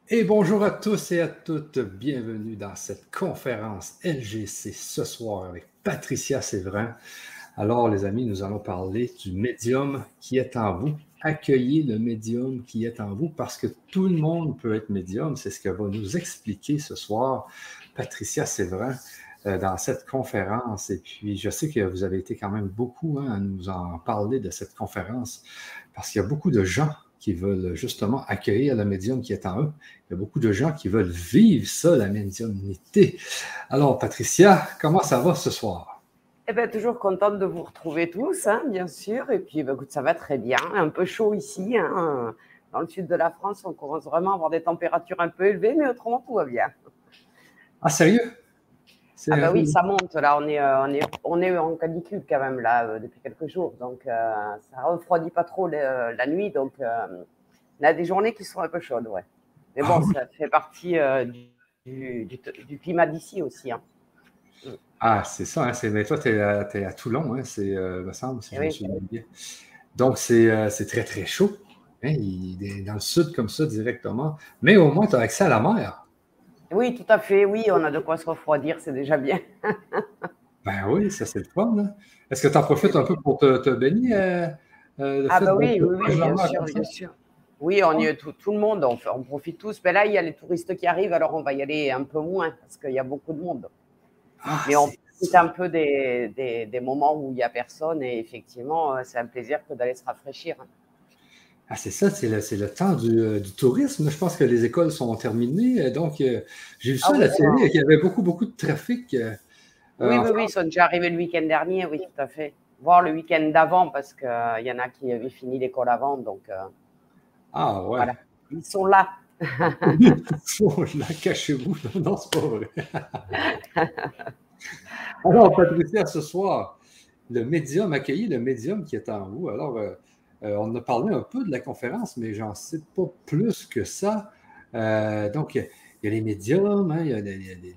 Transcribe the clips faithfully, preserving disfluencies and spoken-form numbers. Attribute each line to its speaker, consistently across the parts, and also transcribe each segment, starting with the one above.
Speaker 1: Et bonjour à tous et à toutes, bienvenue dans cette conférence L G C ce soir avec Patricia Séverin. Alors les amis, nous allons parler du médium qui est en vous. Accueillez le médium qui est en vous parce que tout le monde peut être médium. C'est ce que va nous expliquer ce soir Patricia Séverin euh, dans cette conférence. Et puis je sais que vous avez été quand même beaucoup hein, à nous en parler de cette conférence parce qu'il y a beaucoup de gens qui veulent justement accueillir le médium qui est en eux. Il y a beaucoup de gens qui veulent vivre ça, la médiumnité. Alors, Patricia, comment ça va ce soir?
Speaker 2: Eh bien, toujours contente de vous retrouver tous, hein, bien sûr. Et puis, bah, écoute, ça va très bien. Un peu chaud ici. Hein. Dans le sud de la France, on commence vraiment à avoir des températures un peu élevées, mais autrement, tout va bien.
Speaker 1: Ah, sérieux?
Speaker 2: Ah bah oui, ça monte. Là, on est, euh, on est, on est en canicule quand même, là, euh, depuis quelques jours. Donc, euh, ça ne refroidit pas trop le, la nuit. Donc, euh, on a des journées qui sont un peu chaudes, ouais. Mais bon, ah, ça fait partie euh, du, du, du, climat d'ici aussi. Hein.
Speaker 1: Ah, c'est ça. Hein, mais toi, tu es, es à Toulon, hein, c'est, euh, me semble, si et je oui. me souviens bien. Donc, c'est euh, très, très chaud. Hein, il est dans le sud comme ça, directement. Mais au moins, tu as accès à la mer.
Speaker 2: Oui, tout à fait. Oui, on a de quoi se refroidir, c'est déjà bien.
Speaker 1: Ben oui, ça, c'est le fun. Hein. Est-ce que tu en profites un peu pour te, te baigner? Euh,
Speaker 2: euh, le ah, bah oui, oui, oui, bien sûr, bien sûr. Oui, on y est tout, tout le monde, on, on profite tous. Mais là, il y a les touristes qui arrivent, alors on va y aller un peu moins parce qu'il y a beaucoup de monde. Ah, mais on profite un peu des, des, des moments où il n'y a personne et effectivement, c'est un plaisir que d'aller se rafraîchir.
Speaker 1: Ah, c'est ça, c'est le, le temps du, euh, du tourisme. Je pense que les écoles sont terminées. Donc, euh, j'ai vu ça ah, à la oui, télé, qu'il y avait beaucoup, beaucoup de trafic. Euh,
Speaker 2: oui, oui, oui, ils sont déjà arrivés le week-end dernier, oui, tout à fait. Voire le week-end d'avant, parce qu'il euh, y en a qui avaient fini l'école avant. Donc, euh,
Speaker 1: ah, ouais.
Speaker 2: Voilà. Ils sont là.
Speaker 1: Ils sont là, cachez-vous. Non, c'est pas vrai. Alors, Patricia, ce soir, le médium, accueillir le médium qui est en vous. Alors, euh, euh, on a parlé un peu de la conférence, mais j'en sais pas plus que ça. Euh, donc, il y a les médiums, hein, il y a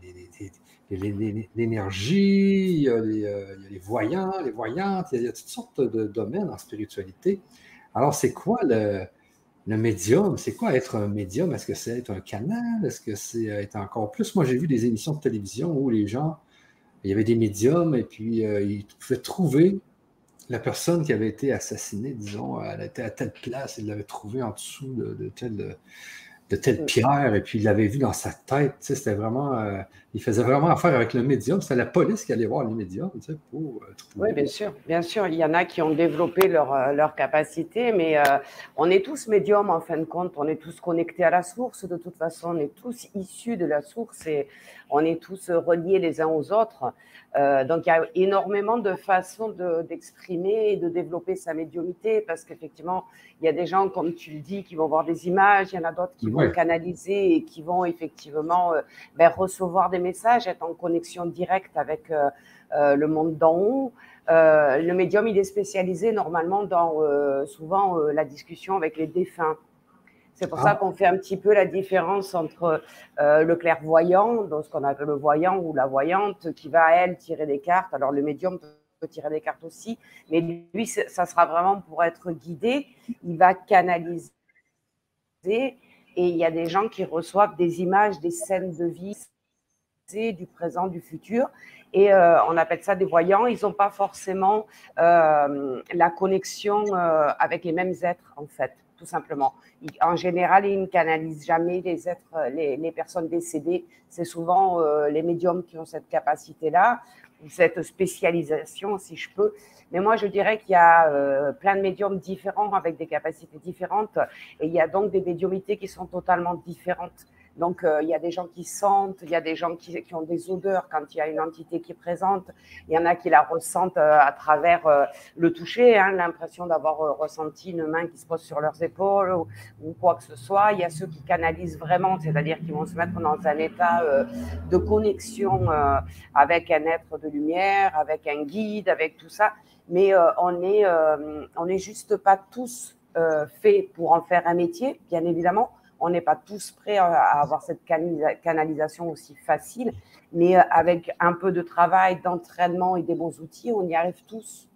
Speaker 1: l'énergie, il, euh, il y a les voyants, les voyantes, il y a, il y a toutes sortes de domaines en spiritualité. Alors, c'est quoi le, le médium? C'est quoi être un médium? Est-ce que c'est être un canal? Est-ce que c'est être encore plus? Moi, j'ai vu des émissions de télévision où les gens, il y avait des médiums et puis euh, ils pouvaient trouver la personne qui avait été assassinée, disons, elle était à telle place, ils l'avaient trouvée en dessous de, de telle, de telle pierre, et puis il l'avait vu dans sa tête. Tu sais, c'était vraiment, euh, il faisait vraiment affaire avec le médium. C'était la police qui allait voir les médiums, tu sais, pour euh, trouver.
Speaker 2: Oui, bien sûr, bien sûr. Il y en a qui ont développé leur, euh, leur capacité, mais euh, on est tous médiums en fin de compte. On est tous connectés à la source de toute façon. On est tous issus de la source et on est tous reliés les uns aux autres. Euh, donc, il y a énormément de façons de, d'exprimer et de développer sa médiumnité parce qu'effectivement, il y a des gens, comme tu le dis, qui vont voir des images. Il y en a d'autres qui ouais. vont canaliser et qui vont effectivement euh, ben, recevoir des messages, être en connexion directe avec euh, euh, le monde d'en haut. Euh, le médium, il est spécialisé normalement dans euh, souvent euh, la discussion avec les défunts. C'est pour ah. ça qu'on fait un petit peu la différence entre euh, le clairvoyant, donc ce qu'on appelle le voyant ou la voyante, qui va, elle, tirer des cartes. Alors, le médium peut tirer des cartes aussi, mais lui, ça sera vraiment pour être guidé. Il va canaliser. Et il y a des gens qui reçoivent des images, des scènes de vie, du présent, du futur. Et euh, on appelle ça des voyants. Ils n'ont pas forcément euh, la connexion euh, avec les mêmes êtres, en fait, tout simplement. Ils, en général, ils ne canalisent jamais les êtres, les, les personnes décédées. C'est souvent euh, les médiums qui ont cette capacité-là, ou cette spécialisation, si je peux. Mais moi, je dirais qu'il y a euh, plein de médiums différents avec des capacités différentes. Et il y a donc des médiumités qui sont totalement différentes. Donc, euh, il y a des gens qui sentent, il y a des gens qui, qui ont des odeurs quand il y a une entité qui est présente. Il y en a qui la ressentent euh, à travers euh, le toucher, hein, l'impression d'avoir euh, ressenti une main qui se pose sur leurs épaules ou, ou quoi que ce soit. Il y a ceux qui canalisent vraiment, c'est-à-dire qui vont se mettre dans un état euh, de connexion euh, avec un être de lumière, avec un guide, avec tout ça. Mais euh, on est, euh, on n'est juste pas tous euh, faits pour en faire un métier, bien évidemment. On n'est pas tous prêts à avoir cette canalisation aussi facile, mais avec un peu de travail, d'entraînement et des bons outils, on y arrive tous.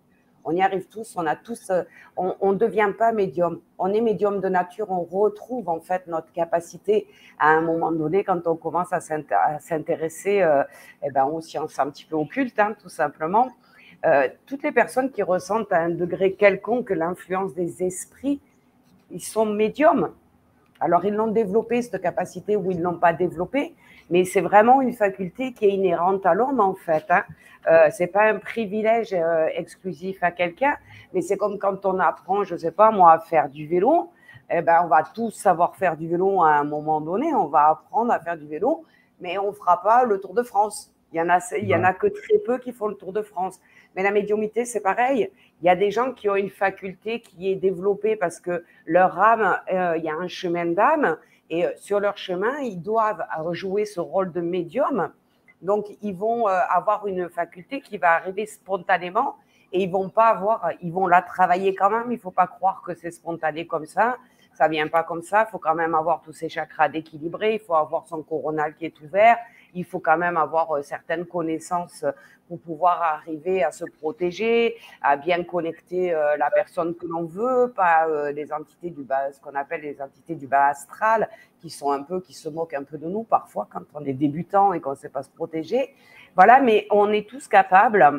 Speaker 2: On y arrive tous, on a tous, euh, on ne devient pas médium. On est médium de nature, on retrouve en fait notre capacité à un moment donné quand on commence à s'intéresser euh, eh ben, aux sciences un petit peu occultes, hein, tout simplement. Euh, toutes les personnes qui ressentent à un degré quelconque l'influence des esprits, ils sont médiums. Alors, ils l'ont développé, cette capacité, ou ils ne l'ont pas développée, mais c'est vraiment une faculté qui est inhérente à l'homme, en fait. Hein. Euh, ce n'est pas un privilège euh, exclusif à quelqu'un, mais c'est comme quand on apprend, je ne sais pas moi, à faire du vélo. Eh ben, on va tous savoir faire du vélo à un moment donné, on va apprendre à faire du vélo, mais on ne fera pas le Tour de France. Il y en a, il y en a que très peu qui font le Tour de France. Mais la médiumnité, c'est pareil. Il y a des gens qui ont une faculté qui est développée parce que leur âme, euh, il y a un chemin d'âme et sur leur chemin, ils doivent jouer ce rôle de médium. Donc, ils vont euh, avoir une faculté qui va arriver spontanément et ils vont pas avoir, ils vont la travailler quand même. Il faut pas croire que c'est spontané comme ça. Ça vient pas comme ça. Il faut quand même avoir tous ses chakras équilibrés. Il faut avoir son coronal qui est ouvert. Il faut quand même avoir euh, certaines connaissances pour pouvoir arriver à se protéger, à bien connecter euh, la personne que l'on veut, pas euh, les entités du bas, ce qu'on appelle les entités du bas astral, qui sont un peu, qui se moquent un peu de nous parfois quand on est débutant et qu'on ne sait pas se protéger. Voilà, mais on est tous capables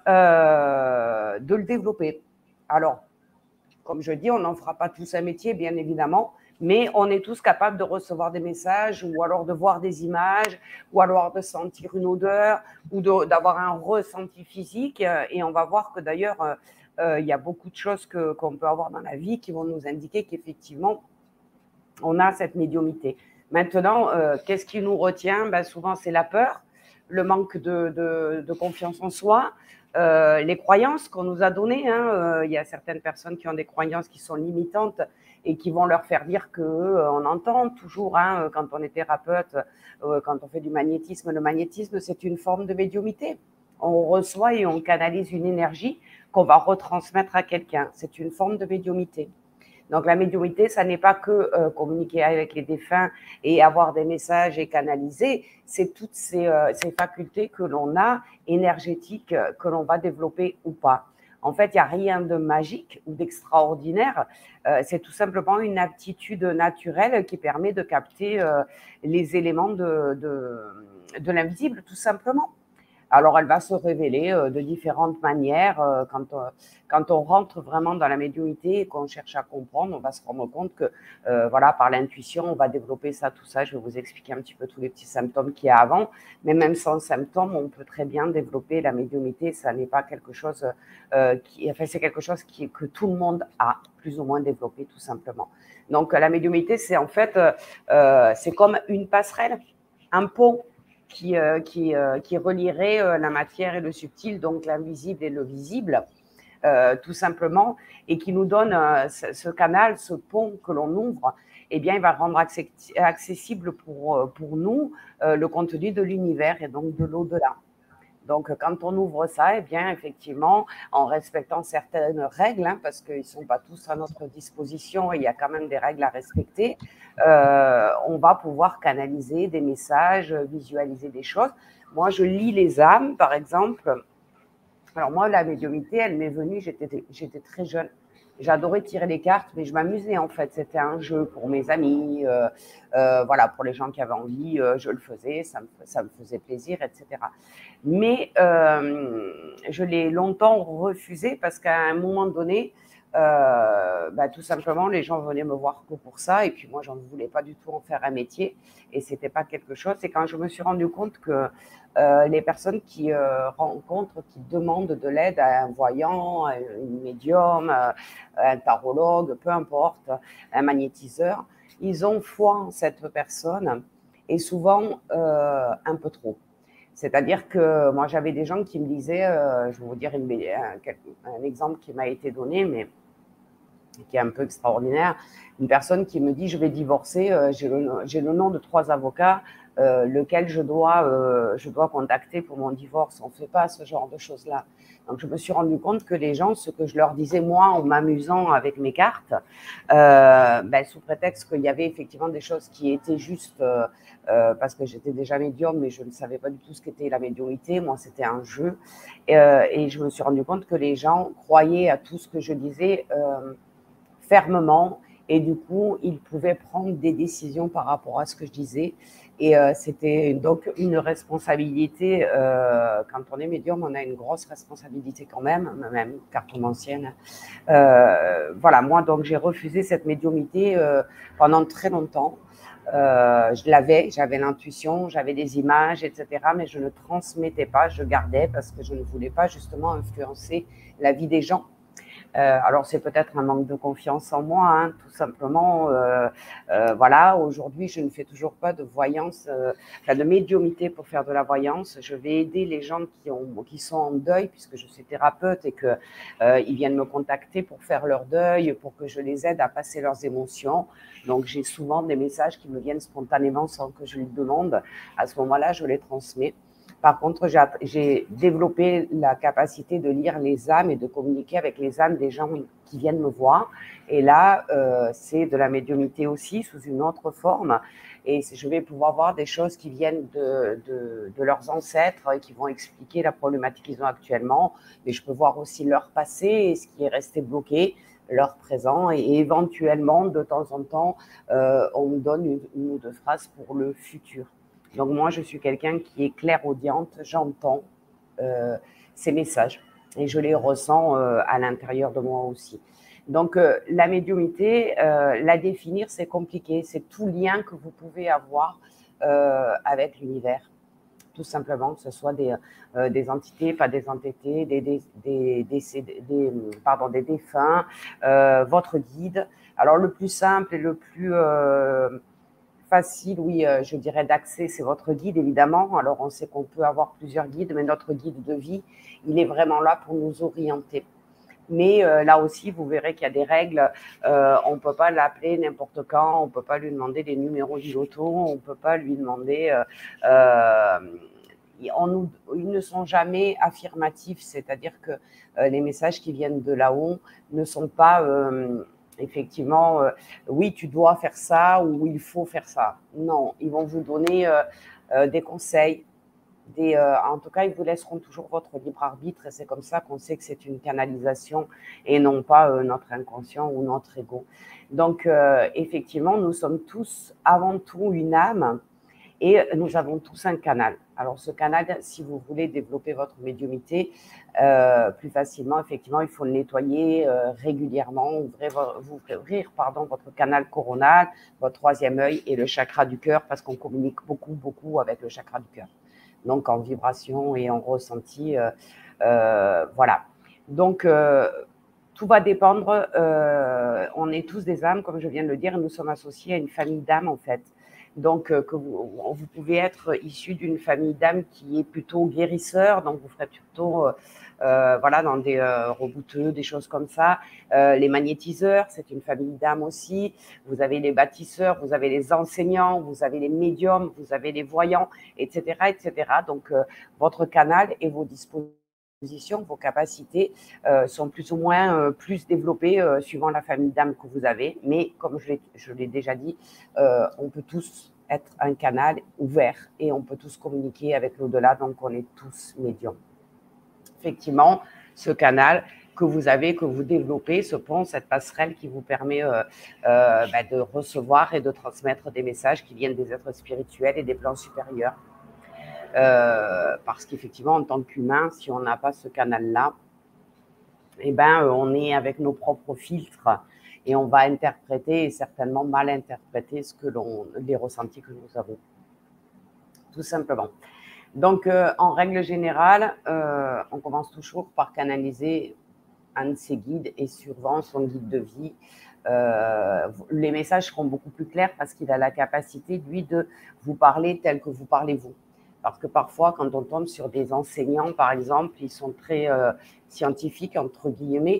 Speaker 2: euh, de le développer. Alors, comme je dis, on n'en fera pas tous un métier, bien évidemment, mais on est tous capables de recevoir des messages ou alors de voir des images ou alors de sentir une odeur ou d'avoir un ressenti physique. Et on va voir que d'ailleurs, euh, il y a beaucoup de choses que, qu'on peut avoir dans la vie qui vont nous indiquer qu'effectivement, on a cette médiumnité. Maintenant, euh, qu'est-ce qui nous retient? Ben, souvent, c'est la peur, le manque de, de, de confiance en soi, euh, les croyances qu'on nous a données. Hein. Euh, il y a certaines personnes qui ont des croyances qui sont limitantes et qui vont leur faire dire qu'on euh, entend toujours, hein, quand on est thérapeute, euh, quand on fait du magnétisme, le magnétisme, c'est une forme de médiumité. On reçoit et on canalise une énergie qu'on va retransmettre à quelqu'un. C'est une forme de médiumité. Donc la médiumité, ça n'est pas que euh, communiquer avec les défunts et avoir des messages et canaliser, c'est toutes ces, euh, ces facultés que l'on a, énergétiques, euh, que l'on va développer ou pas. En fait, il n'y a rien de magique ou d'extraordinaire, euh, c'est tout simplement une aptitude naturelle qui permet de capter euh, les éléments de, de, de l'invisible, tout simplement. Alors, elle va se révéler euh, de différentes manières. Euh, quand, on, quand on rentre vraiment dans la médiumnité et qu'on cherche à comprendre, on va se rendre compte que, euh, voilà, par l'intuition, on va développer ça, tout ça. Je vais vous expliquer un petit peu tous les petits symptômes qu'il y a avant. Mais même sans symptômes, on peut très bien développer la médiumnité. Ça n'est pas quelque chose euh, qui, enfin, c'est quelque chose qui, que tout le monde a plus ou moins développé, tout simplement. Donc, la médiumnité, c'est en fait, euh, c'est comme une passerelle, un pont. Qui, euh, qui, euh, qui relierait euh, la matière et le subtil, donc l'invisible et le visible, euh, tout simplement, et qui nous donne euh, ce, ce canal, ce pont que l'on ouvre, eh bien, il va rendre accessible pour, pour nous euh, le contenu de l'univers et donc de l'au-delà. Donc, quand on ouvre ça, eh bien, effectivement, en respectant certaines règles, hein, parce qu'ils ne sont pas tous à notre disposition, et il y a quand même des règles à respecter, euh, on va pouvoir canaliser des messages, visualiser des choses. Moi, je lis les âmes, par exemple. Alors, moi, la médiumnité, elle m'est venue, j'étais, j'étais très jeune. J'adorais tirer les cartes, mais je m'amusais en fait. C'était un jeu pour mes amis, euh, euh, voilà, pour les gens qui avaient envie, euh, je le faisais, ça me, ça me faisait plaisir, et cetera. Mais euh, je l'ai longtemps refusé parce qu'à un moment donné, euh, bah, tout simplement, les gens venaient me voir que pour ça, et puis moi, j'en voulais pas du tout en faire un métier, et c'était pas quelque chose. C'est quand je me suis rendu compte que euh, les personnes qui euh, rencontrent, qui demandent de l'aide à un voyant, à une médium, à un tarologue, peu importe, un magnétiseur, ils ont foi en cette personne, et souvent euh, un peu trop. C'est-à-dire que moi, j'avais des gens qui me disaient, euh, je vais vous dire une, un, un exemple qui m'a été donné, mais qui est un peu extraordinaire. Une personne qui me dit, je vais divorcer, euh, j'ai le, j'ai le nom de trois avocats, euh, lequel je dois, euh, je dois contacter pour mon divorce. On ne fait pas ce genre de choses-là. Donc, je me suis rendu compte que les gens, ce que je leur disais, moi, en m'amusant avec mes cartes, euh, ben, sous prétexte qu'il y avait effectivement des choses qui étaient justes, euh, euh, parce que j'étais déjà médium, mais je ne savais pas du tout ce qu'était la médiumnité. Moi, c'était un jeu. Et, euh, et je me suis rendu compte que les gens croyaient à tout ce que je disais euh, fermement. Et du coup, ils pouvaient prendre des décisions par rapport à ce que je disais. Et euh, c'était donc une responsabilité. Euh, quand on est médium, on a une grosse responsabilité quand même, même cartomancienne. Euh, voilà, moi, donc j'ai refusé cette médiumnité euh, pendant très longtemps. Euh, je l'avais, j'avais l'intuition, j'avais des images, et cetera. Mais je ne transmettais pas, je gardais parce que je ne voulais pas justement influencer la vie des gens. Euh, alors, c'est peut-être un manque de confiance en moi, hein, tout simplement. Euh, euh, voilà, aujourd'hui, je ne fais toujours pas de voyance, euh, enfin, de médiumnité pour faire de la voyance. Je vais aider les gens qui, ont, qui sont en deuil, puisque je suis thérapeute et qu'ils euh, viennent me contacter pour faire leur deuil, pour que je les aide à passer leurs émotions. Donc, j'ai souvent des messages qui me viennent spontanément sans que je les demande. À ce moment-là, je les transmets. Par contre, j'ai développé la capacité de lire les âmes et de communiquer avec les âmes des gens qui viennent me voir. Et là, euh, c'est de la médiumnité aussi, sous une autre forme. Et je vais pouvoir voir des choses qui viennent de, de, de leurs ancêtres et qui vont expliquer la problématique qu'ils ont actuellement. Mais je peux voir aussi leur passé et ce qui est resté bloqué, leur présent. Et éventuellement, de temps en temps, euh, on me donne une, une ou deux phrases pour le futur. Donc moi, je suis quelqu'un qui est clairaudiente, j'entends euh, ces messages et je les ressens euh, à l'intérieur de moi aussi. Donc euh, la médiumnité, euh, la définir, c'est compliqué. C'est tout lien que vous pouvez avoir euh, avec l'univers, tout simplement, que ce soit des, euh, des entités, pas des entités, des, des, des, des, des, pardon, des défunts, euh, votre guide. Alors le plus simple et le plus... Euh, facile, oui, euh, je dirais d'accès, c'est votre guide, évidemment. Alors, on sait qu'on peut avoir plusieurs guides, mais notre guide de vie, il est vraiment là pour nous orienter. Mais euh, là aussi, vous verrez qu'il y a des règles. Euh, on ne peut pas l'appeler n'importe quand, on ne peut pas lui demander des numéros du loto, on ne peut pas lui demander... Euh, euh, on nous, ils ne sont jamais affirmatifs, c'est-à-dire que euh, les messages qui viennent de là-haut ne sont pas... Euh, effectivement, euh, oui, tu dois faire ça ou il faut faire ça. Non, ils vont vous donner euh, euh, des conseils. Des, euh, en tout cas, ils vous laisseront toujours votre libre arbitre et c'est comme ça qu'on sait que c'est une canalisation et non pas euh, notre inconscient ou notre ego. Donc, euh, effectivement, nous sommes tous avant tout une âme et nous avons tous un canal. Alors, ce canal, si vous voulez développer votre médiumnité euh, plus facilement, effectivement, il faut le nettoyer euh, régulièrement, ouvrir, vous ouvrir pardon, votre canal coronal, votre troisième œil et le chakra du cœur, parce qu'on communique beaucoup, beaucoup avec le chakra du cœur. Donc, en vibration et en ressenti, euh, euh, voilà. Donc, euh, tout va dépendre. Euh, on est tous des âmes, comme je viens de le dire, et nous sommes associés à une famille d'âmes, en fait. Donc, euh, que vous, vous pouvez être issu d'une famille d'âmes qui est plutôt guérisseur, donc vous ferez plutôt, euh, voilà, dans des euh, rebouteux, des choses comme ça. Euh, les magnétiseurs, c'est une famille d'âmes aussi. Vous avez les bâtisseurs, vous avez les enseignants, vous avez les médiums, vous avez les voyants, et cetera, et cetera. Donc, euh, votre canal et vos dispositions, vos capacités euh, sont plus ou moins euh, plus développées euh, suivant la famille d'âme que vous avez. Mais comme je l'ai déjà dit, euh, on peut tous être un canal ouvert et on peut tous communiquer avec l'au-delà, donc on est tous médiums. Effectivement, ce canal que vous avez, que vous développez, ce pont, cette passerelle qui vous permet euh, euh, bah, de recevoir et de transmettre des messages qui viennent des êtres spirituels et des plans supérieurs. Euh, parce qu'effectivement, en tant qu'humain, si on n'a pas ce canal-là, eh ben, on est avec nos propres filtres et on va interpréter et certainement mal interpréter ce que l'on, les ressentis que nous avons. Tout simplement. Donc, euh, en règle générale, euh, on commence toujours par canaliser un de ses guides et souvent son guide de vie. Euh, les messages seront beaucoup plus clairs parce qu'il a la capacité, lui, de vous parler tel que vous parlez vous. Parce que parfois, quand on tombe sur des enseignants, par exemple, ils sont très euh, scientifiques, entre guillemets,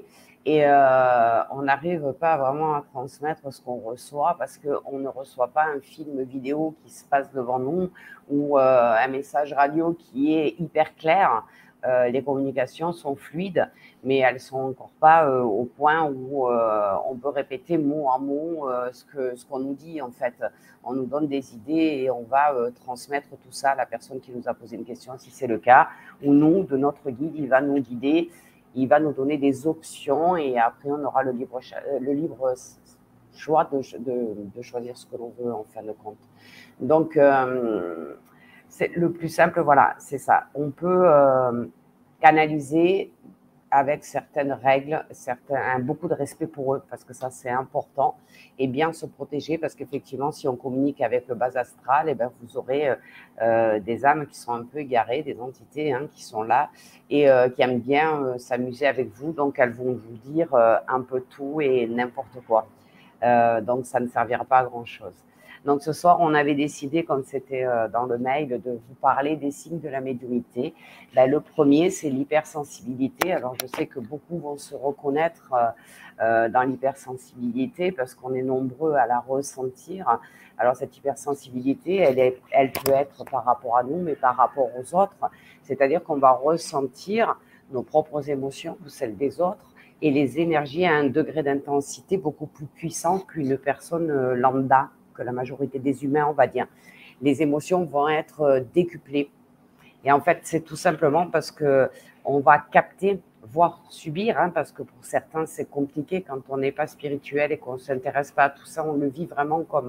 Speaker 2: Et euh, on n'arrive pas vraiment à transmettre ce qu'on reçoit parce qu'on ne reçoit pas un film vidéo qui se passe devant nous ou euh, un message radio qui est hyper clair. Euh, les communications sont fluides, mais elles ne sont encore pas euh, au point où euh, on peut répéter mot en mot euh, ce que, ce qu'on nous dit. En fait, on nous donne des idées et on va euh, transmettre tout ça à la personne qui nous a posé une question, si c'est le cas, ou nous, de notre guide, il va nous guider. Il va nous donner des options et après, on aura le libre, le libre choix de, de, de choisir ce que l'on veut en fin de compte. Donc, euh, c'est le plus simple, voilà, c'est ça. On peut euh, canaliser avec certaines règles, certains, beaucoup de respect pour eux, parce que ça, c'est important, et bien se protéger, parce qu'effectivement, si on communique avec le bas astral, eh bien, vous aurez euh, des âmes qui sont un peu égarées, des entités hein, qui sont là, et euh, qui aiment bien euh, s'amuser avec vous, donc elles vont vous dire euh, un peu tout et n'importe quoi. Euh, donc, ça ne servira pas à grand-chose. Donc, ce soir, on avait décidé, comme c'était euh, dans le mail, de vous parler des signes de la médiumnité. Ben, le premier, c'est l'hypersensibilité. Alors, je sais que beaucoup vont se reconnaître euh, euh, dans l'hypersensibilité parce qu'on est nombreux à la ressentir. Alors, cette hypersensibilité, elle, est, elle peut être par rapport à nous, mais par rapport aux autres. C'est-à-dire qu'on va ressentir nos propres émotions ou celles des autres et les énergies à un degré d'intensité beaucoup plus puissant qu'une personne lambda, que la majorité des humains, on va dire. Les émotions vont être décuplées. Et en fait, c'est tout simplement parce qu'on va capter, voire subir, hein, parce que pour certains, c'est compliqué quand on n'est pas spirituel et qu'on ne s'intéresse pas à tout ça. On le vit vraiment comme,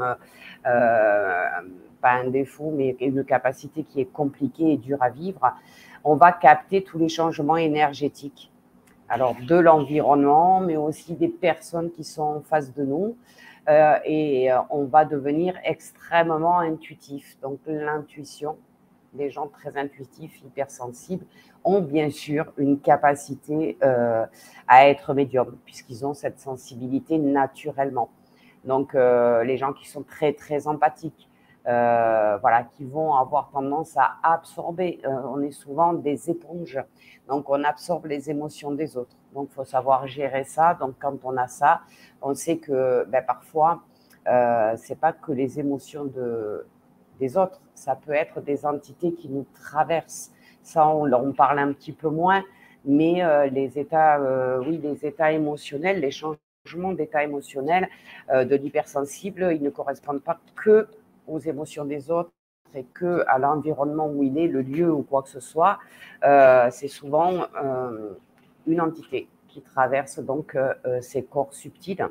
Speaker 2: euh, pas un défaut, mais une capacité qui est compliquée et dure à vivre. On va capter tous les changements énergétiques. Alors, de l'environnement, mais aussi des personnes qui sont en face de nous. Euh, et euh, on va devenir extrêmement intuitif. Donc, l'intuition, les gens très intuitifs, hypersensibles, ont bien sûr une capacité euh, à être médium, puisqu'ils ont cette sensibilité naturellement. Donc, euh, les gens qui sont très, très empathiques, euh, voilà, qui vont avoir tendance à absorber. Euh, on est souvent des éponges, donc on absorbe les émotions des autres. Donc, il faut savoir gérer ça. Donc, quand on a ça, on sait que ben, parfois, euh, c'est pas que les émotions de, des autres, ça peut être des entités qui nous traversent. Ça, on, on parle un petit peu moins, mais euh, les états, euh, oui, les états émotionnels, les changements d'état émotionnel euh, de l'hypersensible, ils ne correspondent pas que aux émotions des autres et que à l'environnement où il est, le lieu ou quoi que ce soit. Euh, c'est souvent euh, une entité qui traverse donc euh, ces corps subtils.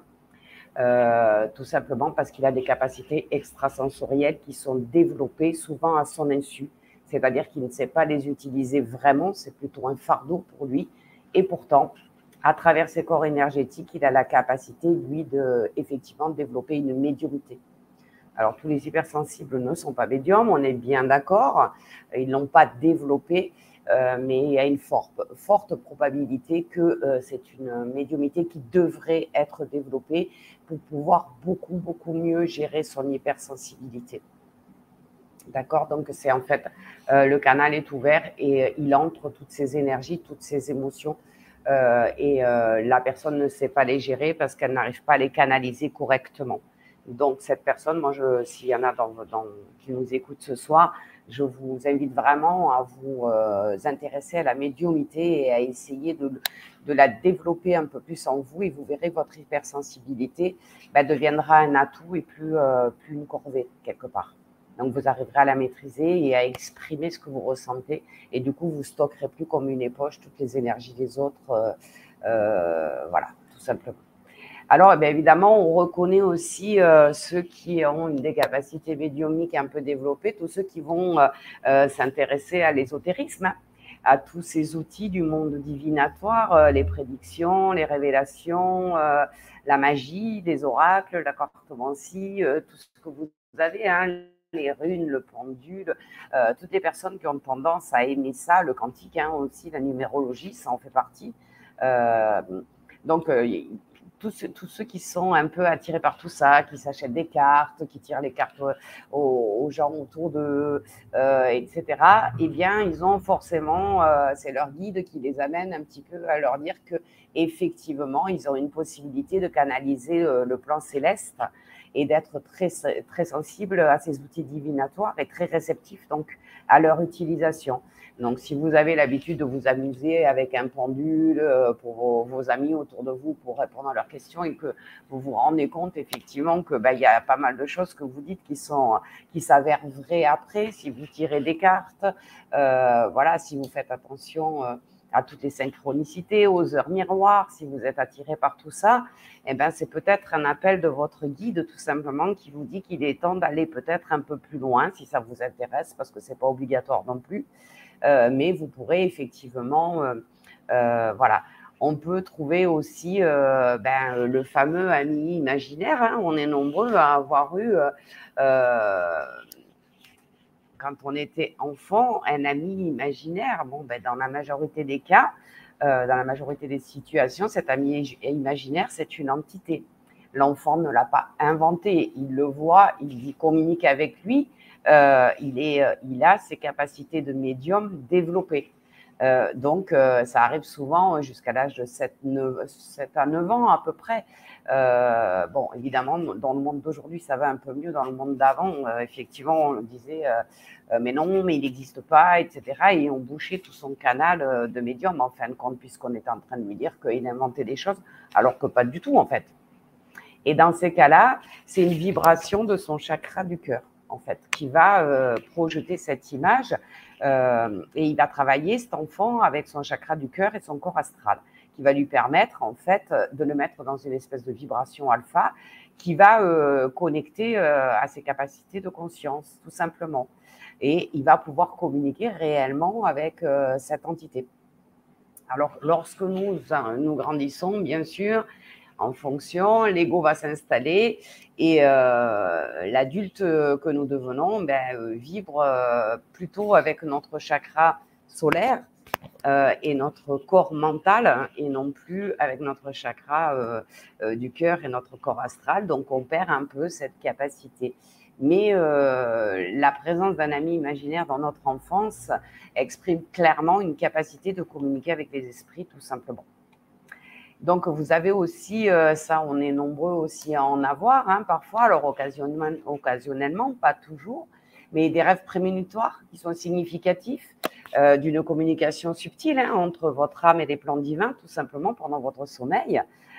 Speaker 2: Euh, tout simplement parce qu'il a des capacités extrasensorielles qui sont développées souvent à son insu, c'est-à-dire qu'il ne sait pas les utiliser vraiment, c'est plutôt un fardeau pour lui, et pourtant, à travers ses corps énergétiques, il a la capacité, lui, de effectivement développer une médiumnité. Alors, tous les hypersensibles ne sont pas médiums, on est bien d'accord, ils ne l'ont pas développé, euh, mais il y a une forte, forte probabilité que euh, c'est une médiumnité qui devrait être développée pour pouvoir beaucoup, beaucoup mieux gérer son hypersensibilité. D'accord? Donc, c'est en fait, euh, le canal est ouvert et euh, il entre toutes ces énergies, toutes ces émotions. Euh, et euh, la personne ne sait pas les gérer parce qu'elle n'arrive pas à les canaliser correctement. Donc, cette personne, moi, je, s'il y en a dans, dans, qui nous écoutent ce soir, je vous invite vraiment à vous euh, intéresser à la médiumnité et à essayer de, de la développer un peu plus en vous et vous verrez votre hypersensibilité bah, deviendra un atout et plus, euh, plus une corvée quelque part. Donc, vous arriverez à la maîtriser et à exprimer ce que vous ressentez. Et du coup, vous ne stockerez plus comme une éponge toutes les énergies des autres. Euh, euh, voilà, tout simplement. Alors, eh bien, évidemment, on reconnaît aussi euh, ceux qui ont des capacités médiumniques un peu développées, tous ceux qui vont euh, euh, s'intéresser à l'ésotérisme, hein, à tous ces outils du monde divinatoire, euh, les prédictions, les révélations, euh, la magie, les oracles, la cartomancie, euh, tout ce que vous avez, hein, les runes, le pendule, euh, toutes les personnes qui ont tendance à aimer ça, le quantique hein, aussi, la numérologie, ça en fait partie. Euh, donc, euh, tous ceux, tous ceux qui sont un peu attirés par tout ça, qui s'achètent des cartes, qui tirent les cartes aux, aux gens autour d'eux, euh, et cetera, eh bien, ils ont forcément, euh, c'est leur guide qui les amène un petit peu à leur dire que effectivement, ils ont une possibilité de canaliser euh, le plan céleste et d'être très, très sensibles à ces outils divinatoires et très réceptifs donc à leur utilisation. Donc, si vous avez l'habitude de vous amuser avec un pendule pour vos, vos amis autour de vous pour répondre à leurs questions et que vous vous rendez compte effectivement que bah, y a pas mal de choses que vous dites qui sont qui s'avèrent vraies après, si vous tirez des cartes, euh, voilà, si vous faites attention euh, à toutes les synchronicités, aux heures miroirs, si vous êtes attiré par tout ça, eh ben, c'est peut-être un appel de votre guide tout simplement qui vous dit qu'il est temps d'aller peut-être un peu plus loin si ça vous intéresse, parce que c'est pas obligatoire non plus. Euh, mais vous pourrez effectivement, euh, euh, voilà. On peut trouver aussi euh, ben, le fameux ami imaginaire. Hein. On est nombreux à avoir eu, euh, quand on était enfant, un ami imaginaire. Bon, ben, dans la majorité des cas, euh, dans la majorité des situations, cet ami imaginaire, c'est une entité. L'enfant ne l'a pas inventé. Il le voit, il communique avec lui. Euh, il, est, il a ses capacités de médium développées. Euh, donc, euh, ça arrive souvent jusqu'à l'âge de sept à neuf ans à peu près. Euh, bon, évidemment, dans le monde d'aujourd'hui, ça va un peu mieux. Dans le monde d'avant, euh, effectivement, on disait euh, mais non, mais il n'existe pas, et cetera. Et on bouchait tout son canal de médium, en fin de compte, puisqu'on était en train de lui dire qu'il inventait des choses, alors que pas du tout, en fait. Et dans ces cas-là, c'est une vibration de son chakra du cœur, en fait, qui va euh, projeter cette image euh, et il va travailler, cet enfant, avec son chakra du cœur et son corps astral, qui va lui permettre, en fait, de le mettre dans une espèce de vibration alpha qui va euh, connecter euh, à ses capacités de conscience, tout simplement. Et il va pouvoir communiquer réellement avec euh, cette entité. Alors, lorsque nous, nous grandissons, bien sûr, en fonction, l'ego va s'installer et euh, l'adulte que nous devenons ben, vibre euh, plutôt avec notre chakra solaire euh, et notre corps mental hein, et non plus avec notre chakra euh, euh, du cœur et notre corps astral. Donc, on perd un peu cette capacité. Mais euh, la présence d'un ami imaginaire dans notre enfance exprime clairement une capacité de communiquer avec les esprits, tout simplement. Donc, vous avez aussi, euh, ça, on est nombreux aussi à en avoir, hein, parfois, alors occasionnellement, occasionnellement, pas toujours, mais des rêves prémonitoires qui sont significatifs euh, d'une communication subtile hein, entre votre âme et les plans divins, tout simplement, pendant votre sommeil.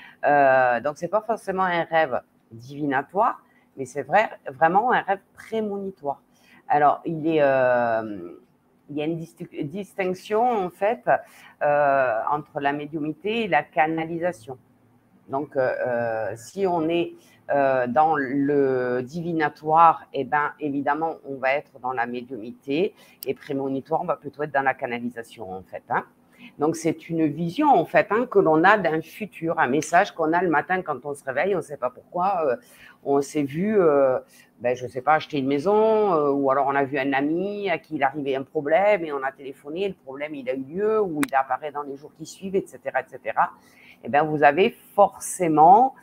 Speaker 2: Euh, donc, ce n'est pas forcément un rêve divinatoire, mais c'est vrai, vraiment un rêve prémonitoire. Alors, il est... Euh, il y a une distinction en fait euh, entre la médiumnité et la canalisation. Donc, euh, si on est euh, dans le divinatoire, eh ben, évidemment, on va être dans la médiumnité et prémonitoire, on va plutôt être dans la canalisation en fait. Hein. Donc, c'est une vision en fait hein, que l'on a d'un futur, un message qu'on a le matin quand on se réveille, on ne sait pas pourquoi, euh, on s'est vu, euh, ben, je ne sais pas, acheter une maison, euh, ou alors on a vu un ami à qui il arrivait un problème et on a téléphoné, le problème il a eu lieu, ou il apparaît dans les jours qui suivent, et cetera, et cetera. Eh bien, vous avez forcément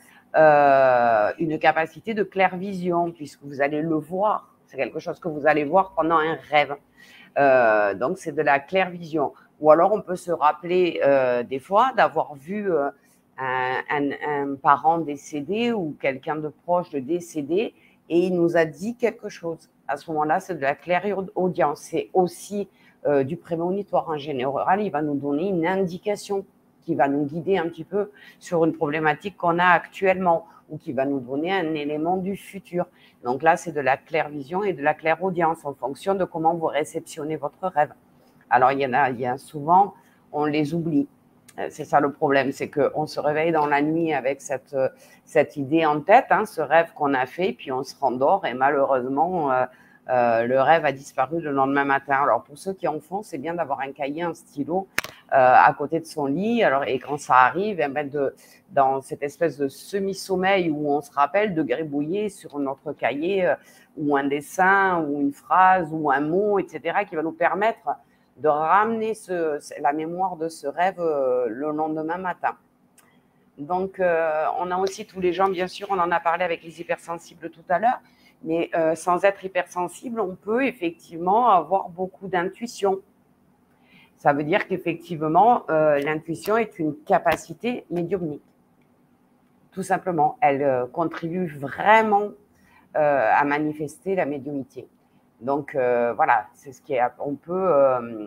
Speaker 2: euh, une capacité de clairvision, puisque vous allez le voir. C'est quelque chose que vous allez voir pendant un rêve. Euh, donc, c'est de la clairvision. Ou alors, on peut se rappeler euh, des fois d'avoir vu euh, un, un, un parent décédé ou quelqu'un de proche de décédé et il nous a dit quelque chose. À ce moment-là, c'est de la clairaudience. C'est aussi euh, du prémonitoire en général. Il va nous donner une indication qui va nous guider un petit peu sur une problématique qu'on a actuellement ou qui va nous donner un élément du futur. Donc là, c'est de la clairvision et de la clairaudience en fonction de comment vous réceptionnez votre rêve. Alors, il y en a, il y a souvent, on les oublie. C'est ça le problème, c'est qu'on se réveille dans la nuit avec cette, cette idée en tête, hein, ce rêve qu'on a fait, puis on se rendort et malheureusement, euh, euh, le rêve a disparu le lendemain matin. Alors, pour ceux qui en font, c'est bien d'avoir un cahier, un stylo euh, à côté de son lit. Alors, et quand ça arrive, eh ben de, dans cette espèce de semi-sommeil où on se rappelle de gribouiller sur notre cahier euh, ou un dessin ou une phrase ou un mot, et cetera, qui va nous permettre de ramener ce, la mémoire de ce rêve euh, le lendemain matin. Donc, euh, on a aussi tous les gens, bien sûr, on en a parlé avec les hypersensibles tout à l'heure, mais euh, sans être hypersensible, on peut effectivement avoir beaucoup d'intuition. Ça veut dire qu'effectivement, euh, l'intuition est une capacité médiumnique. Tout simplement, elle euh, contribue vraiment euh, à manifester la médiumnité. Donc euh, voilà, c'est ce qui est. On peut, euh,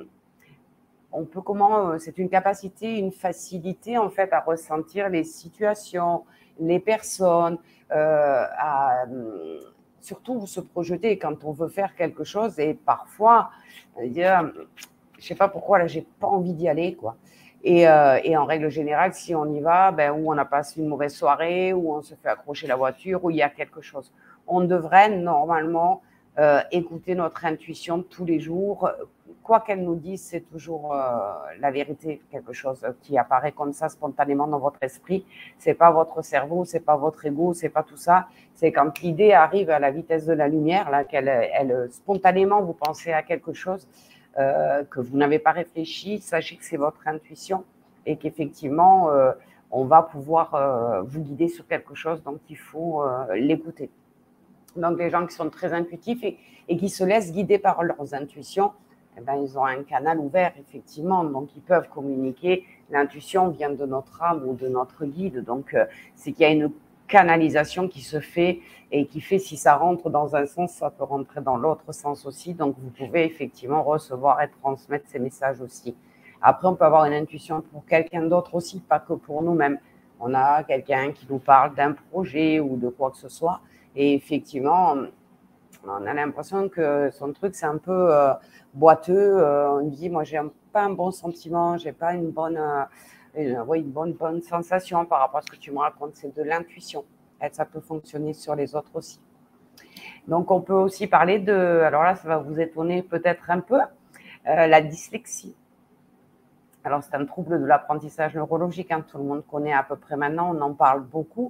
Speaker 2: on peut comment C'est une capacité, une facilité en fait à ressentir les situations, les personnes, euh, à surtout se projeter quand on veut faire quelque chose et parfois dire, je sais pas pourquoi là, j'ai pas envie d'y aller quoi. Et, euh, et en règle générale, si on y va, ben, ou on a passé une mauvaise soirée, ou on se fait accrocher la voiture, ou il y a quelque chose. On devrait normalement euh, écouter notre intuition tous les jours. Quoi qu'elle nous dise, c'est toujours euh, la vérité, quelque chose qui apparaît comme ça spontanément dans votre esprit. C'est pas votre cerveau, c'est pas votre ego, c'est pas tout ça. C'est quand l'idée arrive à la vitesse de la lumière, là, qu'elle, elle, spontanément, vous pensez à quelque chose. Euh, que vous n'avez pas réfléchi, sachez que c'est votre intuition et qu'effectivement, euh, on va pouvoir euh, vous guider sur quelque chose, donc il faut euh, l'écouter. Donc les gens qui sont très intuitifs et, et qui se laissent guider par leurs intuitions, eh ben, ils ont un canal ouvert, effectivement, donc ils peuvent communiquer. L'intuition vient de notre âme ou de notre guide, donc euh, c'est qu'il y a une canalisation qui se fait et qui fait, si ça rentre dans un sens, ça peut rentrer dans l'autre sens aussi. Donc, vous pouvez effectivement recevoir et transmettre ces messages aussi. Après, on peut avoir une intuition pour quelqu'un d'autre aussi, pas que pour nous-mêmes. On a quelqu'un qui nous parle d'un projet ou de quoi que ce soit. Et effectivement, on a l'impression que son truc, c'est un peu euh, boiteux. Euh, on dit, moi, j'ai pas un bon sentiment, j'ai pas une bonne... Euh, Une, oui, une bonne, bonne sensation par rapport à ce que tu me racontes, c'est de l'intuition. Et ça peut fonctionner sur les autres aussi. Donc, on peut aussi parler de, alors là, ça va vous étonner peut-être un peu, euh, la dyslexie. Alors, c'est un trouble de l'apprentissage neurologique, hein, tout le monde connaît à peu près maintenant, on en parle beaucoup.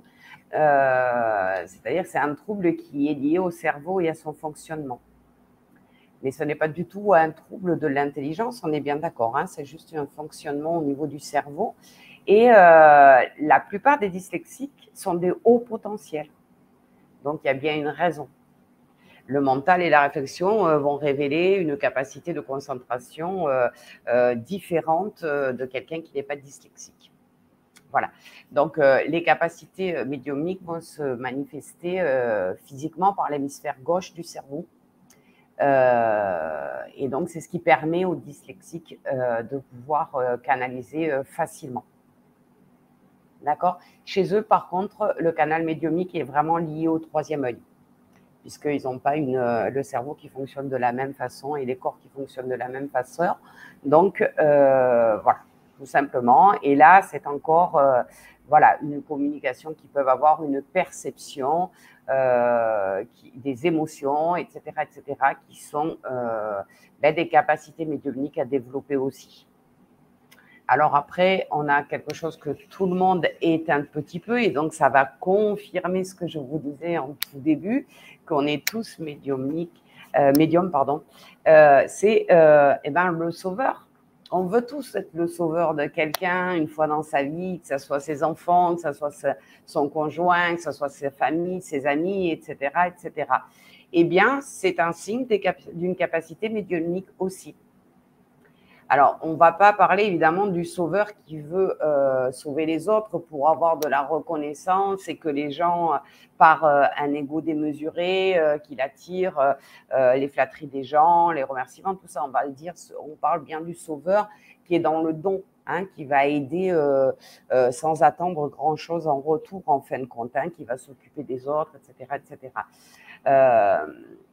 Speaker 2: Euh, c'est-à-dire que c'est un trouble qui est lié au cerveau et à son fonctionnement. Mais ce n'est pas du tout un trouble de l'intelligence, on est bien d'accord, hein, c'est juste un fonctionnement au niveau du cerveau. Et euh, la plupart des dyslexiques sont des hauts potentiels. Donc, il y a bien une raison. Le mental et la réflexion euh, vont révéler une capacité de concentration euh, euh, différente euh, de quelqu'un qui n'est pas dyslexique. Voilà. Donc, euh, les capacités médiumniques vont se manifester euh, physiquement par l'hémisphère gauche du cerveau. Euh, et donc, c'est ce qui permet aux dyslexiques euh, de pouvoir euh, canaliser euh, facilement. D'accord? Chez eux, par contre, le canal médiumnique est vraiment lié au troisième œil, puisqu'ils n'ont pas une, euh, le cerveau qui fonctionne de la même façon et les corps qui fonctionnent de la même façon. Donc, euh, voilà, tout simplement. Et là, c'est encore euh, voilà, une communication qui peuvent avoir une perception, euh, qui, des émotions, et cetera, et cetera, qui sont euh, ben, des capacités médiumniques à développer aussi. Alors après, on a quelque chose que tout le monde est un petit peu, et donc ça va confirmer ce que je vous disais en tout début, qu'on est tous médiumniques, euh, médiums, pardon. Euh, c'est euh, eh ben, le sauveur. On veut tous être le sauveur de quelqu'un une fois dans sa vie, que ce soit ses enfants, que ce soit son conjoint, que ce soit sa famille, ses amis, et cetera, et cetera. Eh bien, c'est un signe d'une capacité médiumnique aussi. Alors, on ne va pas parler évidemment du sauveur qui veut euh, sauver les autres pour avoir de la reconnaissance et que les gens, par euh, un ego démesuré, euh, qui l'attire, euh, euh, les flatteries des gens, les remerciements, tout ça, on va le dire, on parle bien du sauveur qui est dans le don, hein, qui va aider euh, euh, sans attendre grand-chose en retour, en fin de compte, hein, qui va s'occuper des autres, et cetera, et cetera. Euh,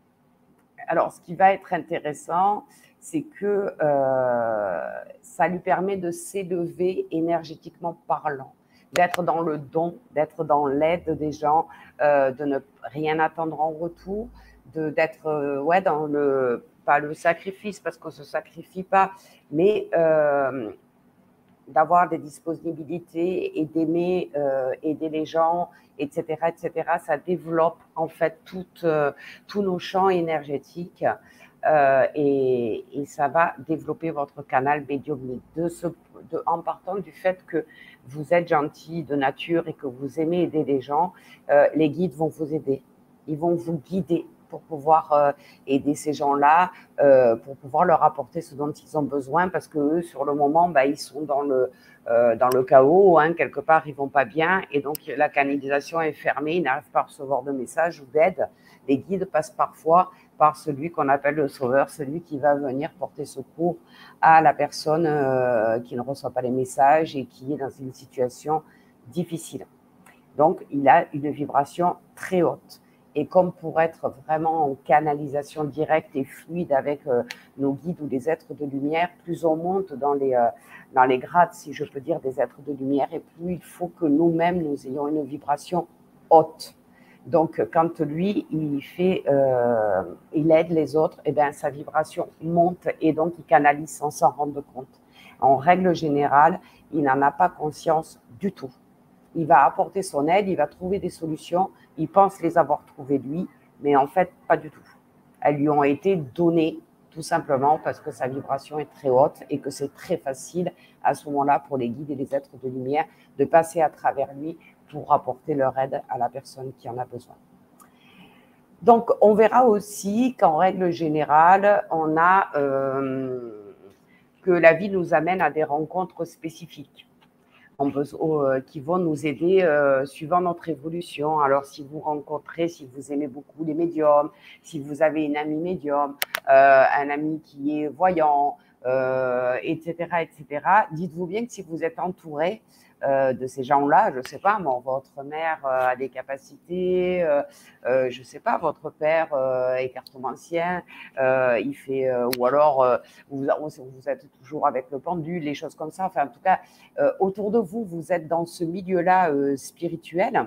Speaker 2: alors, ce qui va être intéressant, c'est que euh, ça lui permet de s'élever énergétiquement parlant, d'être dans le don, d'être dans l'aide des gens, euh, de ne rien attendre en retour, de, d'être euh, ouais, dans le, pas le sacrifice parce qu'on ne se sacrifie pas, mais euh, d'avoir des disponibilités et d'aimer euh, aider les gens, et cetera, et cetera. Ça développe en fait tout, euh, tous nos champs énergétiques euh, et, et ça va développer votre canal médiumnique. De ce, de, en partant du fait que vous êtes gentil de nature et que vous aimez aider les gens, euh, les guides vont vous aider. Ils vont vous guider pour pouvoir euh, aider ces gens-là, euh, pour pouvoir leur apporter ce dont ils ont besoin, parce que eux, sur le moment, bah, ils sont dans le, euh, dans le chaos, hein, quelque part, ils vont pas bien, et donc la canalisation est fermée, ils n'arrivent pas à recevoir de messages ou d'aide. Les guides passent parfois par celui qu'on appelle le sauveur, celui qui va venir porter secours à la personne euh, qui ne reçoit pas les messages et qui est dans une situation difficile. Donc, il a une vibration très haute. Et comme pour être vraiment en canalisation directe et fluide avec euh, nos guides ou des êtres de lumière, plus on monte dans les, euh, dans les grades, si je peux dire, des êtres de lumière, et plus il faut que nous-mêmes, nous ayons une vibration haute. Donc, quand lui, il fait, euh, il aide les autres, et bien, sa vibration monte et donc il canalise sans s'en rendre compte. En règle générale, il n'en a pas conscience du tout. Il va apporter son aide, il va trouver des solutions, il pense les avoir trouvées lui, mais en fait, pas du tout. Elles lui ont été données tout simplement parce que sa vibration est très haute et que c'est très facile à ce moment-là pour les guides et les êtres de lumière de passer à travers lui pour apporter leur aide à la personne qui en a besoin. Donc, on verra aussi qu'en règle générale, on a euh, que la vie nous amène à des rencontres spécifiques qui vont nous aider euh, suivant notre évolution. Alors, si vous rencontrez, si vous aimez beaucoup les médiums, si vous avez une amie médium, euh, un ami qui est voyant, euh, et cetera, et cetera, dites-vous bien que si vous êtes entouré euh, de ces gens-là, je ne sais pas, moi, votre mère euh, a des capacités, euh, euh, je ne sais pas, votre père euh, est cartomancien, euh, il fait, euh, ou alors euh, vous, vous êtes toujours avec le pendule, les choses comme ça. Enfin, en tout cas, euh, autour de vous, vous êtes dans ce milieu-là euh, spirituel.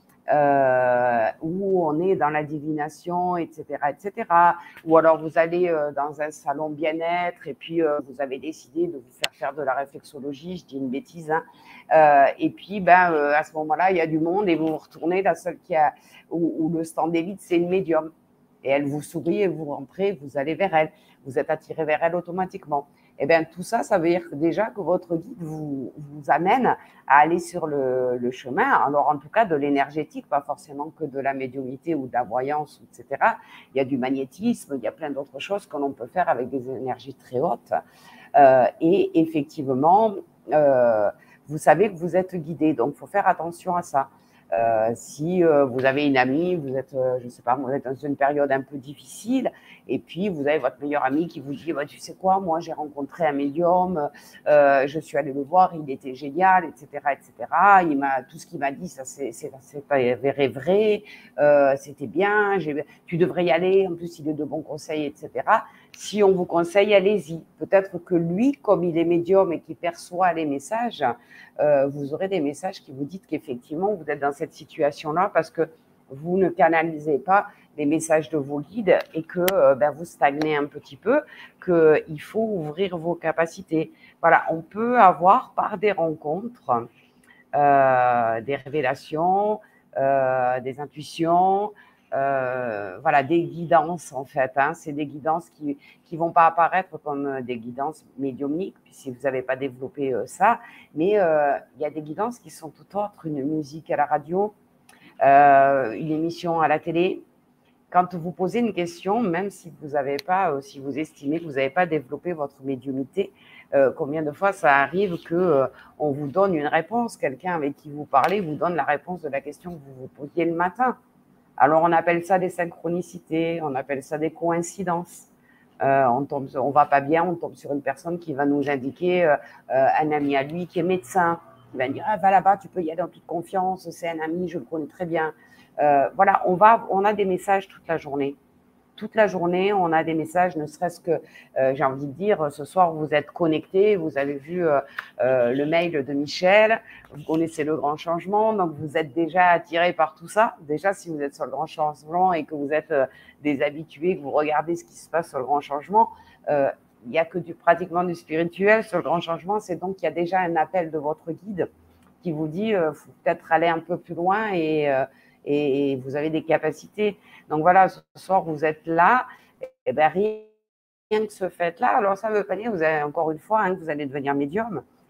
Speaker 2: Euh, où on est dans la divination, et cetera, et cetera. Ou alors vous allez euh, dans un salon bien-être et puis euh, vous avez décidé de vous faire faire de la réflexologie, je dis une bêtise, hein. Euh, et puis ben euh, à ce moment-là, il y a du monde et vous vous retournez, la seule qui a où, où le stand est vide, c'est une médium. Et elle vous sourit et vous rentrez, vous allez vers elle, vous êtes attiré vers elle automatiquement. Et bien tout ça, ça veut dire déjà que votre guide vous, vous amène à aller sur le, le chemin, alors en tout cas de l'énergétique, pas forcément que de la médiumnité ou de la voyance, et cetera. Il y a du magnétisme, il y a plein d'autres choses que l'on peut faire avec des énergies très hautes. Euh, et effectivement, euh, vous savez que vous êtes guidé, donc il faut faire attention à ça. Euh, si euh, vous avez une amie, vous êtes, euh, je ne sais pas, vous êtes dans une période un peu difficile, et puis vous avez votre meilleur ami qui vous dit, bah, tu sais quoi, moi j'ai rencontré un médium, euh, je suis allée le voir, il était génial, et cetera, et cetera. Il m'a, tout ce qu'il m'a dit, ça c'est, c'est, c'est pas vrai, vrai, euh, c'était bien, j'ai, tu devrais y aller, en plus il est de bons conseils, et cetera. Si on vous conseille, allez-y. Peut-être que lui, comme il est médium et qu'il perçoit les messages, euh, vous aurez des messages qui vous disent qu'effectivement, vous êtes dans cette situation-là parce que vous ne canalisez pas les messages de vos guides et que euh, ben, vous stagnez un petit peu, qu'il faut ouvrir vos capacités. Voilà, on peut avoir par des rencontres, euh, des révélations, euh, des intuitions, euh, voilà, des guidances en fait. Hein. C'est des guidances qui qui vont pas apparaître comme des guidances médiumniques, si vous n'avez pas développé euh, ça, mais euh, il y a des guidances qui sont tout autres, une musique à la radio, euh, une émission à la télé. Quand vous posez une question, même si vous n'avez pas, euh, si vous estimez que vous n'avez pas développé votre médiumnité, euh, combien de fois ça arrive que euh, on vous donne une réponse, quelqu'un avec qui vous parlez vous donne la réponse de la question que vous vous posiez le matin. Alors on appelle ça des synchronicités, on appelle ça des coïncidences. Euh, on tombe, on va pas bien, on tombe sur une personne qui va nous indiquer euh, euh, un ami à lui qui est médecin, qui va dire ah, va là-bas, tu peux y aller en toute confiance, c'est un ami, je le connais très bien. Euh, voilà, on va, on a des messages toute la journée. Toute la journée, on a des messages, ne serait-ce que, euh, j'ai envie de dire, ce soir, vous êtes connectés, vous avez vu euh, euh, le mail de Michel, vous connaissez le grand changement, donc vous êtes déjà attiré par tout ça. Déjà, si vous êtes sur le grand changement et que vous êtes euh, des habitués, que vous regardez ce qui se passe sur le grand changement, euh, il n'y a que du, pratiquement du spirituel sur le grand changement, c'est donc qu'il y a déjà un appel de votre guide qui vous dit, euh, faut peut-être aller un peu plus loin et... Euh, et vous avez des capacités. Donc voilà, ce soir, vous êtes là, et bien rien que ce fait-là, alors ça ne veut pas dire, vous avez encore une fois, hein, que vous allez devenir médium,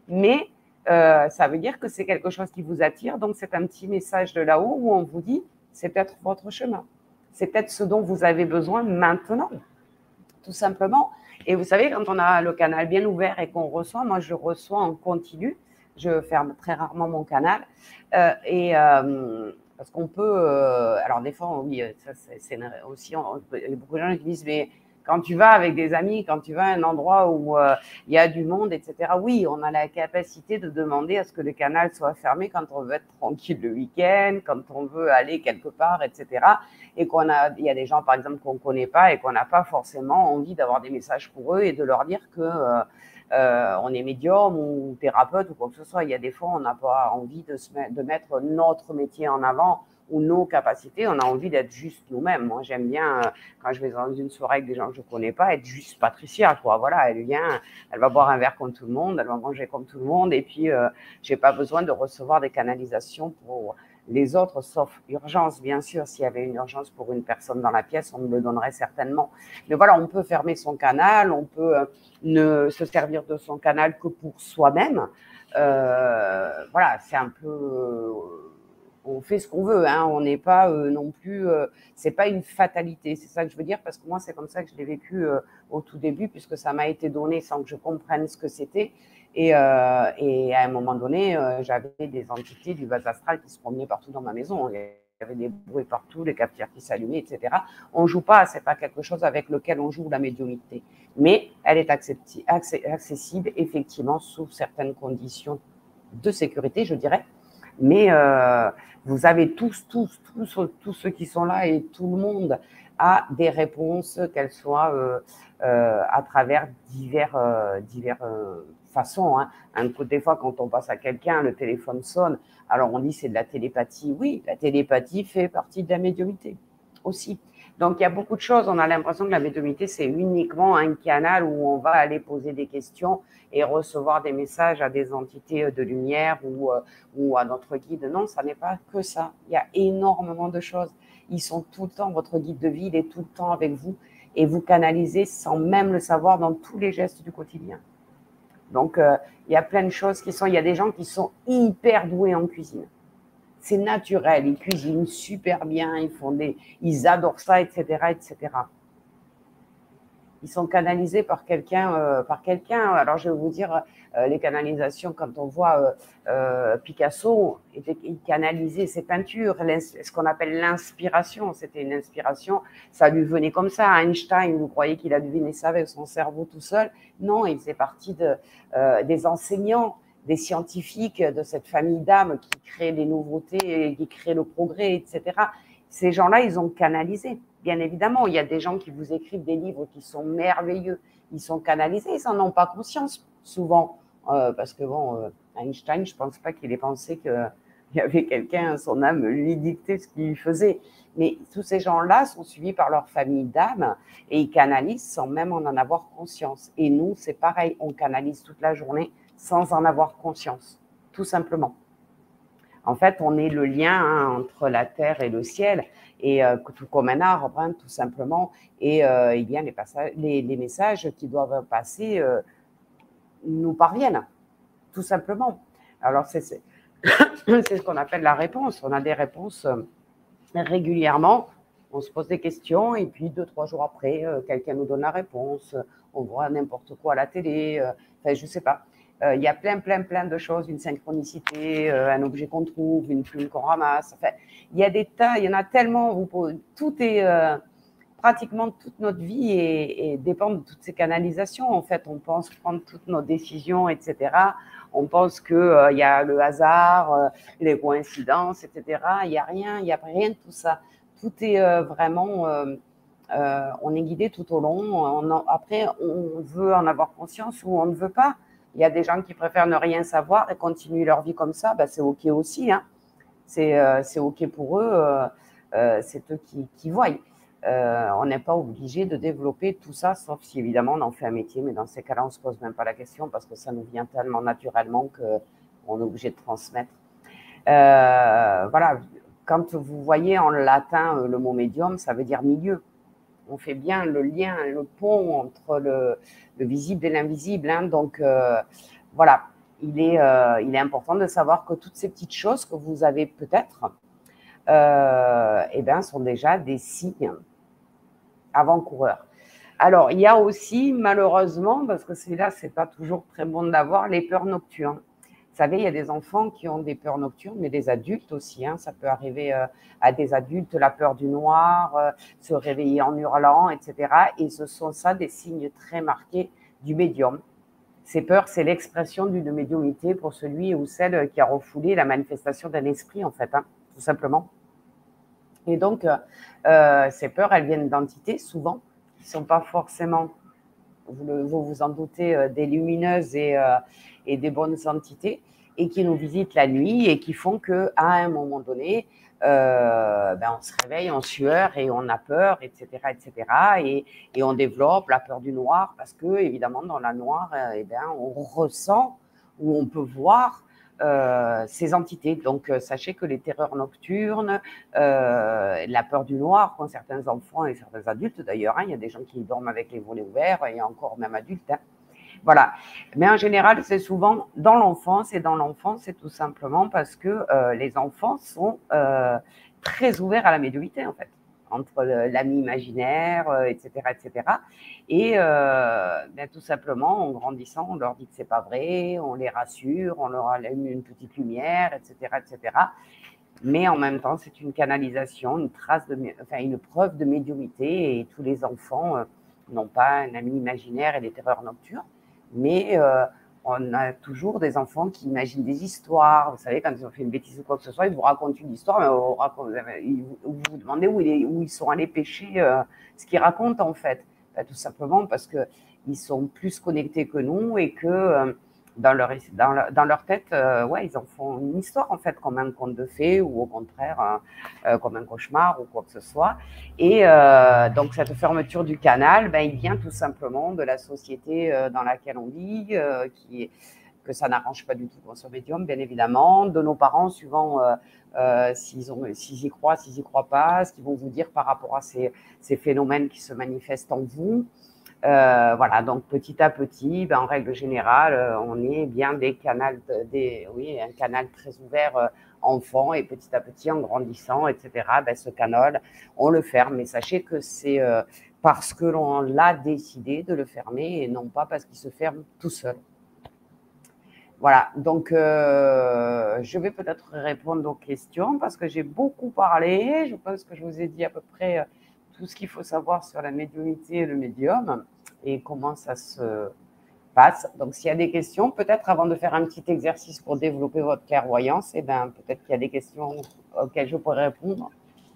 Speaker 2: mais euh, ça veut dire que c'est quelque chose qui vous attire. Donc, c'est un petit message de là-haut où on vous dit, c'est peut-être votre chemin. C'est peut-être ce dont vous avez besoin maintenant, tout simplement. Et vous savez, quand on a le canal bien ouvert et qu'on reçoit, moi, je reçois en continu. Je ferme très rarement mon canal. Euh, et euh, parce qu'on peut… Euh, alors, des fois, oui, ça, c'est aussi… On, il y a beaucoup de gens qui disent, mais quand tu vas avec des amis, quand tu vas à un endroit où euh, il y a du monde, et cetera, oui, on a la capacité de demander à ce que le canal soit fermé quand on veut être tranquille le week-end, quand on veut aller quelque part, et cetera. Et qu'on a, il y a des gens, par exemple, qu'on ne connaît pas et qu'on n'a pas forcément envie d'avoir des messages pour eux et de leur dire que euh, euh, on est médium ou thérapeute ou quoi que ce soit. Il y a des fois, on n'a pas envie de, se mettre, de mettre notre métier en avant ou nos capacités, on a envie d'être juste nous-mêmes. Moi, j'aime bien, euh, quand je vais dans une soirée avec des gens que je ne connais pas, être juste Patricia, quoi. Voilà, elle vient, elle va boire un verre comme tout le monde, elle va manger comme tout le monde, et puis, euh, je n'ai pas besoin de recevoir des canalisations pour les autres, sauf urgence, bien sûr. S'il y avait une urgence pour une personne dans la pièce, on me le donnerait certainement. Mais voilà, on peut fermer son canal, on peut euh, ne se servir de son canal que pour soi-même. Euh, voilà, c'est un peu… Euh, on fait ce qu'on veut, hein. On n'est pas euh, non plus… Euh, c'est pas une fatalité, c'est ça que je veux dire, parce que moi, c'est comme ça que je l'ai vécu euh, au tout début, puisque ça m'a été donné sans que je comprenne ce que c'était. Et, euh, et à un moment donné, euh, j'avais des entités du bas astral qui se promenaient partout dans ma maison. Il y avait des bruits partout, les cafetières qui s'allumaient, et cetera. On ne joue pas, c'est pas quelque chose avec lequel on joue la médiumnité. Mais elle est accessible, effectivement, sous certaines conditions de sécurité, je dirais. Mais euh, vous avez tous, tous, tous, tous ceux qui sont là et tout le monde a des réponses, qu'elles soient euh, euh, à travers divers, euh, divers euh, façons. Hein. Un coup, des fois, quand on passe à quelqu'un, le téléphone sonne. Alors on dit c'est de la télépathie. Oui, la télépathie fait partie de la médiumnité aussi. Donc il y a beaucoup de choses. On a l'impression que la médiumnité c'est uniquement un canal où on va aller poser des questions et recevoir des messages à des entités de lumière ou, euh, ou à notre guide. Non, ça n'est pas que ça. Il y a énormément de choses. Ils sont tout le temps, votre guide de vie, il est tout le temps avec vous et vous canalisez sans même le savoir dans tous les gestes du quotidien. Donc, euh, il y a plein de choses qui sont… Il y a des gens qui sont hyper doués en cuisine. C'est naturel, ils cuisinent super bien, ils font des… Ils adorent ça, et cetera, et cetera. Ils sont canalisés par quelqu'un, euh, par quelqu'un. Alors, je vais vous dire, euh, les canalisations, quand on voit euh, euh, Picasso, il canalisait ses peintures, ce qu'on appelle l'inspiration. C'était une inspiration, ça lui venait comme ça. Einstein, vous croyez qu'il a deviné ça avec son cerveau tout seul? Non, il faisait partie de, euh, des enseignants, des scientifiques de cette famille d'âmes qui créent les nouveautés, qui créent le progrès, et cetera. Ces gens-là, ils ont canalisé. Bien évidemment, il y a des gens qui vous écrivent des livres qui sont merveilleux. Ils sont canalisés, ils n'en ont pas conscience, souvent. Euh, parce que, bon, euh, Einstein, je ne pense pas qu'il ait pensé qu'il y avait quelqu'un, son âme lui dictait ce qu'il faisait. Mais tous ces gens-là sont suivis par leur famille d'âmes et ils canalisent sans même en en avoir conscience. Et nous, c'est pareil, on canalise toute la journée sans en avoir conscience, tout simplement. En fait, on est le lien hein, entre la terre et le ciel, et euh, tout comme un arbre, hein, tout simplement. Et, euh, et bien, les, passages, les, les messages qui doivent passer euh, nous parviennent, tout simplement. Alors, c'est ce qu'on appelle la réponse. On a des réponses euh, régulièrement. On se pose des questions, et puis deux, trois jours après, euh, quelqu'un nous donne la réponse. On voit n'importe quoi à la télé. Euh, enfin, je ne sais pas. Il euh, y a plein, plein, plein de choses, une synchronicité, euh, un objet qu'on trouve, une plume qu'on ramasse. Enfin, il y a des tas, il y en a tellement. Vous pouvez, tout est, euh, pratiquement toute notre vie et, et dépend de toutes ces canalisations. En fait, on pense prendre toutes nos décisions, et cetera. On pense qu'il euh, y a le hasard, euh, les coïncidences, et cetera. Il n'y a rien, il n'y a rien de tout ça. Tout est euh, vraiment… Euh, euh, on est guidé tout au long. On en, après, on veut en avoir conscience ou on ne veut pas. Il y a des gens qui préfèrent ne rien savoir et continuer leur vie comme ça, ben c'est OK aussi. Hein. C'est euh, OK pour eux, euh, euh, c'est eux qui, qui voient. Euh, on n'est pas obligé de développer tout ça, sauf si évidemment on en fait un métier, mais dans ces cas-là, on ne se pose même pas la question parce que ça nous vient tellement naturellement qu'on est obligé de transmettre. Euh, voilà, quand vous voyez en latin le mot médium, ça veut dire milieu. On fait bien le lien, le pont entre le, le visible et l'invisible. Hein. Donc, euh, voilà. il est, euh, il est important de savoir que toutes ces petites choses que vous avez peut-être, euh, eh ben, sont déjà des signes avant-coureurs. Alors, il y a aussi, malheureusement, parce que c'est-là, c'est pas toujours très bon d'avoir, les peurs nocturnes. Vous savez, il y a des enfants qui ont des peurs nocturnes, mais des adultes aussi. Hein, ça peut arriver euh, à des adultes, la peur du noir, euh, se réveiller en hurlant, et cetera. Et ce sont ça des signes très marqués du médium. Ces peurs, c'est l'expression d'une médiumnité pour celui ou celle qui a refoulé la manifestation d'un esprit, en fait, hein, tout simplement. Et donc, euh, ces peurs, elles viennent d'entités, souvent, qui ne sont pas forcément, vous, le, vous vous en doutez, euh, des lumineuses et, euh, et des bonnes entités, et qui nous visitent la nuit et qui font qu'à un moment donné, euh, ben on se réveille en sueur et on a peur, et cetera, et cetera. Et, et on développe la peur du noir parce que, évidemment, dans la noire, euh, eh ben, on ressent ou on peut voir euh, ces entités. Donc, euh, sachez que les terreurs nocturnes, euh, la peur du noir, qu'ont certains enfants et certains adultes d'ailleurs, hein, il y a des gens qui dorment avec les volets ouverts et encore même adultes. Hein. Voilà. Mais en général, c'est souvent dans l'enfance. Et dans l'enfance, c'est tout simplement parce que euh, les enfants sont euh, très ouverts à la médiumnité, en fait, entre l'ami imaginaire, euh, et cetera, et cetera. Et euh, ben, tout simplement, en grandissant, on leur dit que c'est pas vrai, on les rassure, on leur allume une petite lumière, et cetera, et cetera. Mais en même temps, c'est une canalisation, une trace de, enfin, une preuve de médiumnité. Et tous les enfants euh, n'ont pas un ami imaginaire et des terreurs nocturnes. Mais euh, on a toujours des enfants qui imaginent des histoires. Vous savez, quand ils ont fait une bêtise ou quoi que ce soit, ils vous racontent une histoire, mais vous, raconte, vous vous demandez où, il est, où ils sont allés pêcher euh, ce qu'ils racontent en fait. Ben, tout simplement parce qu'ils sont plus connectés que nous et que euh, dans, leur, dans, leur, dans leur tête, euh, ouais, ils en font une histoire en fait, comme un conte de fées ou au contraire euh, comme un cauchemar ou quoi que ce soit. Et euh, donc cette fermeture du canal, ben, il vient tout simplement de la société euh, dans laquelle on vit, euh, qui, que ça n'arrange pas du tout qu'on soit médium, bien évidemment, de nos parents, suivant euh, euh, s'ils, ont, s'ils y croient, s'ils y croient pas, ce qu'ils vont vous dire par rapport à ces, ces phénomènes qui se manifestent en vous. Euh, voilà, donc petit à petit, ben, en règle générale, euh, on est bien des canaux, des, oui, un canal très ouvert euh, enfant, et petit à petit, en grandissant, et cetera, ben, ce canal, on le ferme. Mais sachez que c'est euh, parce que l'on l'a décidé de le fermer et non pas parce qu'il se ferme tout seul. Voilà, donc euh, je vais peut-être répondre aux questions parce que j'ai beaucoup parlé. Je pense que je vous ai dit à peu près euh, tout ce qu'il faut savoir sur la médiumnité et le médium et comment ça se passe. Donc, s'il y a des questions, peut-être avant de faire un petit exercice pour développer votre clairvoyance, eh ben, peut-être qu'il y a des questions auxquelles je pourrais répondre.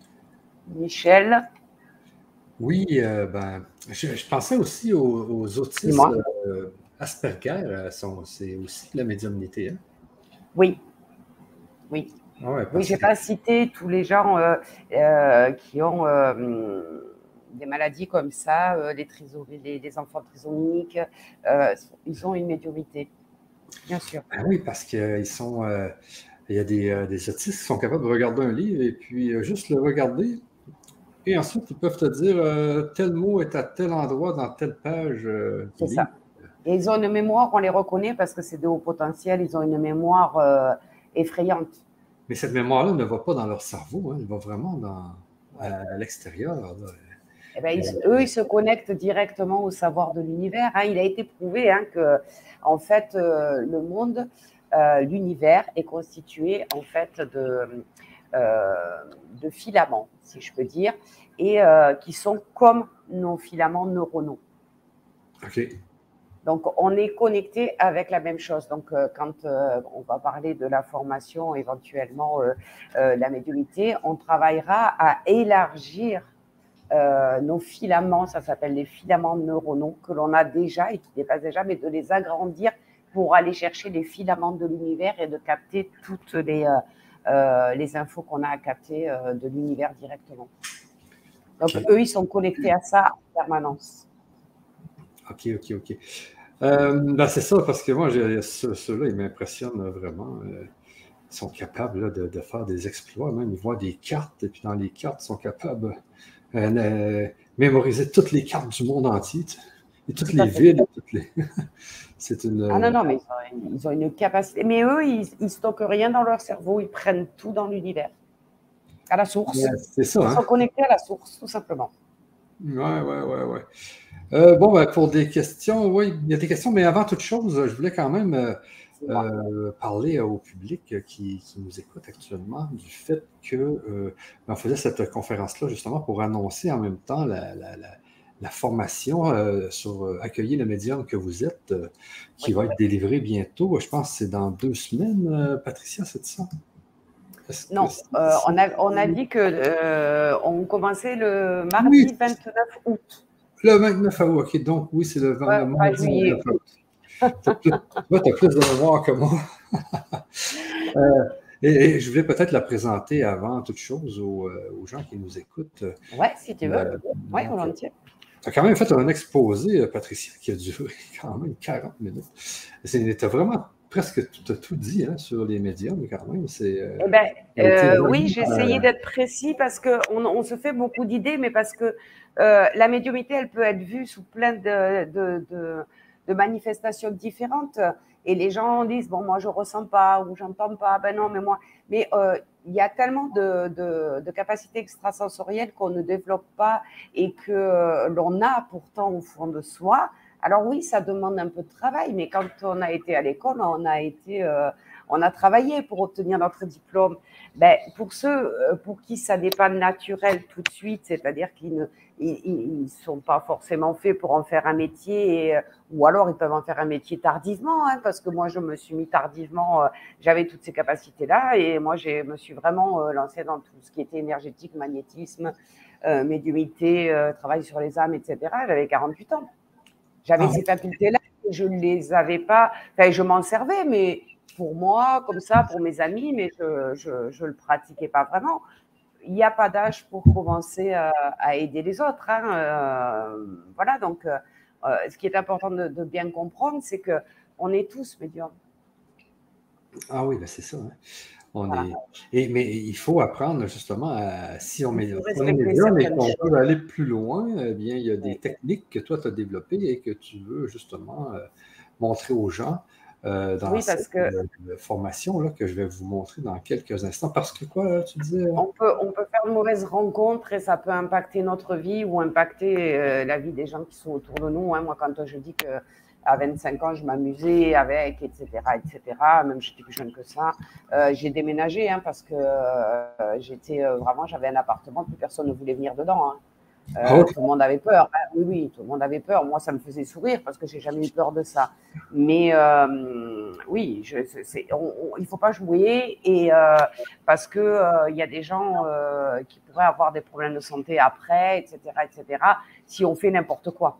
Speaker 2: Michel?
Speaker 1: Oui, euh, ben, je, je pensais aussi aux, aux autistes euh, Asperger, sont, c'est aussi de la médiumnité. Hein?
Speaker 2: Oui, oui.
Speaker 1: Ouais,
Speaker 2: oui, je n'ai
Speaker 1: que...
Speaker 2: pas cité tous les gens euh, euh, qui ont euh, des maladies comme ça, euh, les, trisomies, les, les enfants trisomiques, euh, ils ont une médiumnité, bien sûr.
Speaker 1: Ben oui, parce qu'ils sont... Euh, il y a des, euh, des autistes qui sont capables de regarder un livre et puis euh, juste le regarder. Et ensuite, ils peuvent te dire euh, tel mot est à tel endroit dans telle page. Euh,
Speaker 2: c'est ça. Et ils ont une mémoire, on les reconnaît parce que c'est de haut potentiel, ils ont une mémoire euh, effrayante.
Speaker 1: Mais cette mémoire-là ne va pas dans leur cerveau, hein, elle va vraiment dans, ouais. à, à l'extérieur.
Speaker 2: Eh ben, ils, eux, ils se connectent directement au savoir de l'univers. Hein. Il a été prouvé hein, que, en fait, euh, le monde, euh, l'univers est constitué en fait de, euh, de filaments, si je peux dire, et euh, qui sont comme nos filaments neuronaux.
Speaker 1: OK.
Speaker 2: Donc, on est connecté avec la même chose. Donc, euh, quand euh, on va parler de la formation, éventuellement, euh, euh, la médiumnité, on travaillera à élargir euh, nos filaments, ça s'appelle les filaments neuronaux, que l'on a déjà et qui dépassent déjà, mais de les agrandir pour aller chercher les filaments de l'univers et de capter toutes les, euh, euh, les infos qu'on a à capter euh, de l'univers directement. Donc, okay. Eux, ils sont connectés à ça en permanence.
Speaker 1: OK, OK, OK. Euh, ben c'est ça, parce que moi, ceux-là, ceux ils m'impressionnent vraiment. Ils sont capables là, de, de faire des exploits, même. Ils voient des cartes, et puis dans les cartes, ils sont capables de euh, mémoriser toutes les cartes du monde entier. Et toutes les villes, toutes les... c'est une...
Speaker 2: Ah non, non, mais ils ont, ils ont une capacité. Mais eux, ils ne stockent rien dans leur cerveau, ils prennent tout dans l'univers, à la source.
Speaker 1: Ouais, c'est ça,
Speaker 2: Ils
Speaker 1: hein?
Speaker 2: sont connectés à la source, tout simplement.
Speaker 1: Oui, oui, oui, oui. Euh, bon, ben, pour des questions, oui, il y a des questions, mais avant toute chose, je voulais quand même euh, euh, parler au public qui, qui nous écoute actuellement du fait que euh, on faisait cette conférence-là justement pour annoncer en même temps la, la, la, la formation euh, sur euh, Accueillir le médium que vous êtes, euh, qui
Speaker 2: Oui.
Speaker 1: va être délivrée bientôt. Je pense que c'est dans deux semaines, euh, Patricia, c'est ça?
Speaker 2: Non, euh, on, a, on a dit que euh, on commençait le mardi
Speaker 1: oui.
Speaker 2: vingt-neuf août.
Speaker 1: Le vingt-neuf août, ok. Donc, oui, c'est le,
Speaker 2: ouais,
Speaker 1: le mardi
Speaker 2: juillet.
Speaker 1: vingt-neuf août. Tu as plus, plus de mémoire que moi. euh, et, et je voulais peut-être la présenter avant toute chose aux, aux gens qui nous écoutent.
Speaker 2: Oui, si tu veux. Euh, oui, volontiers.
Speaker 1: Tu as quand même fait un exposé, Patricia, qui a duré quand même quarante minutes. Tu as vraiment presque tout, tout dit hein, sur les médiums, quand même. Euh,
Speaker 2: eh ben, euh, oui, j'ai essayé euh... d'être précis parce qu'on on se fait beaucoup d'idées, mais parce que euh, la médiumnité, elle peut être vue sous plein de, de, de, de manifestations différentes. Et les gens disent, bon, moi, je ne ressens pas ou j'entends pas. Ben non, mais moi. Mais euh, il y a tellement de, de, de capacités extrasensorielles qu'on ne développe pas et que l'on a pourtant au fond de soi. Alors oui, ça demande un peu de travail, mais quand on a été à l'école, on a été, euh, on a travaillé pour obtenir notre diplôme. Ben, pour ceux pour qui ça n'est pas naturel tout de suite, c'est-à-dire qu'ils ne ils, ils sont pas forcément faits pour en faire un métier, et, ou alors ils peuvent en faire un métier tardivement, hein, parce que moi je me suis mis tardivement, euh, j'avais toutes ces capacités-là, et moi je me suis vraiment euh, lancée dans tout ce qui était énergétique, magnétisme, euh, médiumnité, euh, travail sur les âmes, et cetera. J'avais quarante-huit ans. J'avais ah, ces facultés-là, je ne les avais pas, enfin, je m'en servais, mais pour moi, comme ça, pour mes amis, mais je ne le pratiquais pas vraiment. Il n'y a pas d'âge pour commencer à, à aider les autres. Hein. Euh, voilà, donc, euh, ce qui est important de, de bien comprendre, c'est qu'on est tous médiums.
Speaker 1: Ah oui, ben c'est ça. Hein. On voilà. est... et, mais il faut apprendre justement à, si on, met, on est médium et qu'on veut aller plus loin, eh bien, il y a des oui. techniques que toi tu as développées et que tu veux justement euh, montrer aux gens euh, dans
Speaker 2: oui,
Speaker 1: cette
Speaker 2: que...
Speaker 1: euh, formation-là que je vais vous montrer dans quelques instants. Parce que quoi, là, tu disais?
Speaker 2: On peut, on peut faire de mauvaises rencontres et ça peut impacter notre vie ou impacter euh, la vie des gens qui sont autour de nous. Hein. Moi, quand je dis que à vingt-cinq ans, je m'amusais avec, et cetera, et cetera. Même j'étais plus jeune que ça. Euh, j'ai déménagé hein, parce que euh, j'étais euh, vraiment, j'avais un appartement, plus personne ne voulait venir dedans. Hein. Euh, ah ouais. Tout le monde avait peur. Ben, oui, oui, tout le monde avait peur. Moi, ça me faisait sourire parce que j'ai jamais eu peur de ça. Mais euh, oui, je, c'est, on, on, il faut pas jouer et euh, parce que il euh, y a des gens euh, qui pourraient avoir des problèmes de santé après, et cetera, et cetera. Si on fait n'importe quoi.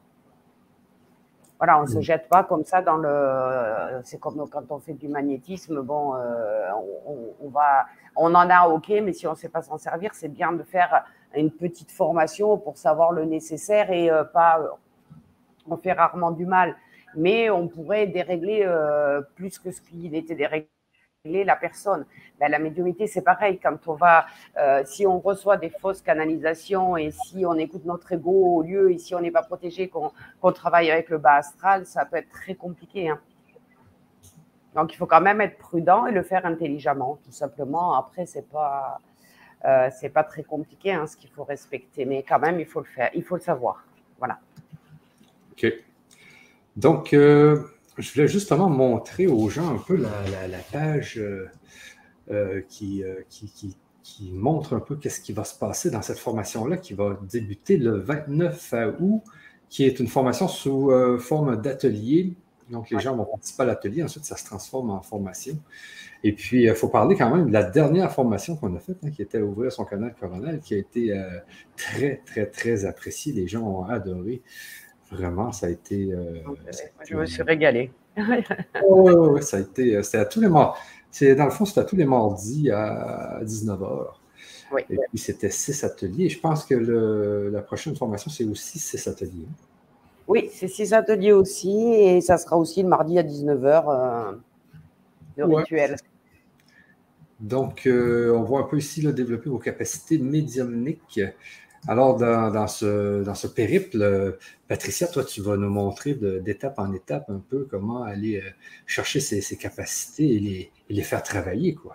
Speaker 2: Voilà, on ne se jette pas comme ça dans le. C'est comme quand on fait du magnétisme. Bon, euh, on, on va, on en a, ok, mais si on ne sait pas s'en servir, c'est bien de faire une petite formation pour savoir le nécessaire et euh, pas. On fait rarement du mal, mais on pourrait dérégler euh, plus que ce qu'il était déréglé la personne. Ben, la médiumnité, c'est pareil. Quand on va, euh, si on reçoit des fausses canalisations et si on écoute notre ego au lieu et si on n'est pas protégé, qu'on, qu'on travaille avec le bas astral, ça peut être très compliqué. Hein. Donc, il faut quand même être prudent et le faire intelligemment, tout simplement. Après, c'est pas, euh, c'est pas très compliqué, hein, ce qu'il faut respecter, mais quand même, il faut le faire, il faut le savoir. Voilà.
Speaker 1: OK. Donc, euh, je voulais justement montrer aux gens un peu la, la, la page euh, euh, qui, euh, qui, qui, qui montre un peu qu'est-ce qui va se passer dans cette formation-là qui va débuter le vingt-neuf août, qui est une formation sous euh, forme d'atelier. Donc, les ouais. gens vont participer à l'atelier. Ensuite, ça se transforme en formation. Et puis, il faut parler quand même de la dernière formation qu'on a faite, hein, qui était Ouvrir son canal coronal, qui a été euh, très, très, très appréciée. Les gens ont adoré. Vraiment, ça a été. Euh,
Speaker 2: je me suis régalée.
Speaker 1: Oui, oui, oui, ça a été. C'était à tous les mardis. C'est, dans le fond, c'était à tous les mardis à dix-neuf heures. Oui. Et puis, c'était six ateliers. Je pense que le, la prochaine formation, c'est aussi six ateliers.
Speaker 2: Oui, c'est six ateliers aussi. Et ça sera aussi le mardi à dix-neuf heures, euh, le ouais. rituel.
Speaker 1: Donc, euh, on voit un peu ici là, développer vos capacités médiumniques. Alors, dans, dans ce, dans ce périple, euh, Patricia, toi, tu vas nous montrer d'étape en étape un peu comment aller euh, chercher ses, ses capacités et les, et les faire travailler, quoi.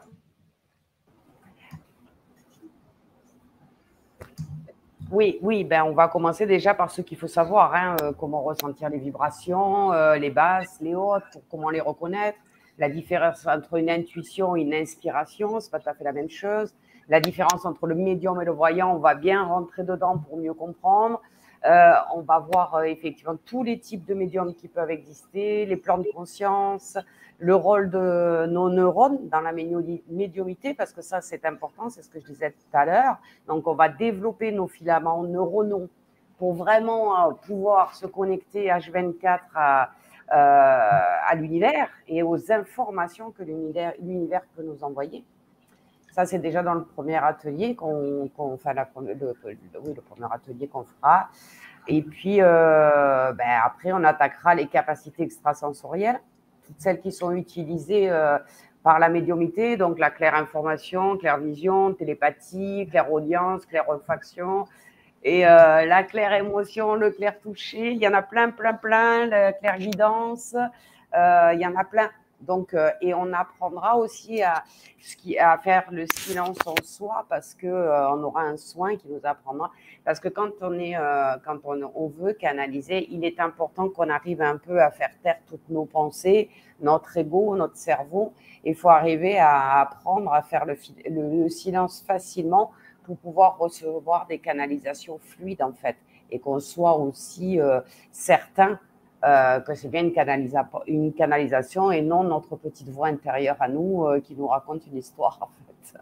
Speaker 2: Oui, oui, ben on va commencer déjà par ce qu'il faut savoir, hein, euh, comment ressentir les vibrations, euh, les basses, les hautes, pour comment les reconnaître, la différence entre une intuition et une inspiration, c'est pas tout à fait la même chose, la différence entre le médium et le voyant, on va bien rentrer dedans pour mieux comprendre. Euh, on va voir euh, effectivement tous les types de médiums qui peuvent exister, les plans de conscience, le rôle de nos neurones dans la médiumité, parce que ça c'est important, c'est ce que je disais tout à l'heure. Donc on va développer nos filaments neuronaux pour vraiment euh, pouvoir se connecter H vingt-quatre à, euh, à l'univers et aux informations que l'univers peut nous envoyer. Ça, c'est déjà dans le premier atelier qu'on, qu'on enfin, la, le, le, oui, le premier atelier qu'on fera. Et puis, euh, ben, après, on attaquera les capacités extrasensorielles, toutes celles qui sont utilisées euh, par la médiumité, donc la claire information, claire vision, télépathie, claire audience, claire olfaction, et euh, la claire émotion, le clair toucher. Il y en a plein, plein, plein, la claire guidance, euh, il y en a plein. Donc, euh, et on apprendra aussi à, à faire le silence en soi, parce que euh, on aura un soin qui nous apprendra. Parce que quand on est, euh, quand on, on veut canaliser, il est important qu'on arrive un peu à faire taire toutes nos pensées, notre ego, notre cerveau. Il faut arriver à apprendre à faire le, le, le silence facilement pour pouvoir recevoir des canalisations fluides, en fait, et qu'on soit aussi euh, certain euh, que c'est bien une, canalisa une canalisation et non notre petite voix intérieure à nous euh, qui nous raconte une histoire, en fait.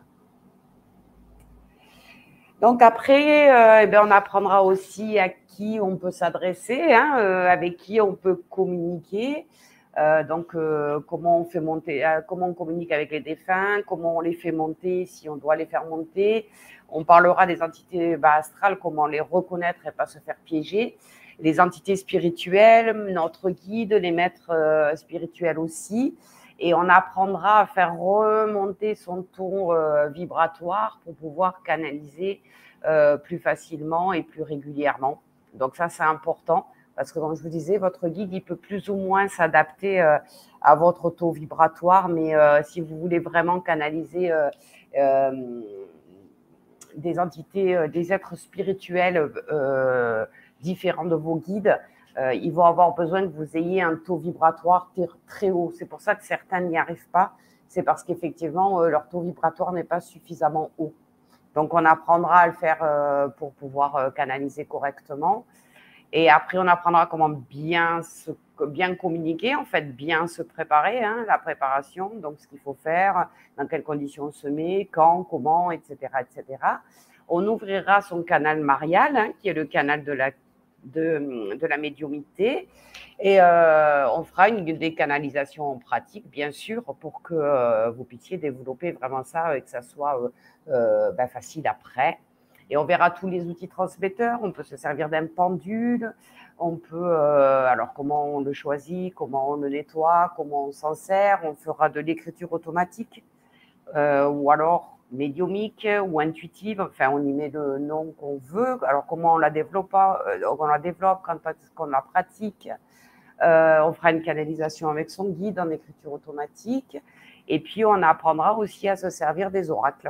Speaker 2: Donc après, euh, eh bien, on apprendra aussi à qui on peut s'adresser, hein, euh, avec qui on peut communiquer. Euh, donc, euh, comment on fait monter, euh, comment on communique avec les défunts, comment on les fait monter, si on doit les faire monter. On parlera des entités bas astrales, comment les reconnaître et pas se faire piéger. Les entités spirituelles, notre guide, les maîtres euh, spirituels aussi. Et on apprendra à faire remonter son ton euh, vibratoire pour pouvoir canaliser euh, plus facilement et plus régulièrement. Donc ça, c'est important. Parce que, comme je vous disais, votre guide, il peut plus ou moins s'adapter euh, à votre taux vibratoire, mais euh, si vous voulez vraiment canaliser euh, euh, des entités, euh, des êtres spirituels euh, différents de vos guides, euh, ils vont avoir besoin que vous ayez un taux vibratoire très haut. C'est pour ça que certains n'y arrivent pas. C'est parce qu'effectivement, euh, leur taux vibratoire n'est pas suffisamment haut. Donc, on apprendra à le faire euh, pour pouvoir euh, canaliser correctement. Et après, on apprendra comment bien, se, bien communiquer, en fait, bien se préparer, hein, la préparation, donc ce qu'il faut faire, dans quelles conditions on se met, quand, comment, et cetera, et cetera. On ouvrira son canal marial, hein, qui est le canal de la, de, de la médiumité, et euh, on fera une, des canalisations en pratique, bien sûr, pour que euh, vous puissiez développer vraiment ça et que ça soit euh, euh, ben, facile après. Et on verra tous les outils transmetteurs. On peut se servir d'un pendule. On peut, euh, alors comment on le choisit, comment on le nettoie, comment on s'en sert. On fera de l'écriture automatique euh, ou alors médiumique ou intuitive. Enfin, on y met le nom qu'on veut. Alors comment on la développe, euh, on la développe, quand on la pratique. Euh, on fera une canalisation avec son guide en écriture automatique. Et puis, on apprendra aussi à se servir des oracles.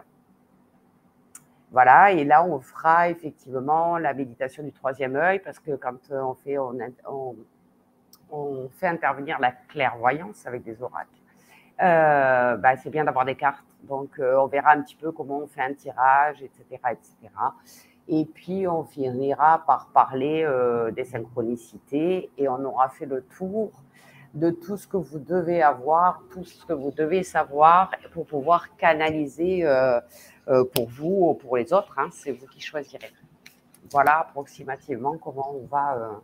Speaker 2: Voilà, et là, on fera effectivement la méditation du troisième œil, parce que quand on fait, on, on, on fait intervenir la clairvoyance avec des oracles, euh, bah, c'est bien d'avoir des cartes. Donc, euh, on verra un petit peu comment on fait un tirage, et cetera, et cetera. Et puis, on finira par parler euh, des synchronicités et on aura fait le tour de tout ce que vous devez avoir, tout ce que vous devez savoir pour pouvoir canaliser euh, euh, pour vous ou pour les autres. Hein, c'est vous qui choisirez. Voilà approximativement comment on va euh,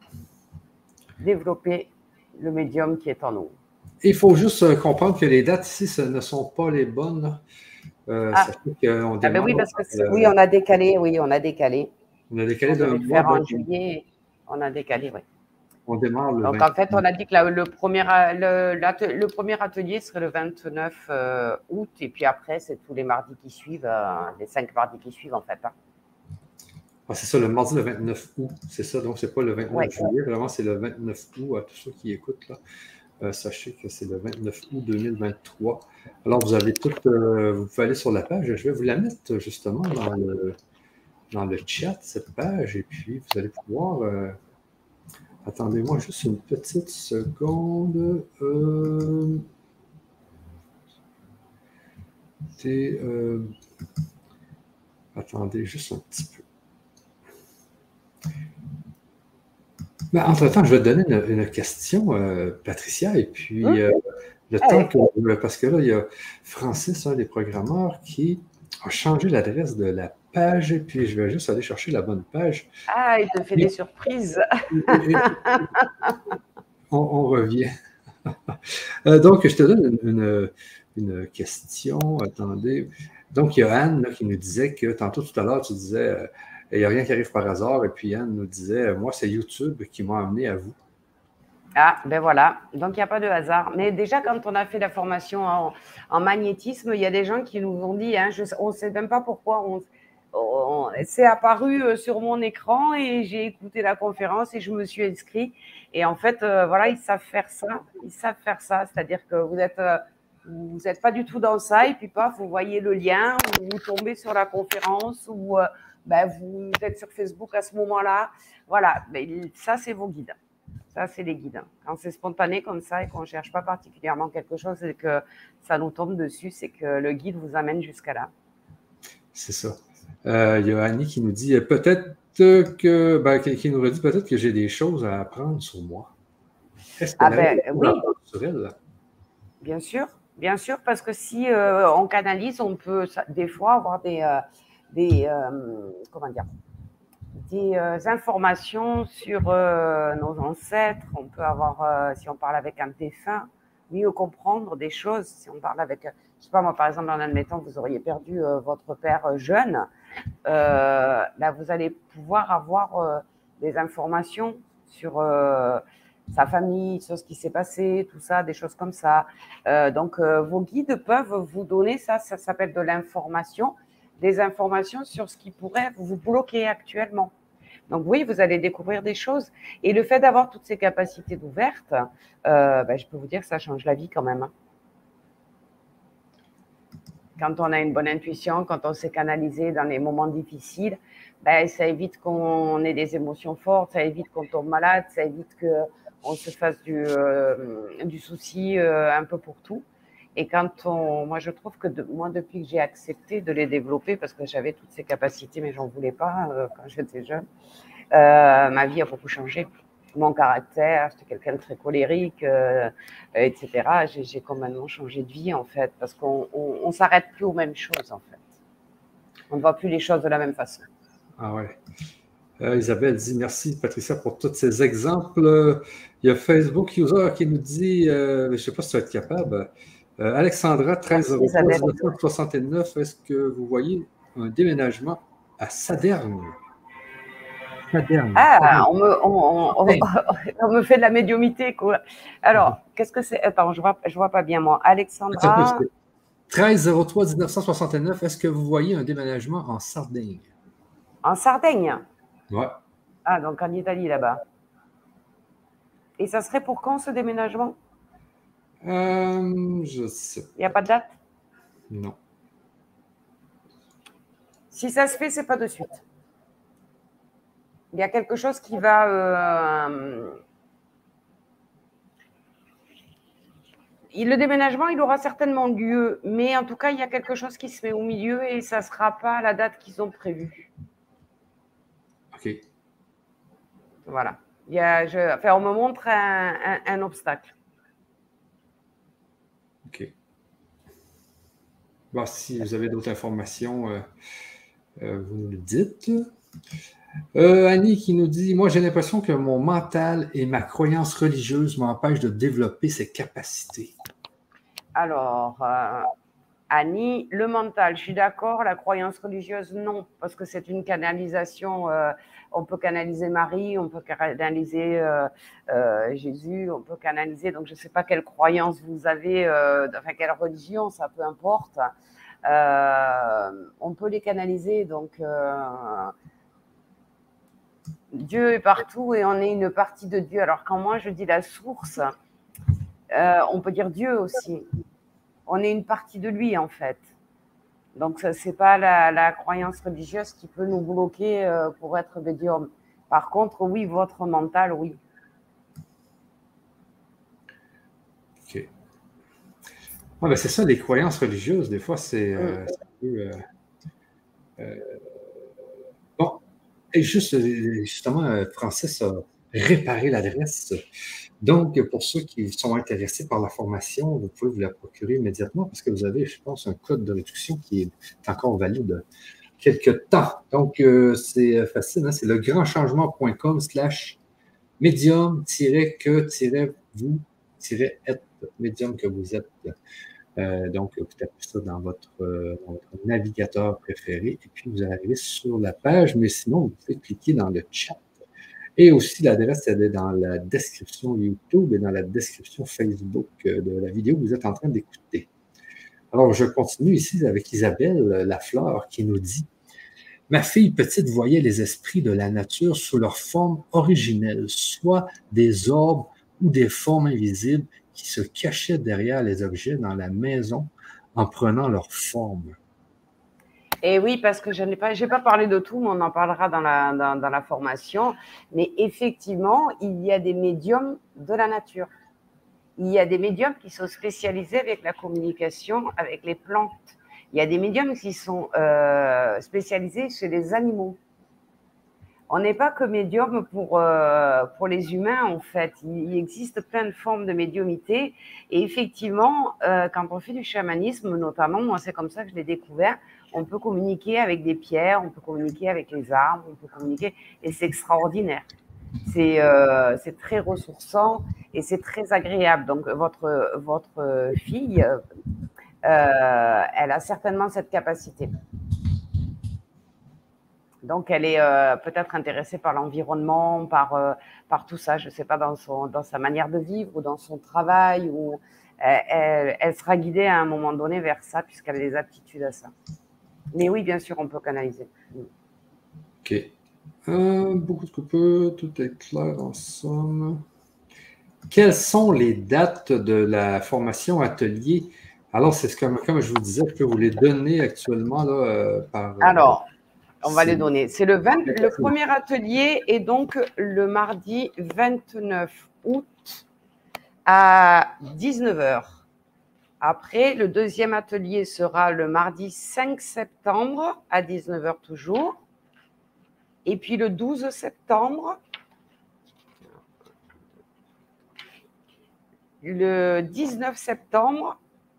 Speaker 2: développer le médium qui est en nous.
Speaker 1: Il faut juste comprendre que les dates ici, ce ne sont pas les bonnes. Euh,
Speaker 2: ah.
Speaker 1: Ça fait qu'on
Speaker 2: ah ben oui, parce que euh, oui, on a décalé. Oui, on a décalé.
Speaker 1: On a décalé
Speaker 2: d'un
Speaker 1: mois.
Speaker 2: Faire en juillet, on a décalé, oui.
Speaker 1: On démarre le
Speaker 2: Donc,
Speaker 1: vingt.
Speaker 2: en fait, on a dit que la, le, premier, le, le premier atelier serait le vingt-neuf euh, août, et puis après, c'est tous les mardis qui suivent, euh, les cinq mardis qui suivent, en fait. Hein.
Speaker 1: Ah, c'est ça, le mardi le vingt-neuf août. C'est ça, donc c'est pas le vingt-neuf
Speaker 2: Ouais.
Speaker 1: juillet, vraiment, c'est le vingt-neuf août. À tous ceux qui écoutent, là, euh, sachez que c'est le vingt-neuf août deux mille vingt-trois. Alors, vous avez tout, euh, vous pouvez aller sur la page. Je vais vous la mettre justement dans le, dans le chat, cette page, et puis vous allez pouvoir. Euh, attendez-moi juste une petite seconde. Euh, euh, attendez juste un petit peu. Ben, entre-temps, je vais te donner une, une question, euh, Patricia, et puis euh, le
Speaker 2: Ah,
Speaker 1: temps que. Parce que là, il y a Francis, un des programmeurs, qui a changé l'adresse de la page, et puis je vais juste aller chercher la bonne page.
Speaker 2: ah, il te fait des surprises.
Speaker 1: Et, et, on, on revient. euh, donc, je te donne une, une, une question. Attendez. Donc, il y a Anne là, qui nous disait que tantôt, tout à l'heure, tu disais. Euh, il n'y a rien qui arrive par hasard. Et puis Anne nous disait, moi, c'est YouTube qui m'a amené à vous.
Speaker 2: Ah, ben voilà. Donc, il n'y a pas de hasard. Mais déjà, quand on a fait la formation en, en magnétisme, il y a des gens qui nous ont dit, hein, je, on ne sait même pas pourquoi, on, on, c'est apparu sur mon écran et j'ai écouté la conférence et je me suis inscrit. Et en fait, euh, voilà, ils savent faire ça. Ils savent faire ça. C'est-à-dire que vous êtes... Euh, vous n'êtes pas du tout dans ça et puis paf, vous voyez le lien, ou vous tombez sur la conférence ou euh, ben, vous êtes sur Facebook à ce moment-là. Voilà, ben, ça, c'est vos guides. Ça, c'est les guides. Quand c'est spontané comme ça et qu'on ne cherche pas particulièrement quelque chose et que ça nous tombe dessus, c'est que le guide vous amène jusqu'à là.
Speaker 1: C'est ça. Euh, il y a Annie qui nous dit peut-être que, ben, qui nous redit peut-être que j'ai des choses à apprendre sur moi. Est-ce que
Speaker 2: ah ben, oui,
Speaker 1: sur elle?
Speaker 2: Bien sûr, bien sûr, parce que si euh, on canalise, on peut ça, des fois avoir des, euh, des euh, comment dire, des euh, informations sur euh, nos ancêtres. On peut avoir, euh, si on parle avec un défunt, mieux comprendre des choses. Si on parle avec, je sais pas moi, par exemple, en admettant que vous auriez perdu euh, votre père jeune, euh, là, vous allez pouvoir avoir euh, des informations sur euh, sa famille, sur ce qui s'est passé, tout ça, des choses comme ça. Euh, donc, euh, vos guides peuvent vous donner ça, ça s'appelle de l'information, des informations sur ce qui pourrait vous bloquer actuellement. Donc oui, vous allez découvrir des choses. Et le fait d'avoir toutes ces capacités d'ouvertes, euh, ben, je peux vous dire que ça change la vie quand même. Quand on a une bonne intuition, quand on sait canaliser dans les moments difficiles, ben, ça évite qu'on ait des émotions fortes, ça évite qu'on tombe malade, ça évite qu'on se fasse du, euh, du souci euh, un peu pour tout. Et quand on, moi, je trouve que de, moi, depuis que j'ai accepté de les développer, parce que j'avais toutes ces capacités, mais j'en voulais pas euh, quand j'étais jeune, euh, ma vie a beaucoup changé. Mon caractère, j'étais quelqu'un de très colérique, euh, et cetera. J'ai, j'ai complètement changé de vie, en fait, parce qu'on ne s'arrête plus aux mêmes choses, en fait. On ne voit plus les choses de la même façon.
Speaker 1: Ah ouais. Euh, Isabelle dit merci, Patricia, pour tous ces exemples. Il y a Facebook User qui nous dit, euh, je ne sais pas si tu vas être capable, euh, Alexandra, treize zéro trois mille neuf cent soixante-neuf, est-ce que vous voyez un déménagement à Saderne?
Speaker 2: Saderne. Ah, on me, on, on, on me fait de la médiumité, quoi. Alors, qu'est-ce que c'est? Attends, je ne vois, je vois pas bien, moi. Alexandra.
Speaker 1: treize zéro trois mille neuf cent soixante-neuf, est-ce que vous voyez un déménagement en Sardaigne?
Speaker 2: En Sardaigne?
Speaker 1: Ouais.
Speaker 2: Ah, donc en Italie, là-bas. Et ça serait pour quand, ce déménagement?
Speaker 1: euh, Je sais.
Speaker 2: Il n'y a pas de date?
Speaker 1: Non.
Speaker 2: Si ça se fait, c'est pas de suite. Il y a quelque chose qui va... Euh, le déménagement, il aura certainement lieu, mais en tout cas, il y a quelque chose qui se met au milieu et ça ne sera pas la date qu'ils ont prévue.
Speaker 1: OK.
Speaker 2: Voilà. Il y a, je, enfin, on me montre un, un, un obstacle.
Speaker 1: OK. Bon, si vous avez d'autres informations, euh, euh, vous nous le dites. Euh, Annie qui nous dit, moi j'ai l'impression que mon mental et ma croyance religieuse m'empêchent de développer ces capacités.
Speaker 2: Alors, euh, Annie, le mental, je suis d'accord, la croyance religieuse, non, parce que c'est une canalisation, euh, on peut canaliser Marie, on peut canaliser euh, euh, Jésus, on peut canaliser, donc je ne sais pas quelle croyance vous avez, euh, enfin quelle religion, ça peu importe, euh, on peut les canaliser, donc... Euh, Dieu est partout et on est une partie de Dieu. Alors quand moi je dis la source, euh, on peut dire Dieu aussi. On est une partie de lui en fait. Donc ce n'est pas la, la croyance religieuse qui peut nous bloquer euh, pour être médium. Par contre, oui, votre mental, oui.
Speaker 1: OK. Ouais, ben c'est ça, les croyances religieuses, des fois, c'est euh,
Speaker 2: Mm.
Speaker 1: euh, euh, bon. Et juste, justement, Francis a réparé l'adresse. Donc, pour ceux qui sont intéressés par la formation, vous pouvez vous la procurer immédiatement parce que vous avez, je pense, un code de réduction qui est encore valide quelques temps. Donc, euh, c'est facile, hein? C'est legrandchangement.com slash médium-que-vous-êtes, médium que vous êtes. Euh, donc, vous tapez ça dans votre, euh, dans votre navigateur préféré et puis vous arrivez sur la page. Mais sinon, vous pouvez cliquer dans le chat. Et aussi, l'adresse, elle est dans la description YouTube et dans la description Facebook de la vidéo que vous êtes en train d'écouter. Alors, je continue ici avec Isabelle Lafleur qui nous dit « Ma fille petite voyait les esprits de la nature sous leur forme originelle, soit des orbes ou des formes invisibles qui se cachaient derrière les objets dans la maison en prenant leur forme. »
Speaker 2: Et oui, parce que je n'ai pas, j'ai pas parlé de tout, mais on en parlera dans la, dans, dans la formation. Mais effectivement, il y a des médiums de la nature. Il y a des médiums qui sont spécialisés avec la communication avec les plantes. Il y a des médiums qui sont euh, spécialisés chez les animaux. On n'est pas que médium pour, euh, pour les humains, en fait. Il existe plein de formes de médiumité. Et effectivement, euh, quand on fait du chamanisme, notamment, moi, c'est comme ça que je l'ai découvert, on peut communiquer avec des pierres, on peut communiquer avec les arbres, on peut communiquer, et c'est extraordinaire. C'est euh, c'est très ressourçant et c'est très agréable. Donc, votre, votre fille, euh, elle a certainement cette capacité. Donc, elle est euh, peut-être intéressée par l'environnement, par, euh, par tout ça, je ne sais pas, dans, son, dans sa manière de vivre ou dans son travail. Ou, elle, elle, elle sera guidée à un moment donné vers ça, puisqu'elle a des aptitudes à ça. Mais oui, bien sûr, on peut canaliser.
Speaker 1: OK. Euh, beaucoup de coupures, tout est clair en somme. Quelles sont les dates de la formation atelier? Alors, c'est comme, comme je vous disais, je peux vous les donner actuellement là, euh, par.
Speaker 2: Alors, on va les donner. C'est le, vingt, le premier atelier est donc le mardi vingt-neuf août à dix-neuf heures. Après, le deuxième atelier sera le mardi cinq septembre à dix-neuf heures toujours. Et puis le douze septembre, le dix-neuf septembre,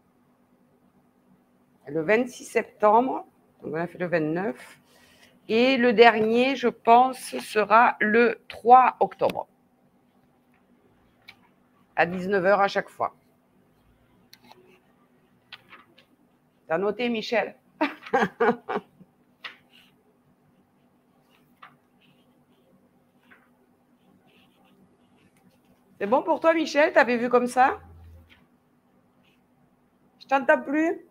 Speaker 2: le vingt-six septembre, donc on a fait le vingt-neuf, et le dernier, je pense, sera le trois octobre, à dix-neuf heures à chaque fois. T'as noté, Michel? C'est bon pour toi, Michel? T'avais vu comme ça? Je t'entends plus?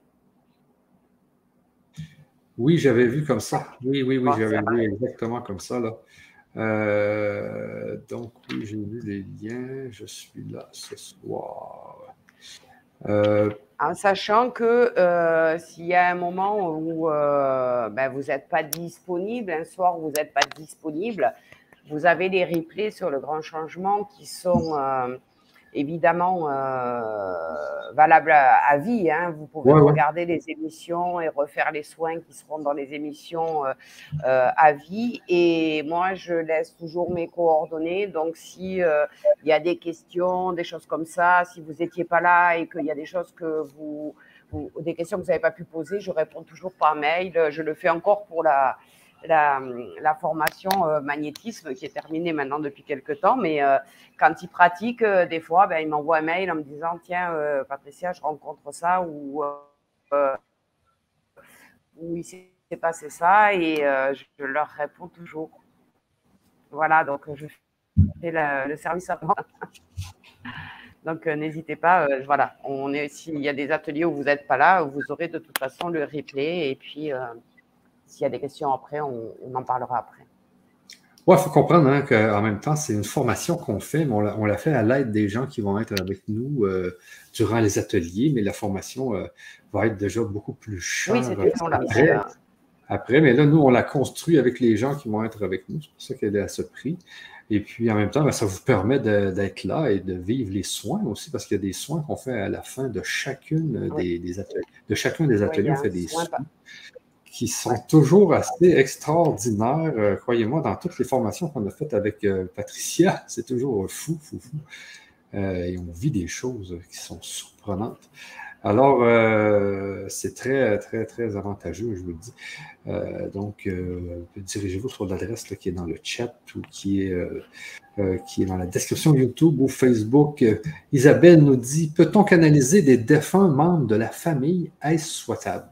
Speaker 1: Oui, j'avais vu comme ça. Oui, oui, oui, bon, j'avais vu exactement comme ça, là. Euh, donc, oui, j'ai vu les liens. Je suis là ce soir.
Speaker 2: Euh, en sachant que euh, s'il y a un moment où euh, ben, vous n'êtes pas disponible, un soir où vous n'êtes pas disponible, vous avez les replays sur le grand changement qui sont euh, évidemment euh, valables à, à vie. Hein. Vous pouvez ouais, regarder ouais. les émissions et refaire les soins qui seront dans les émissions euh, euh, à vie. Et moi, je laisse toujours mes coordonnées. Donc, si il euh, y a des questions, des choses comme ça, si vous n'étiez pas là et qu'il y a des choses que vous, vous des questions que vous n'avez pas pu poser, je réponds toujours par mail. Je le fais encore pour la La, la formation euh, magnétisme qui est terminée maintenant depuis quelques temps, mais euh, quand ils pratiquent, euh, des fois, ben, ils m'envoient un mail en me disant « Tiens, euh, Patricia, je rencontre ça » ou euh, « ou il s'est passé ça » et euh, je, je leur réponds toujours. Voilà, donc je fais la, le service à moi. Donc, euh, n'hésitez pas. Euh, voilà, on est, s'il y a des ateliers où vous n'êtes pas là, vous aurez de toute façon le replay et puis… Euh, s'il y a des questions après, on, on en parlera après.
Speaker 1: Ouais, il faut comprendre hein, qu'en même temps, c'est une formation qu'on fait, mais on la, on la fait à l'aide des gens qui vont être avec nous euh, durant les ateliers, mais la formation euh, va être déjà beaucoup plus
Speaker 2: Oui,
Speaker 1: chère
Speaker 2: c'est
Speaker 1: euh,
Speaker 2: on l'a fait.
Speaker 1: après,
Speaker 2: euh,
Speaker 1: après. Mais là, nous, on la construit avec les gens qui vont être avec nous. C'est pour ça qu'elle est à ce prix. Et puis, en même temps, ben, ça vous permet de- d'être là et de vivre les soins aussi, parce qu'il y a des soins qu'on fait à la fin de chacune
Speaker 2: oui,
Speaker 1: des, des ateliers. De chacun des
Speaker 2: oui, il y
Speaker 1: ateliers, on
Speaker 2: a un
Speaker 1: fait des
Speaker 2: soin.
Speaker 1: soins
Speaker 2: Pas...
Speaker 1: qui sont
Speaker 2: Ouais.
Speaker 1: toujours assez extraordinaires. Euh, croyez-moi, dans toutes les formations qu'on a faites avec euh, Patricia, c'est toujours fou, fou, fou. Euh, et on vit des choses qui sont surprenantes. Alors, euh, c'est très, très, très avantageux, je vous le dis. Euh, donc, euh, dirigez-vous sur l'adresse qui est dans le chat ou qui est, euh, euh, qui est dans la description YouTube ou Facebook. Euh, Isabelle nous dit, peut-on canaliser des défunts membres de la famille? Est-ce souhaitable?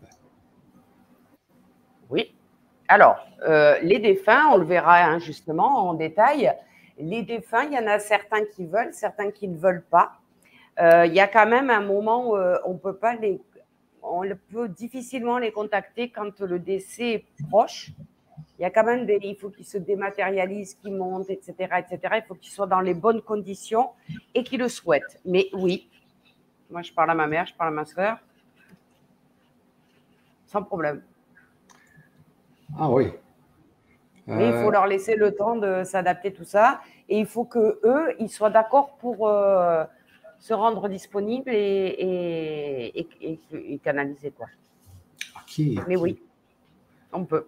Speaker 2: Oui. Alors, euh, les défunts, on le verra hein, justement en détail. Les défunts, il y en a certains qui veulent, certains qui ne veulent pas. Euh, il y a quand même un moment où euh, on peut pas les, on peut difficilement les contacter quand le décès est proche. Il y a quand même des, il faut qu'ils se dématérialisent, qu'ils montent, et cetera, et cetera. Il faut qu'ils soient dans les bonnes conditions et qu'ils le souhaitent. Mais oui, moi je parle à ma mère, je parle à ma soeur, sans problème.
Speaker 1: Ah oui.
Speaker 2: Mais il faut
Speaker 1: Euh,
Speaker 2: leur laisser le temps de s'adapter tout ça, et il faut que eux, ils soient d'accord pour euh, se rendre disponibles et, et, et, et, et canaliser quoi.
Speaker 1: OK,
Speaker 2: Mais
Speaker 1: OK.
Speaker 2: oui, on peut.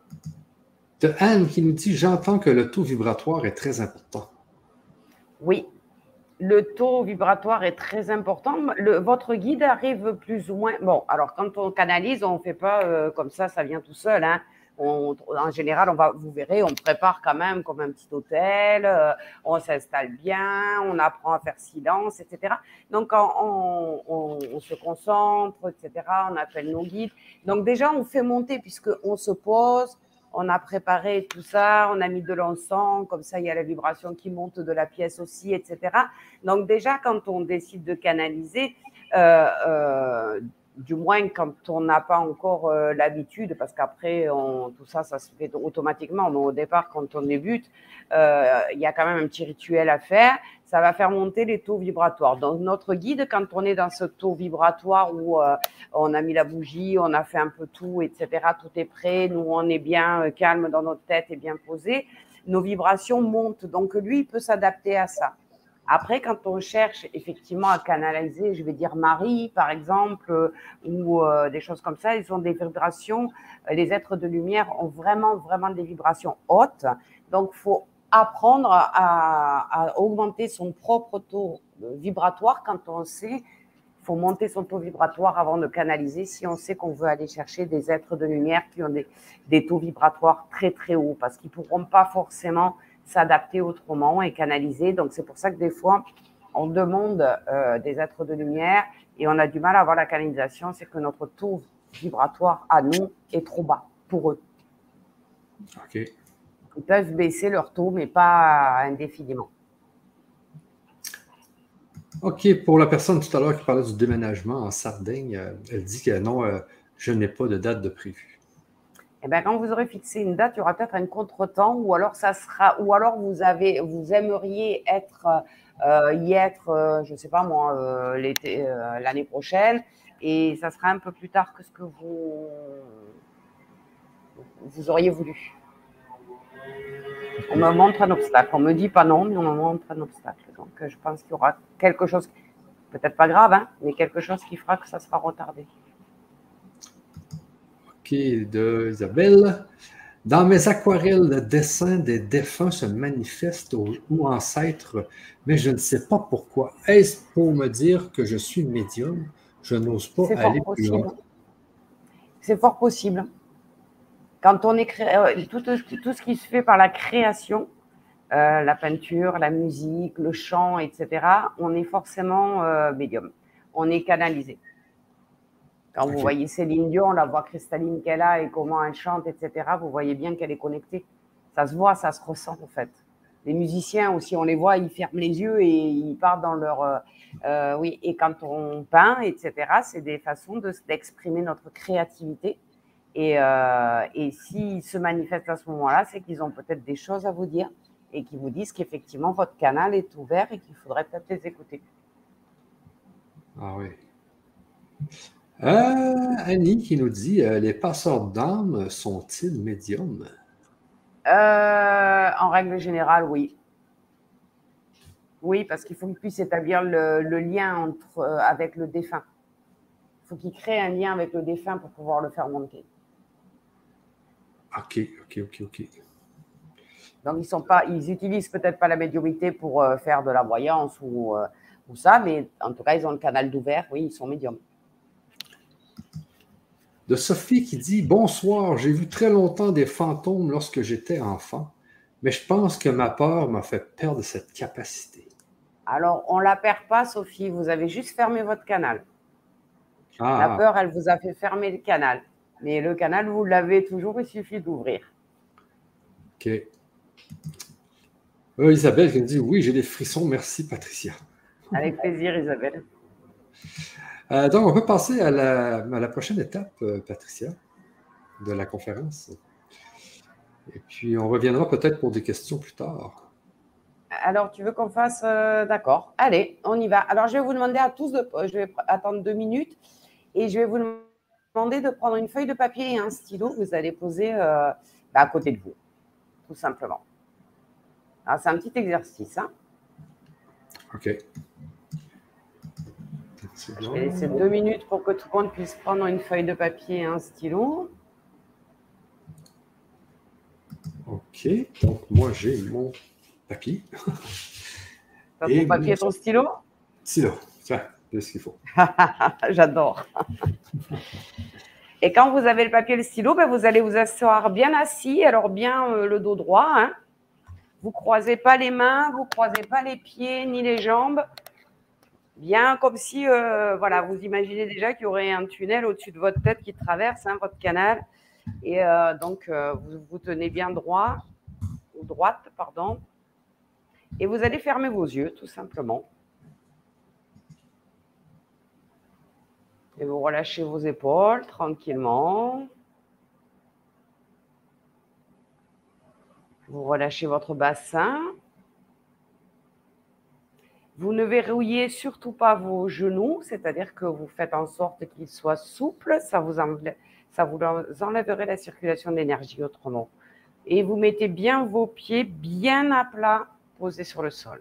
Speaker 1: De Anne qui nous dit, j'entends que le taux vibratoire est très important.
Speaker 2: Oui, le taux vibratoire est très important. Le, votre guide arrive plus ou moins. Bon, alors quand on canalise, on ne fait pas euh, comme ça, ça vient tout seul. Hein. On, en général, on va, vous verrez, on prépare quand même comme un petit hôtel, euh, on s'installe bien, on apprend à faire silence, et cetera. Donc, on, on, on se concentre, et cetera. On appelle nos guides. Donc, déjà, on fait monter puisqu'on se pose, on a préparé tout ça, on a mis de l'encens, comme ça, il y a la vibration qui monte de la pièce aussi, et cetera. Donc, déjà, quand on décide de canaliser, euh, euh, du moins quand on n'a pas encore euh, l'habitude, parce qu'après, on, tout ça, ça se fait automatiquement. Mais au départ, quand on débute, euh, il y a quand même un petit rituel à faire. Ça va faire monter les taux vibratoires. Donc, notre guide, quand on est dans ce taux vibratoire où euh, on a mis la bougie, on a fait un peu tout, et cetera, tout est prêt, nous, on est bien euh, calme dans notre tête et bien posé, nos vibrations montent. Donc, lui, il peut s'adapter à ça. Après, quand on cherche effectivement à canaliser, je vais dire Marie, par exemple, euh, ou euh, des choses comme ça, ils ont des vibrations, euh, les êtres de lumière ont vraiment, vraiment des vibrations hautes. Donc, il faut apprendre à, à augmenter son propre taux vibratoire quand on sait. Il faut monter son taux vibratoire avant de canaliser si on sait qu'on veut aller chercher des êtres de lumière qui ont des, des taux vibratoires très, très hauts parce qu'ils ne pourront pas forcément s'adapter autrement et canaliser. Donc, c'est pour ça que des fois, on demande euh, des êtres de lumière et on a du mal à avoir la canalisation, c'est que notre taux vibratoire à nous est trop bas pour eux.
Speaker 1: OK.
Speaker 2: Ils peuvent baisser leur taux, mais pas indéfiniment.
Speaker 1: OK, pour la personne tout à l'heure qui parlait du déménagement en Sardaigne, euh, elle dit que non, euh, je n'ai pas de date de prévu.
Speaker 2: Eh bien, quand vous aurez fixé une date, il y aura peut-être un contretemps, ou alors ça sera, ou alors vous avez, vous aimeriez être, euh, y être, euh, je ne sais pas moi, euh, l'été, euh, l'année prochaine, et ça sera un peu plus tard que ce que vous, vous auriez voulu. On me montre un obstacle. On me dit pas non, mais on me montre un obstacle. Donc, je pense qu'il y aura quelque chose, peut-être pas grave, hein, mais quelque chose qui fera que ça sera retardé.
Speaker 1: OK, de Isabelle. Dans mes aquarelles, le dessin des défunts se manifeste aux, ou ancêtres, mais je ne sais pas pourquoi. Est-ce pour me dire que je suis médium? Je n'ose pas
Speaker 2: C'est
Speaker 1: aller
Speaker 2: fort
Speaker 1: plus loin.
Speaker 2: possible. C'est fort possible. Quand on est cré... tout, tout ce qui se fait par la création, euh, la peinture, la musique, le chant, et cetera, on est forcément euh, médium. On est canalisé. Quand vous
Speaker 1: OK.
Speaker 2: voyez Céline Dion, la voix cristalline qu'elle a et comment elle chante, et cetera, vous voyez bien qu'elle est connectée. Ça se voit, ça se ressent en fait. Les musiciens aussi, on les voit, ils ferment les yeux et ils partent dans leur... Euh, euh, oui, et quand on peint, et cetera, c'est des façons de, d'exprimer notre créativité Et, euh, et s'ils se manifestent à ce moment-là, c'est qu'ils ont peut-être des choses à vous dire et qu'ils vous disent qu'effectivement, votre canal est ouvert et qu'il faudrait peut-être les écouter.
Speaker 1: Ah oui. Euh, Annie qui nous dit euh, les passeurs d'âme sont-ils médiums?
Speaker 2: Euh, en règle générale, oui. Oui, parce qu'il faut qu'ils puissent établir le, le lien entre, euh, avec le défunt. Il faut qu'ils créent un lien avec le défunt pour pouvoir le faire monter.
Speaker 1: OK, OK, OK, OK.
Speaker 2: Donc, ils sont pas, ils utilisent peut-être pas la médiumnité pour euh, faire de la voyance ou, euh, ou ça, mais en tout cas, ils ont le canal d'ouvert. Oui, ils sont médiums.
Speaker 1: De Sophie qui dit bonsoir, j'ai vu très longtemps des fantômes lorsque j'étais enfant, mais je pense que ma peur m'a fait perdre cette capacité.
Speaker 2: Alors, on ne la perd pas, Sophie. Vous avez juste fermé votre canal.
Speaker 1: Ah,
Speaker 2: la peur, elle vous a fait fermer le canal. Mais le canal, vous l'avez toujours, il suffit d'ouvrir.
Speaker 1: OK. Euh, Isabelle qui nous dit oui, j'ai des frissons, merci Patricia.
Speaker 2: Avec plaisir, Isabelle.
Speaker 1: Euh, donc, on peut passer à la, à la prochaine étape, euh, Patricia, de la conférence. Et puis, on reviendra peut-être pour des questions plus tard.
Speaker 2: Alors, tu veux qu'on fasse… euh, D'accord. Allez, on y va. Alors, je vais vous demander à tous de… Je vais attendre deux minutes et je vais vous demander de prendre une feuille de papier et un stylo que vous allez poser euh, bah, à côté de vous, tout simplement. Alors, c'est un petit exercice. Hein.
Speaker 1: OK.
Speaker 2: Je vais laisser deux minutes pour que tout le monde puisse prendre une feuille de papier et un stylo.
Speaker 1: OK. Donc, moi, j'ai mon papier.
Speaker 2: T'as ton papier et ton stylo?
Speaker 1: Stylo. Ça, c'est ce qu'il faut.
Speaker 2: J'adore. Et quand vous avez le papier et le stylo, ben vous allez vous asseoir bien assis, alors bien euh, le dos droit. Hein. Vous ne croisez pas les mains, vous ne croisez pas les pieds ni les jambes. Bien comme si, euh, voilà, vous imaginez déjà qu'il y aurait un tunnel au-dessus de votre tête qui traverse hein, votre canal. Et euh, donc, euh, vous vous tenez bien droit, ou droite, pardon. Et vous allez fermer vos yeux, tout simplement. Et vous relâchez vos épaules tranquillement. Vous relâchez votre bassin. Vous ne verrouillez surtout pas vos genoux, c'est-à-dire que vous faites en sorte qu'ils soient souples. Ça vous, enlève, ça vous enlèverait la circulation de l'énergie autrement. Et vous mettez bien vos pieds bien à plat, posés sur le sol.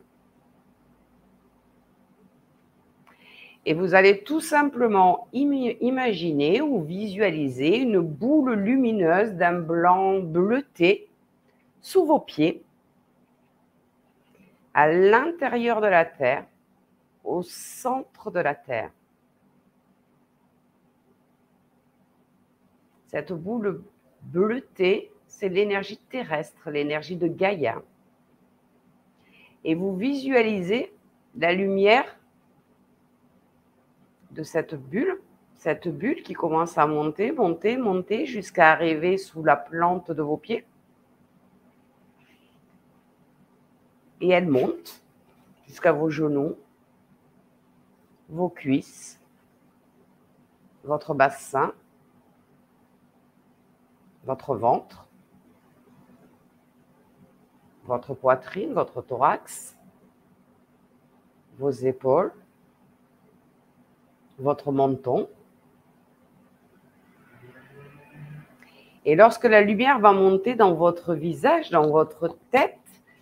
Speaker 2: Et vous allez tout simplement im- imaginer ou visualiser une boule lumineuse d'un blanc bleuté sous vos pieds, à l'intérieur de la Terre, au centre de la Terre. Cette boule bleutée, c'est l'énergie terrestre, l'énergie de Gaïa. Et vous visualisez la lumière de cette bulle, cette bulle qui commence à monter, monter, monter jusqu'à arriver sous la plante de vos pieds. Et elle monte jusqu'à vos genoux, vos cuisses, votre bassin, votre ventre, votre poitrine, votre thorax, vos épaules, votre menton. Et lorsque la lumière va monter dans votre visage, dans votre tête,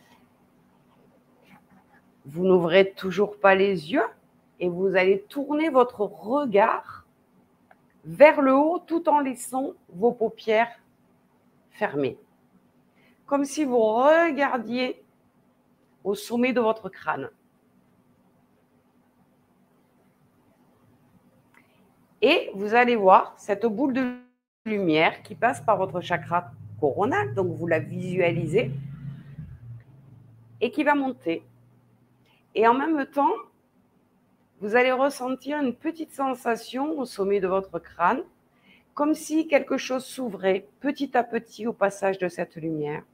Speaker 2: vous n'ouvrez toujours pas les yeux et vous allez tourner votre regard vers le haut tout en laissant vos paupières fermées. Comme si vous regardiez au sommet de votre crâne. Et vous allez voir cette boule de lumière qui passe par votre chakra coronal, donc vous la visualisez, et qui va monter. Et en même temps, vous allez ressentir une petite sensation au sommet de votre crâne, comme si quelque chose s'ouvrait petit à petit au passage de cette lumière.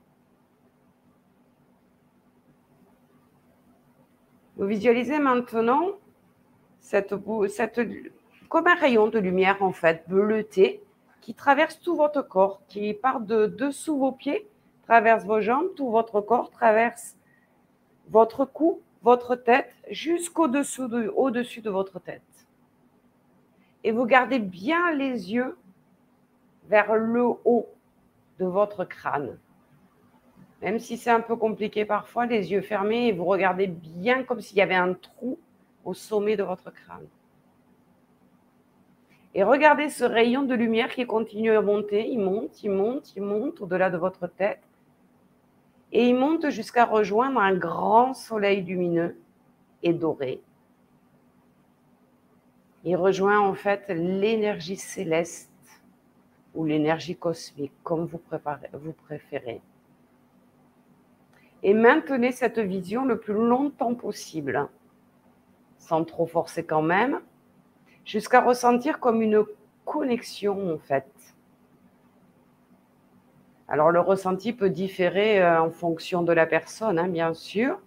Speaker 2: Vous visualisez maintenant cette, cette, comme un rayon de lumière en fait, bleuté, qui traverse tout votre corps, qui part de dessous vos pieds, traverse vos jambes, tout votre corps, traverse votre cou, votre tête, jusqu'au-dessous de, au-dessus de votre tête. Et vous gardez bien les yeux vers le haut de votre crâne. Même si c'est un peu compliqué parfois, les yeux fermés, et vous regardez bien comme s'il y avait un trou au sommet de votre crâne. Et regardez ce rayon de lumière qui continue à monter, il monte, il monte, il monte au-delà de votre tête. Et il monte jusqu'à rejoindre un grand soleil lumineux et doré. Il rejoint en fait l'énergie céleste ou l'énergie cosmique, comme vous, préparez, vous préférez. Et maintenez cette vision le plus longtemps possible, sans trop forcer quand même, jusqu'à ressentir comme une connexion en fait. Alors le ressenti peut différer en fonction de la personne, hein, bien sûr.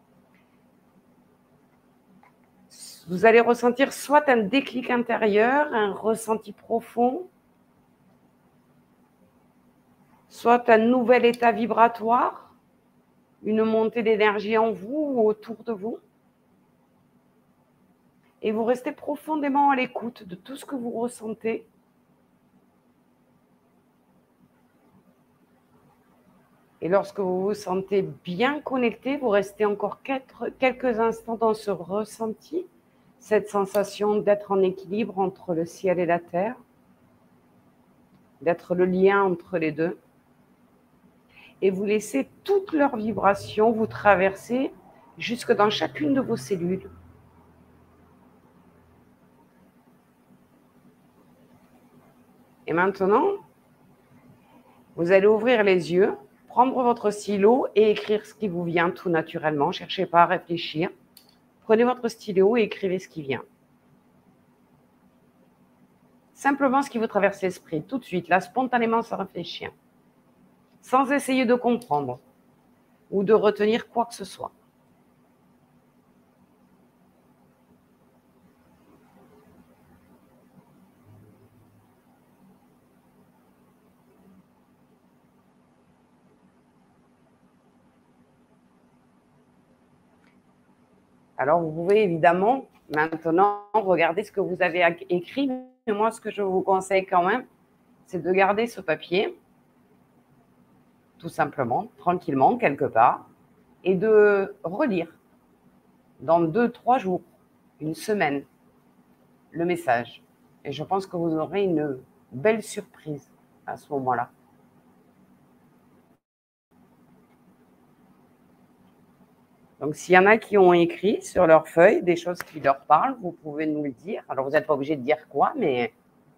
Speaker 2: Vous allez ressentir soit un déclic intérieur, un ressenti profond, soit un nouvel état vibratoire, une montée d'énergie en vous ou autour de vous. Et vous restez profondément à l'écoute de tout ce que vous ressentez. Et lorsque vous vous sentez bien connecté, vous restez encore quelques instants dans ce ressenti, cette sensation d'être en équilibre entre le ciel et la terre, d'être le lien entre les deux. Et vous laissez toutes leurs vibrations vous traverser jusque dans chacune de vos cellules. Et maintenant, vous allez ouvrir les yeux, prendre votre stylo et écrire ce qui vous vient tout naturellement. Ne cherchez pas à réfléchir. Prenez votre stylo et écrivez ce qui vient. Simplement ce qui vous traverse l'esprit, tout de suite, là, spontanément, sans réfléchir. Sans essayer de comprendre ou de retenir quoi que ce soit. Alors, vous pouvez évidemment maintenant regarder ce que vous avez écrit. Mais moi, ce que je vous conseille quand même, c'est de garder ce papier, tout simplement, tranquillement, quelque part, et de relire dans deux, trois jours, une semaine, le message. Et je pense que vous aurez une belle surprise à ce moment-là. Donc, s'il y en a qui ont écrit sur leur feuille des choses qui leur parlent, vous pouvez nous le dire. Alors, vous n'êtes pas obligé de dire quoi, mais...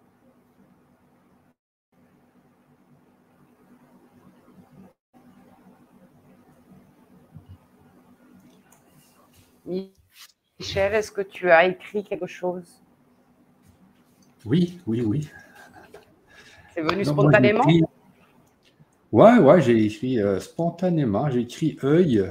Speaker 2: Michel, est-ce que tu as écrit quelque chose?
Speaker 1: Oui, oui, oui.
Speaker 2: C'est venu Donc, spontanément?
Speaker 1: Oui, ouais, ouais, j'ai écrit euh, spontanément. J'ai écrit œil,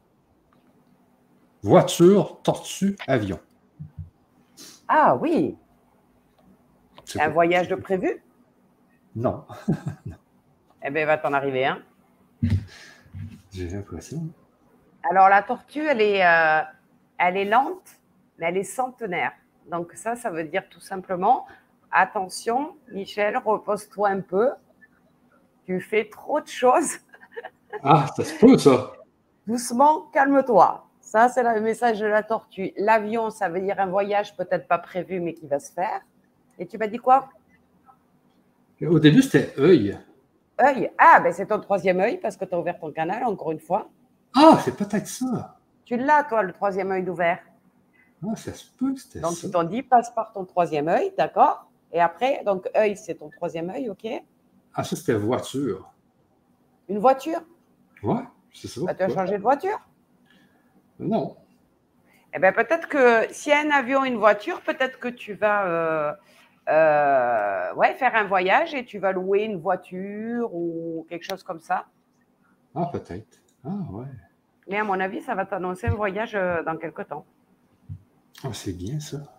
Speaker 1: voiture, tortue, avion.
Speaker 2: Ah oui. C'est un voyage de prévu?
Speaker 1: Non.
Speaker 2: non. Eh bien, il va t'en arriver un.
Speaker 1: J'ai l'impression.
Speaker 2: Alors, la tortue, elle est, euh, elle est lente, mais elle est centenaire. Donc, ça, ça veut dire tout simplement, attention, Michel, repose-toi un peu. Tu fais trop de choses.
Speaker 1: Ah, ça se peut, ça.
Speaker 2: Doucement, calme-toi. Ça, c'est le message de la tortue. L'avion, ça veut dire un voyage peut-être pas prévu, mais qui va se faire. Et tu m'as dit quoi?
Speaker 1: Au début, c'était œil.
Speaker 2: Œil. Ah, ben c'est ton troisième œil parce que tu as ouvert ton canal, encore une fois.
Speaker 1: Ah, c'est peut-être ça.
Speaker 2: Tu l'as, toi, le troisième œil d'ouvert.
Speaker 1: Ah, ça se peut, c'était ça.
Speaker 2: Donc, ils t'ont dit, passe par ton troisième œil, d'accord? Et après, donc, œil, c'est ton troisième œil, OK?
Speaker 1: Ah, ça, c'était voiture.
Speaker 2: Une voiture?
Speaker 1: Ouais, c'est ça.
Speaker 2: Bah, tu as changé de voiture?
Speaker 1: Non.
Speaker 2: Eh bien, peut-être que s'il y a un avion, une voiture, peut-être que tu vas euh, euh, ouais, faire un voyage et tu vas louer une voiture ou quelque chose comme ça.
Speaker 1: Ah, peut-être. Ah, ouais.
Speaker 2: Mais à mon avis, ça va t'annoncer un voyage dans quelque temps.
Speaker 1: Ah, c'est bien ça.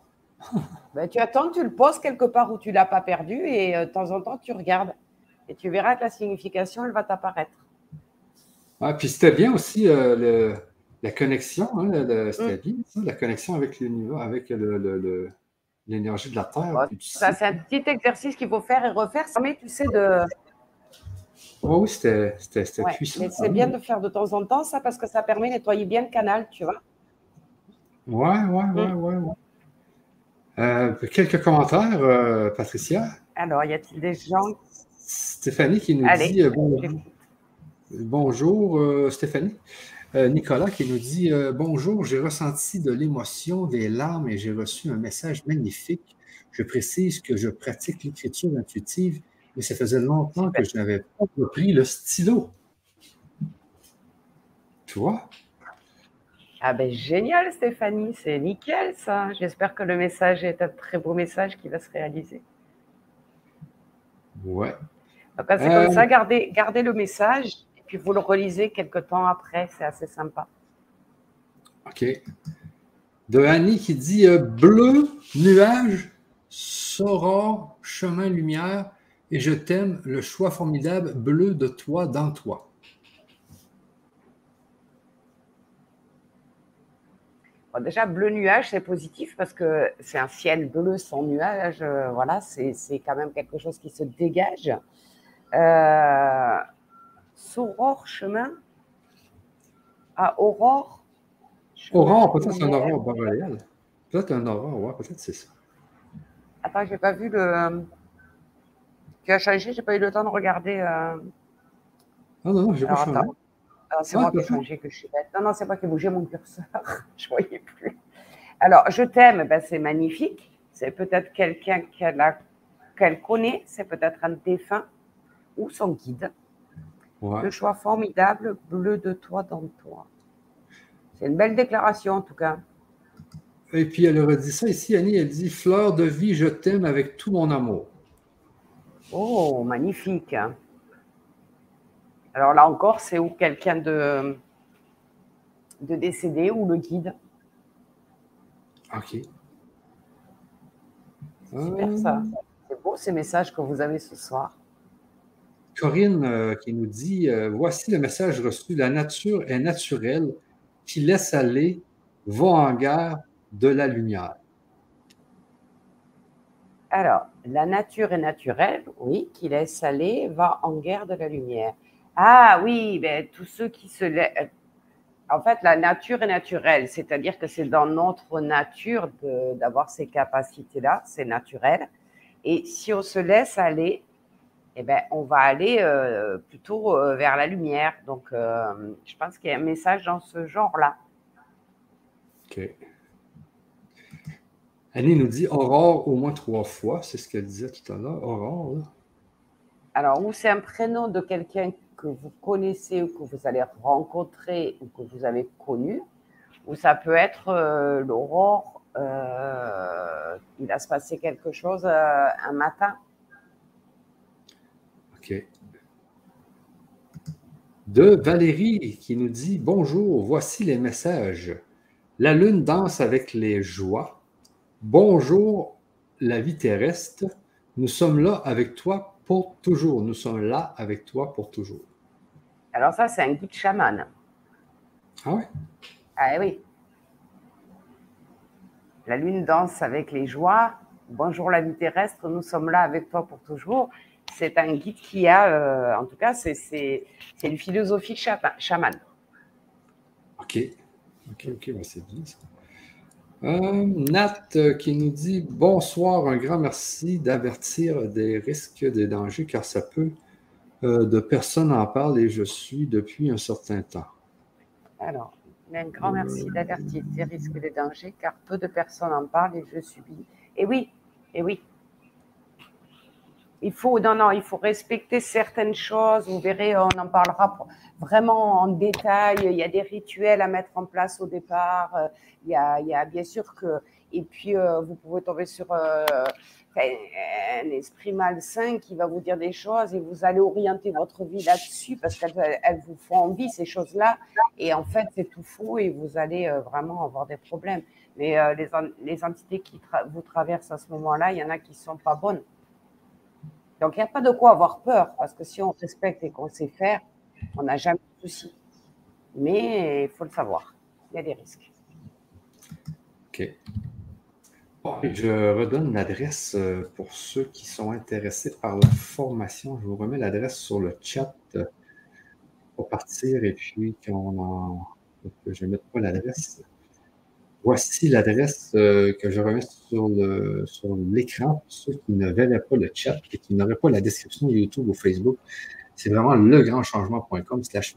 Speaker 2: Ben, tu attends, tu le poses quelque part où tu ne l'as pas perdu et euh, de temps en temps, tu regardes. Et tu verras que la signification, elle va t'apparaître.
Speaker 1: Ouais, puis c'était bien aussi euh, le, la connexion, hein, le- le- c'était
Speaker 2: Mm.
Speaker 1: bien, ça, la connexion avec l'univers, avec le, le- le- l'énergie de la Terre,
Speaker 2: Bon,
Speaker 1: puis du
Speaker 2: ça,
Speaker 1: ciel.
Speaker 2: c'est un petit exercice qu'il faut faire et refaire. Ça permet, tu sais, de.
Speaker 1: Oh, oui, c'était c'était- c'était
Speaker 2: Ouais,
Speaker 1: puissant
Speaker 2: mais
Speaker 1: quand
Speaker 2: c'est bien
Speaker 1: même.
Speaker 2: de faire de temps en temps ça parce que ça permet de nettoyer bien le canal, tu vois.
Speaker 1: Ouais, ouais, ouais,
Speaker 2: Mm.
Speaker 1: ouais, ouais. Euh, quelques commentaires, euh, Patricia.
Speaker 2: Alors, y a-t-il des gens?
Speaker 1: Stéphanie qui nous
Speaker 2: Allez,
Speaker 1: dit euh, bon-
Speaker 2: j'écoute.
Speaker 1: bonjour, euh, Stéphanie. Euh, Nicolas qui nous dit euh, bonjour, j'ai ressenti de l'émotion, des larmes et j'ai reçu un message magnifique. Je précise que je pratique l'écriture intuitive, mais ça faisait longtemps que
Speaker 2: Super.
Speaker 1: je n'avais pas repris le stylo. Tu vois?
Speaker 2: Ah ben génial, Stéphanie, c'est nickel ça. J'espère que le message est un très beau message qui va se réaliser.
Speaker 1: Ouais.
Speaker 2: Donc, quand c'est
Speaker 1: Euh,
Speaker 2: comme ça, gardez, gardez le message et puis vous le relisez quelques temps après, c'est assez sympa.
Speaker 1: OK. De Annie qui dit euh, bleu, nuage, Saurore, chemin, lumière, et je t'aime, le choix formidable, bleu de toi dans toi.
Speaker 2: Bon, déjà, bleu nuage, c'est positif parce que c'est un ciel bleu sans nuage. Euh, voilà, c'est quand même quelque chose qui se dégage. Euh, Saurore, chemin. Ah, aurore, chemin,
Speaker 1: Aurore, peut-être un
Speaker 2: lumière.
Speaker 1: aurore boréal. Peut-être un aurore, ouais, peut-être c'est ça.
Speaker 2: Attends, j'ai pas vu le. Tu as changé, j'ai pas eu le temps de regarder. euh,
Speaker 1: Ah non, non, j'ai pas
Speaker 2: Alors
Speaker 1: changé.
Speaker 2: attends. Alors, c'est
Speaker 1: Ah,
Speaker 2: moi qui ai
Speaker 1: peut-être.
Speaker 2: changé, que je suis bête. Non, non, c'est moi qui ai bougé mon curseur. Je ne voyais plus. Alors, je t'aime, ben, c'est magnifique. C'est peut-être quelqu'un qu'elle a- qu'elle connaît, c'est peut-être un défunt ou son guide.
Speaker 1: Ouais.
Speaker 2: Le choix formidable, bleu de toi dans toi. C'est une belle déclaration en tout cas.
Speaker 1: Et puis elle aurait dit ça ici, Annie, elle dit fleur de vie, je t'aime avec tout mon amour.
Speaker 2: Oh, magnifique. Alors là encore, c'est où quelqu'un de, de décédé ou le guide.
Speaker 1: OK.
Speaker 2: C'est super
Speaker 1: Euh,
Speaker 2: ça. C'est beau ces messages que vous avez ce soir.
Speaker 1: Corinne euh, qui nous dit euh, voici le message reçu, la nature est naturelle, qui laisse aller, va en guerre de la lumière.
Speaker 2: Alors, la nature est naturelle, oui, qui laisse aller, va en guerre de la lumière. Ah oui, ben, tous ceux qui se laissent. En fait, la nature est naturelle, c'est-à-dire que c'est dans notre nature d'avoir ces capacités-là, c'est naturel. Et si on se laisse aller, eh ben, on va aller euh, plutôt euh, vers la lumière. Donc, euh, je pense qu'il y a un message dans ce genre-là.
Speaker 1: OK. Annie nous dit aurore au moins trois fois, c'est ce qu'elle disait tout à l'heure. Aurore, là.
Speaker 2: Alors, ou c'est un prénom de quelqu'un que vous connaissez ou que vous allez rencontrer ou que vous avez connu, ou ça peut être euh, l'aurore, euh, il va se passer quelque chose euh, un matin.
Speaker 1: OK. De Valérie qui nous dit bonjour, voici les messages. La lune danse avec les joies. Bonjour, la vie terrestre. Nous sommes là avec toi pour toujours. Nous sommes là avec toi pour toujours.
Speaker 2: Alors ça, c'est un guide chaman.
Speaker 1: Ah ouais?
Speaker 2: Ah oui. La lune danse avec les joies. Bonjour la vie terrestre, nous sommes là avec toi pour toujours. C'est un guide qui a, euh, en tout cas, c'est une philosophie chaman.
Speaker 1: OK. OK, OK, ben c'est bien ça. Euh, Nat euh, qui nous dit bonsoir, un grand merci d'avertir des risques, des dangers, car ça peut euh, de personnes en parlent et je suis depuis un certain temps.
Speaker 2: Alors, un grand merci d'avertir des risques et des dangers, car peu de personnes en parlent et je subis. Et oui, et oui. il faut, non, non, il faut respecter certaines choses. Vous verrez, on en parlera vraiment en détail. Il y a des rituels à mettre en place au départ. Il y a, il y a bien sûr que, et puis euh, vous pouvez tomber sur euh, un esprit malsain qui va vous dire des choses et vous allez orienter votre vie là-dessus parce qu'elles elles vous font envie, ces choses-là. Et en fait, c'est tout faux et vous allez euh, vraiment avoir des problèmes. Mais euh, les, les entités qui tra vous traversent à ce moment-là, il y en a qui ne sont pas bonnes. Donc, il n'y a pas de quoi avoir peur, parce que si on respecte et qu'on sait faire, on n'a jamais de souci. Mais il faut le savoir, il y a des risques.
Speaker 1: OK. Bon, je redonne l'adresse pour ceux qui sont intéressés par la formation. Je vous remets l'adresse sur le chat pour partir et puis qu'on en... je ne mette pas l'adresse. Voici l'adresse euh, que je remets sur le, sur l'écran pour ceux qui ne verraient pas le chat et qui n'auraient pas la description YouTube ou Facebook. C'est vraiment legrandchangement point com slash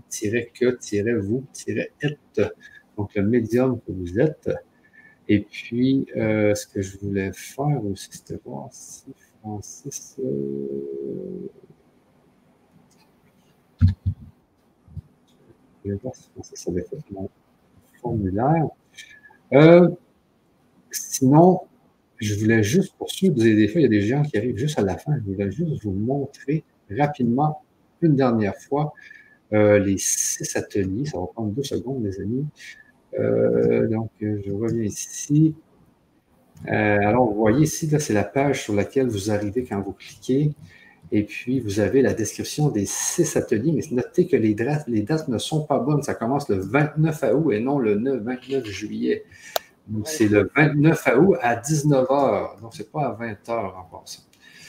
Speaker 1: médium-que-vous-êtes. Donc, le médium que vous êtes. Et puis, euh, ce que je voulais faire aussi, c'était voir si Francis... Euh... Je vais voir si Francis avait fait mon formulaire. Euh, sinon, je voulais juste poursuivre, des fois, il y a des gens qui arrivent juste à la fin, je voulais juste vous montrer rapidement, une dernière fois, euh, les six ateliers. Ça va prendre deux secondes, les amis. Euh, donc, je reviens ici. Euh, alors, vous voyez ici, là, c'est la page sur laquelle vous arrivez quand vous cliquez. Et puis, vous avez la description des six ateliers. Mais notez que les dates, les dates ne sont pas bonnes. Ça commence le vingt-neuf août et non le vingt-neuf juillet. Donc, c'est le vingt-neuf août à dix-neuf heures. Donc, ce n'est pas à vingt heures en passant.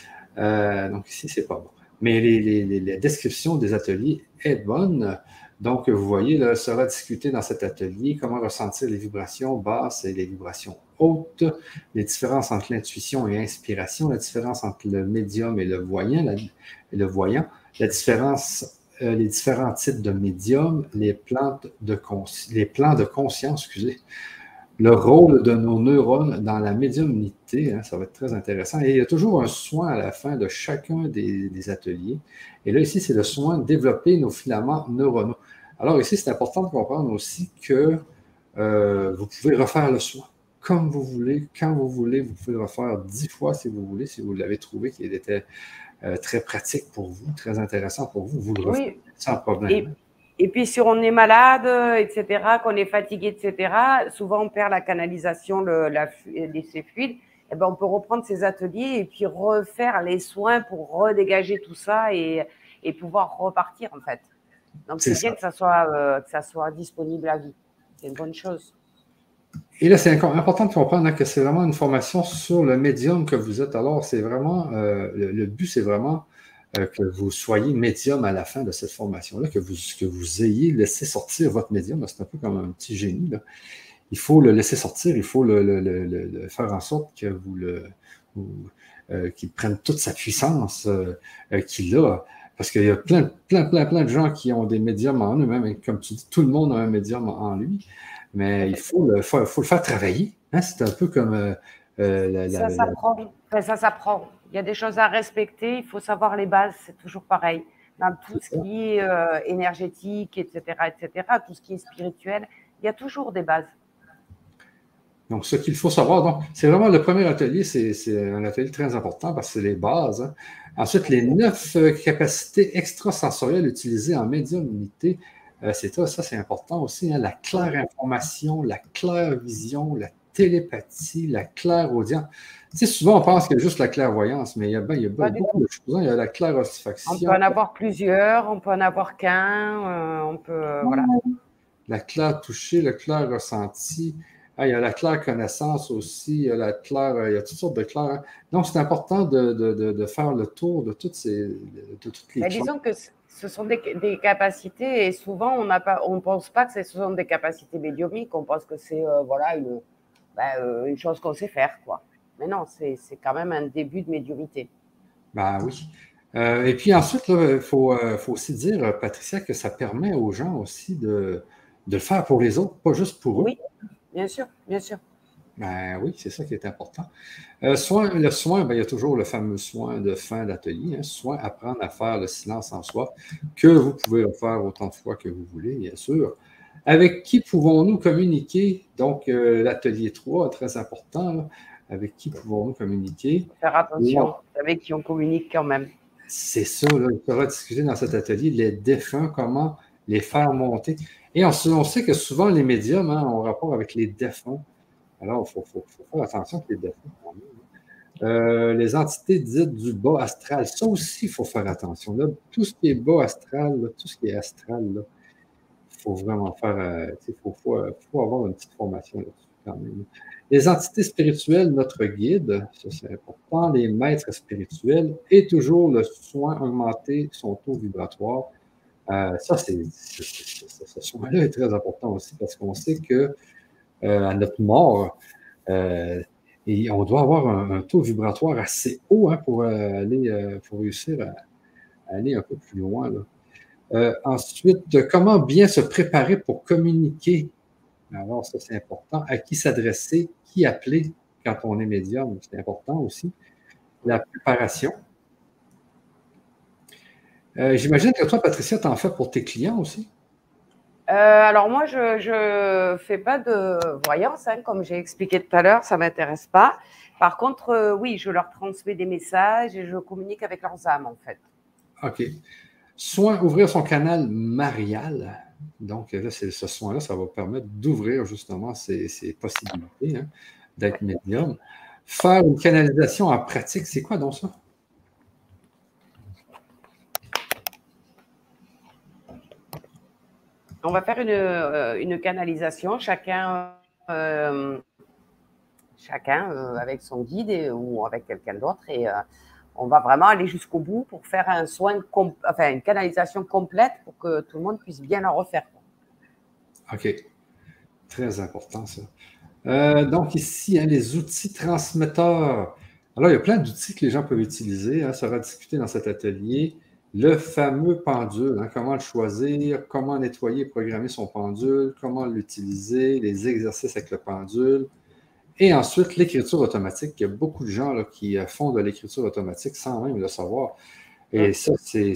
Speaker 1: Euh, donc, ici, ce n'est pas bon. Mais les, les, les, la description des ateliers est bonne. Donc, vous voyez, là, sera discuté dans cet atelier comment ressentir les vibrations basses et les vibrations hautes, les différences entre l'intuition et l'inspiration, la différence entre le médium et le voyant, la, et le voyant, la différence, euh, les différents types de médium, les plans de, les plans de conscience, excusez, le rôle de nos neurones dans la médiumnité, hein, ça va être très intéressant. Et il y a toujours un soin à la fin de chacun des, des ateliers. Et là, ici, c'est le soin de développer nos filaments neuronaux. Alors ici, c'est important de comprendre aussi que euh, vous pouvez refaire le soin comme vous voulez, quand vous voulez. Vous pouvez le refaire dix fois si vous voulez, si vous l'avez trouvé qu'il était euh, très pratique pour vous, très intéressant pour vous. Vous le refaites oui. Sans problème.
Speaker 2: Et... Et puis, si on est malade, et cetera, qu'on est fatigué, et cetera, souvent on perd la canalisation le, la, de ces fluides. Et ben, on peut reprendre ces ateliers et puis refaire les soins pour redégager tout ça et, et pouvoir repartir, en fait. Donc, c'est bien que ça, soit, euh, que ça soit disponible à vie. C'est une bonne chose.
Speaker 1: Et là, c'est important de comprendre hein, que c'est vraiment une formation sur le médium que vous êtes. Alors, c'est vraiment, euh, le, le but, c'est vraiment Euh, que vous soyez médium à la fin de cette formation-là, que vous, que vous ayez laissé sortir votre médium. C'est un peu comme un petit génie. Là. Il faut le laisser sortir, il faut le, le, le, le faire en sorte que vous le, vous, euh, qu'il prenne toute sa puissance euh, euh, qu'il a. Parce qu'il y a plein, plein, plein, plein de gens qui ont des médiums en eux-mêmes. Et comme tu dis, tout le monde a un médium en lui. Mais il faut le, faut, faut le faire travailler. Hein? C'est un peu comme... Euh, euh, la,
Speaker 2: ça s'apprend. Enfin, ça s'apprend. Il y a des choses à respecter, il faut savoir les bases, c'est toujours pareil. Dans tout ce qui est euh, énergétique, et cetera, et cetera, tout ce qui est spirituel, il y a toujours des bases.
Speaker 1: Donc, ce qu'il faut savoir, donc, c'est vraiment le premier atelier, c'est un atelier très important parce que c'est les bases. Hein. Ensuite, les neuf euh, capacités extrasensorielles utilisées en médiumnité, euh, c'est ça, ça c'est important aussi, hein, la claire information, la claire vision, la télépathie, la clairaudience. Tu sais, souvent, on pense qu'il y a juste la clairvoyance, mais il y a, ben, il y a ben, beaucoup de choses. Hein. Il y a la clairaudifaction.
Speaker 2: On peut en avoir plusieurs, on peut en avoir qu'un, euh, on peut, euh, voilà.
Speaker 1: La claire touchée, le clair ressenti. Ah, il y a la claire connaissance aussi, il y a la claire, il y a toutes sortes de clairs. Hein. Donc, c'est important de, de, de, de faire le tour de toutes ces, de toutes les
Speaker 2: Mais disons que ce sont des, des capacités et souvent, on ne pense pas que ce sont des capacités médiumiques, on pense que c'est euh, voilà, une, ben, une chose qu'on sait faire, quoi. Mais non, c'est quand même un début de médiumité.
Speaker 1: Ben oui. Euh, et puis ensuite, il faut, euh, faut aussi dire, Patricia, que ça permet aux gens aussi de, de le faire pour les autres, pas juste pour eux.
Speaker 2: Oui, bien sûr, bien sûr.
Speaker 1: Ben oui, c'est ça qui est important. Euh, soin, le soin, ben, il y a toujours le fameux soin de fin d'atelier, hein, soin apprendre à faire le silence en soi, que vous pouvez le faire autant de fois que vous voulez, bien sûr. Avec qui pouvons-nous communiquer? Donc, euh, l'atelier trois, très important, là. Avec qui pouvons-nous communiquer?
Speaker 2: Faire attention, avec qui on communique quand même.
Speaker 1: C'est ça, là, il faudra discuter dans cet atelier, les défunts, comment les faire monter. Et on, on sait que souvent, les médiums hein, ont rapport avec les défunts. Alors, il faut, faut, faut faire attention avec les défunts quand même. Euh, les entités dites du bas astral, ça aussi, il faut faire attention. Là, tout ce qui est bas astral, là, tout ce qui est astral, il faut vraiment faire, euh, il faut, faut, faut avoir une petite formation là-dessus quand même. Les entités spirituelles, notre guide, ça c'est important, les maîtres spirituels et toujours le soin augmenter son taux vibratoire. Euh, ça, c'est, ce soin-là est très important aussi parce qu'on sait que euh, à notre mort, euh, et on doit avoir un, un taux vibratoire assez haut hein, pour, euh, aller, euh, pour réussir à, à aller un peu plus loin. Là. Euh, ensuite, comment bien se préparer pour communiquer? Alors, ça, c'est important. À qui s'adresser? Qui appeler quand on est médium? C'est important aussi. La préparation. Euh, j'imagine que toi, Patricia, t'en fais pour tes clients aussi?
Speaker 2: Euh, alors moi, je ne fais pas de voyance, hein, comme j'ai expliqué tout à l'heure, ça ne m'intéresse pas. Par contre, euh, oui, je leur transmets des messages et je communique avec leurs âmes, en fait.
Speaker 1: OK. Soin, ouvrir son canal marial. Donc, là, c'est ce soin-là, ça va permettre d'ouvrir justement ces, ces possibilités hein, d'être médium. Faire une canalisation en pratique, c'est quoi donc ça?
Speaker 2: On va faire une, euh, une canalisation, chacun, euh, chacun euh, avec son guide et, ou avec quelqu'un d'autre. Et euh, on va vraiment aller jusqu'au bout pour faire un soin, enfin une canalisation complète pour que tout le monde puisse bien la refaire.
Speaker 1: OK. Très important, ça. Euh, donc, ici, hein, les outils transmetteurs. Alors, il y a plein d'outils que les gens peuvent utiliser. Hein, ça sera discuté dans cet atelier. Le fameux pendule, hein, comment le choisir, comment nettoyer et programmer son pendule, comment l'utiliser, les exercices avec le pendule. Et ensuite, l'écriture automatique. Il y a beaucoup de gens là, qui font de l'écriture automatique sans même le savoir. Et ça, c'est...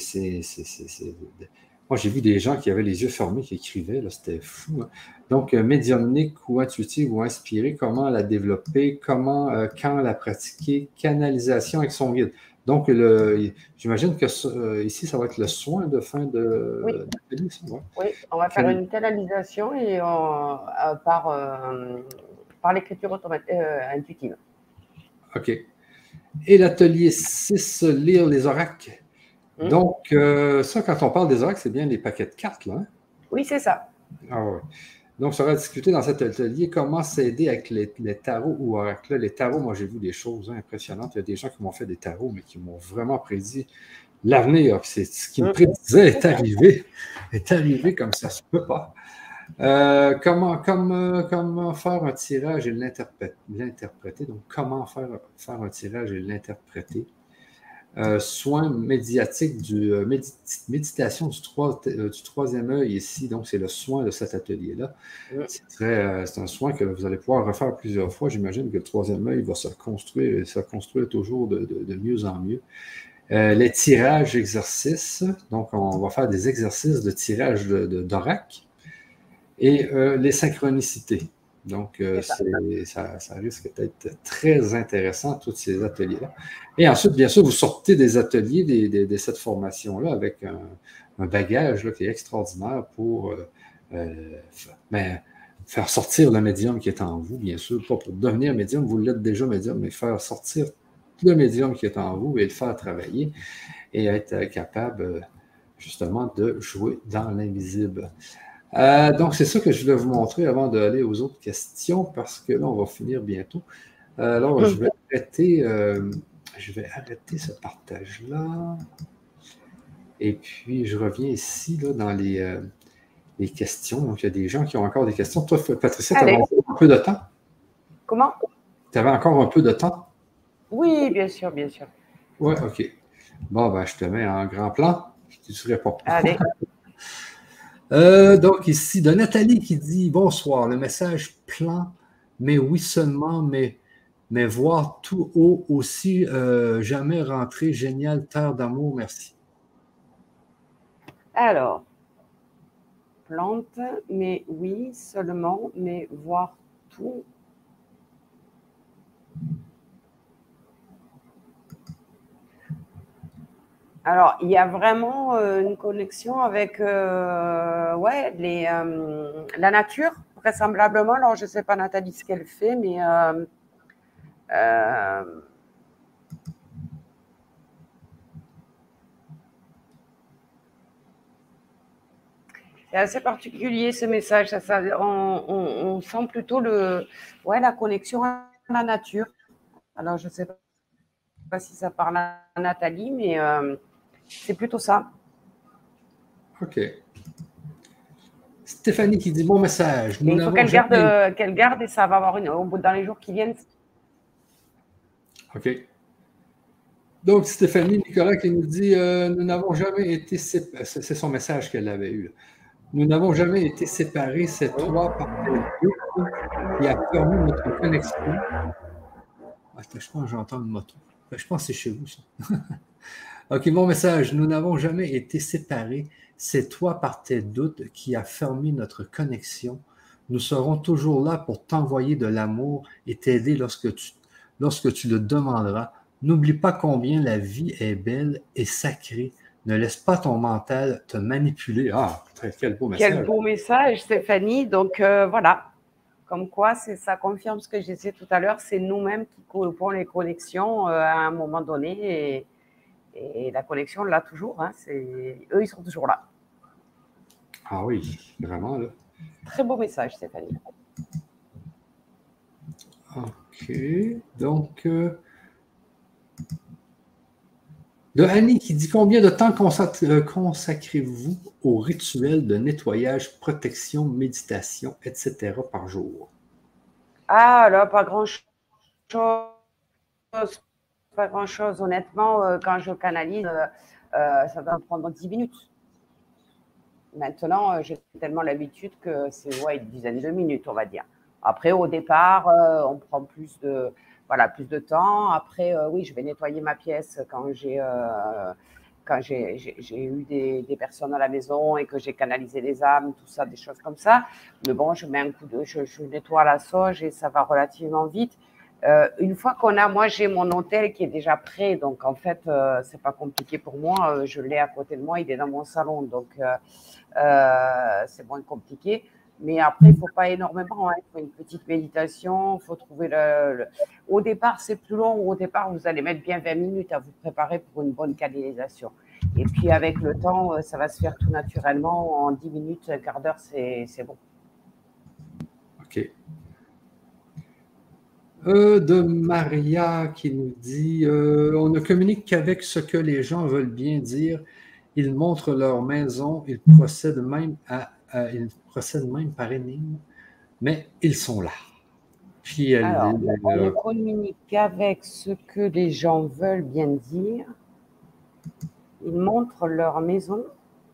Speaker 1: Moi, j'ai vu des gens qui avaient les yeux fermés, qui écrivaient, c'était fou. Hein. Donc, euh, médiumnique ou intuitive ou inspirée, comment la développer, comment, euh, quand la pratiquer, canalisation avec son guide. Donc, j'imagine que euh, ici, ça va être le soin de fin de...
Speaker 2: Oui,
Speaker 1: de
Speaker 2: ouais. Oui on va faire une canalisation et on, euh, par, euh, par l'écriture euh, intuitive.
Speaker 1: OK. Et l'atelier six, lire les oracles. Mmh. Donc, euh, ça, quand on parle des oracles, c'est bien les paquets de cartes, là. Hein?
Speaker 2: Oui, c'est ça.
Speaker 1: Ah ouais. Donc, ça va discuter dans cet atelier comment s'aider avec les, les tarots ou oracles. Les tarots, moi, j'ai vu des choses hein, impressionnantes. Il y a des gens qui m'ont fait des tarots, mais qui m'ont vraiment prédit l'avenir. C'est ce qui me prédisait est arrivé. Est arrivé comme ça se peut pas. Euh, comment, comme, comment faire un tirage et l'interpréter. Donc, comment faire, faire un tirage et l'interpréter. Euh, soins médiatiques du euh, médi méditation du, trois, euh, du troisième œil ici, donc c'est le soin de cet atelier-là. Ouais. C'est euh, un soin que vous allez pouvoir refaire plusieurs fois. J'imagine que le troisième œil va se construire et se construire toujours de, de, de mieux en mieux. Euh, les tirages exercices, donc on va faire des exercices de tirage d'oracle et euh, les synchronicités. Donc, euh, ça, ça risque d'être très intéressant, tous ces ateliers-là. Et ensuite, bien sûr, vous sortez des ateliers de, de, de cette formation-là avec un, un bagage là, qui est extraordinaire pour euh, euh, ben, faire sortir le médium qui est en vous, bien sûr, pas pour devenir médium, vous l'êtes déjà médium, mais faire sortir le médium qui est en vous et le faire travailler et être capable, justement, de jouer dans l'invisible. Euh, donc, c'est ça que je voulais vous montrer avant d'aller aux autres questions, parce que là, on va finir bientôt. Euh, alors, je vais arrêter, euh, je vais arrêter ce partage-là. Et puis, je reviens ici, là, dans les, euh, les questions. Donc, il y a des gens qui ont encore des questions. Toi, Patricia, tu avais encore un peu de temps?
Speaker 2: Comment?
Speaker 1: Tu avais encore un peu de temps?
Speaker 2: Oui, bien sûr, bien sûr.
Speaker 1: Oui, OK. Bon, ben, je te mets en grand plan. Tu ne réponds pas.
Speaker 2: Allez.
Speaker 1: Euh, donc, ici, de Nathalie qui dit « Bonsoir, le message plan mais oui seulement, mais, mais voir tout haut aussi, euh, jamais rentrer, génial, terre d'amour, merci.
Speaker 2: Alors, plante, mais oui, seulement, mais voir tout. Alors, il y a vraiment euh, une connexion avec euh, ouais, les, euh, la nature, vraisemblablement. Alors, je ne sais pas, Nathalie, ce qu'elle fait, mais euh, euh, c'est assez particulier ce message. Ça, ça, on, on, on sent plutôt le, ouais, la connexion à la nature. Alors, je ne sais pas si ça parle à Nathalie, mais euh, c'est plutôt ça.
Speaker 1: OK. Stéphanie qui dit bon message. Nous
Speaker 2: Et il faut
Speaker 1: n'avons
Speaker 2: qu'elle garde,
Speaker 1: jamais.
Speaker 2: qu'elle garde et ça va avoir une. Au bout dans les jours qui viennent.
Speaker 1: OK. Donc, Stéphanie Nicolas qui nous dit euh, nous n'avons jamais été séparés. C'est son message qu'elle avait eu. Là. Nous n'avons jamais été séparés, c'est toi par tes doutes qui a permis notre connexion. Attends, je pense que j'entends une moto. Je pense que c'est chez vous, ça. OK, mon message. Nous n'avons jamais été séparés. C'est toi par tes doutes qui a fermé notre connexion. Nous serons toujours là pour t'envoyer de l'amour et t'aider lorsque tu, lorsque tu le demanderas. N'oublie pas combien la vie est belle et sacrée. Ne laisse pas ton mental te manipuler. Ah, quel beau message.
Speaker 2: Quel beau message, Stéphanie. Donc euh, voilà, comme quoi ça confirme ce que j'ai dit tout à l'heure, c'est nous-mêmes qui coupons les connexions euh, à un moment donné et, et la connexion là toujours. Hein, eux, ils sont toujours là.
Speaker 1: Ah oui, vraiment là.
Speaker 2: Très beau message, Stéphanie.
Speaker 1: OK, donc... Euh... De Annie qui dit combien de temps consacrez-vous au rituel de nettoyage, protection, méditation, et cetera par jour?
Speaker 2: Ah là, pas grand-chose. Pas grand-chose. Honnêtement, euh, quand je canalise, euh, ça va me prendre dix minutes. Maintenant, euh, j'ai tellement l'habitude que c'est ouais, une dizaine de minutes, on va dire. Après, au départ, euh, on prend plus de, voilà, plus de temps. Après, euh, oui, je vais nettoyer ma pièce quand j'ai euh, quand j'ai, j'ai, j'ai eu des, des personnes à la maison et que j'ai canalisé les âmes, tout ça, des choses comme ça. Mais bon, je mets un coup de, je, je nettoie la sauge et ça va relativement vite. Euh, une fois qu'on a, moi j'ai mon hôtel qui est déjà prêt, donc en fait euh, c'est pas compliqué pour moi. Euh, je l'ai à côté de moi, il est dans mon salon, donc euh, euh, c'est moins compliqué. Mais après, il ne faut pas énormément. Hein. Il faut une petite méditation. Il faut trouver le, le... Au départ, c'est plus long. Au départ, vous allez mettre bien vingt minutes à vous préparer pour une bonne canalisation. Et puis, avec le temps, ça va se faire tout naturellement. En dix minutes, un quart d'heure, c'est, c'est bon.
Speaker 1: OK. Euh, de Maria qui nous dit euh, on ne communique qu'avec ce que les gens veulent bien dire. Ils montrent leur maison. Ils procèdent même, à, à, ils procèdent même par énigme, mais ils sont là.
Speaker 2: Puis elle Alors, dit, on euh, ne communique qu'avec ce que les gens veulent bien dire. Ils montrent leur maison.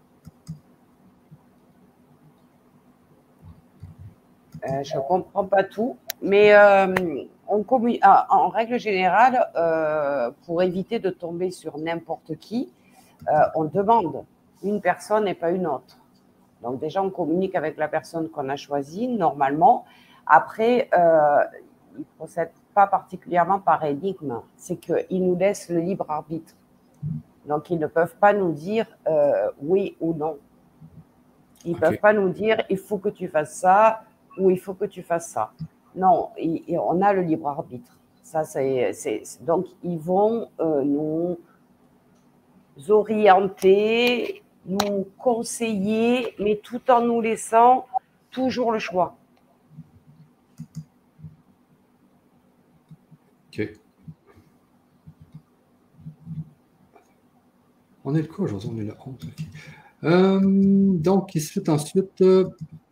Speaker 2: Euh, je ne comprends pas tout, mais euh, on communique, en règle générale, euh, pour éviter de tomber sur n'importe qui, euh, on demande une personne et pas une autre. Donc déjà, on communique avec la personne qu'on a choisie, normalement. Après, euh, ils ne procèdent pas particulièrement par énigme. C'est qu'ils nous laissent le libre arbitre. Donc, ils ne peuvent pas nous dire euh, oui ou non. Ils ne okay. peuvent pas nous dire il faut que tu fasses ça ou il faut que tu fasses ça. Non, et, et on a le libre arbitre. Ça, c'est, c'est, donc, ils vont euh, nous orienter, nous conseiller, mais tout en nous laissant toujours le choix.
Speaker 1: OK. On est le quoi aujourd'hui? On est le onze. Okay. Euh, donc, ensuite, ensuite euh,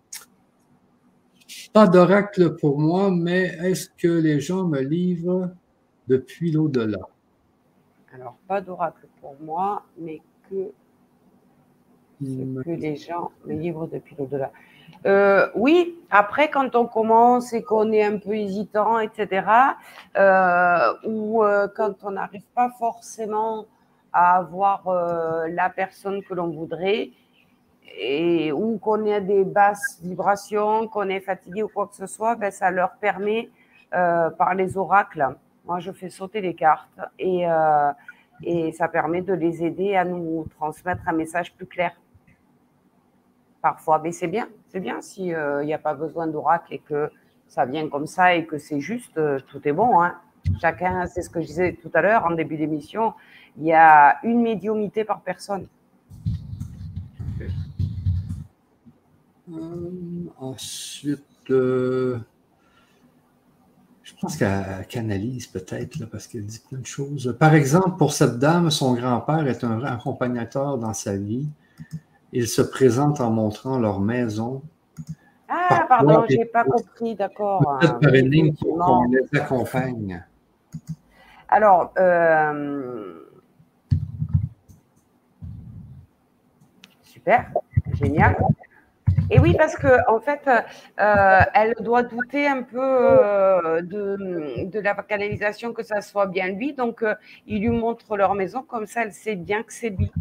Speaker 1: pas d'oracle pour moi, mais est-ce que les gens me livrent depuis l'au-delà?
Speaker 2: Alors, pas d'oracle pour moi, mais que ce que les gens me livrent depuis l'au-delà. Euh, oui, après, quand on commence et qu'on est un peu hésitant, et cetera, euh, ou euh, quand on n'arrive pas forcément à avoir euh, la personne que l'on voudrait, et, ou qu'on ait des basses vibrations, qu'on est fatigué ou quoi que ce soit, ben, ça leur permet, euh, par les oracles, moi je fais sauter les cartes, et, euh, et ça permet de les aider à nous transmettre un message plus clair. Parfois, mais c'est bien, c'est bien s'il n'y a pas besoin d'oracle et que ça vient comme ça et que c'est juste, euh, tout est bon. Hein. Chacun, c'est ce que je disais tout à l'heure en début d'émission, il y a une médiumnité par personne.
Speaker 1: Okay. Euh, ensuite, euh, je pense qu'elle canalise peut-être, là, parce qu'elle dit plein de choses. Par exemple, pour cette dame, son grand-père est un vrai accompagnateur dans sa vie. Il se présente en montrant leur maison.
Speaker 2: Ah, pardon, je n'ai pas compris, d'accord.
Speaker 1: Peut-être par énigme pour qu'on les accompagne.
Speaker 2: Alors, euh, super, génial. Et oui, parce que en fait, euh, elle doit douter un peu euh, de, de la canalisation, que ça soit bien lui. Donc, euh, il lui montre leur maison, comme ça, elle sait bien que c'est lui.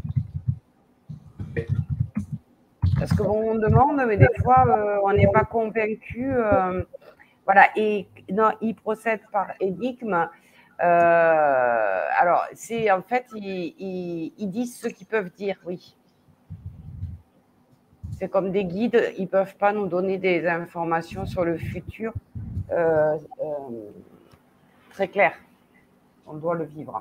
Speaker 2: Parce que bon, on demande, mais des fois, euh, on n'est pas convaincu. Euh, voilà, et non, il procède par énigme. Euh, alors, c'est en fait, ils, ils, ils disent ce qu'ils peuvent dire, oui. C'est comme des guides, ils ne peuvent pas nous donner des informations sur le futur euh, euh, très claires. On doit le vivre.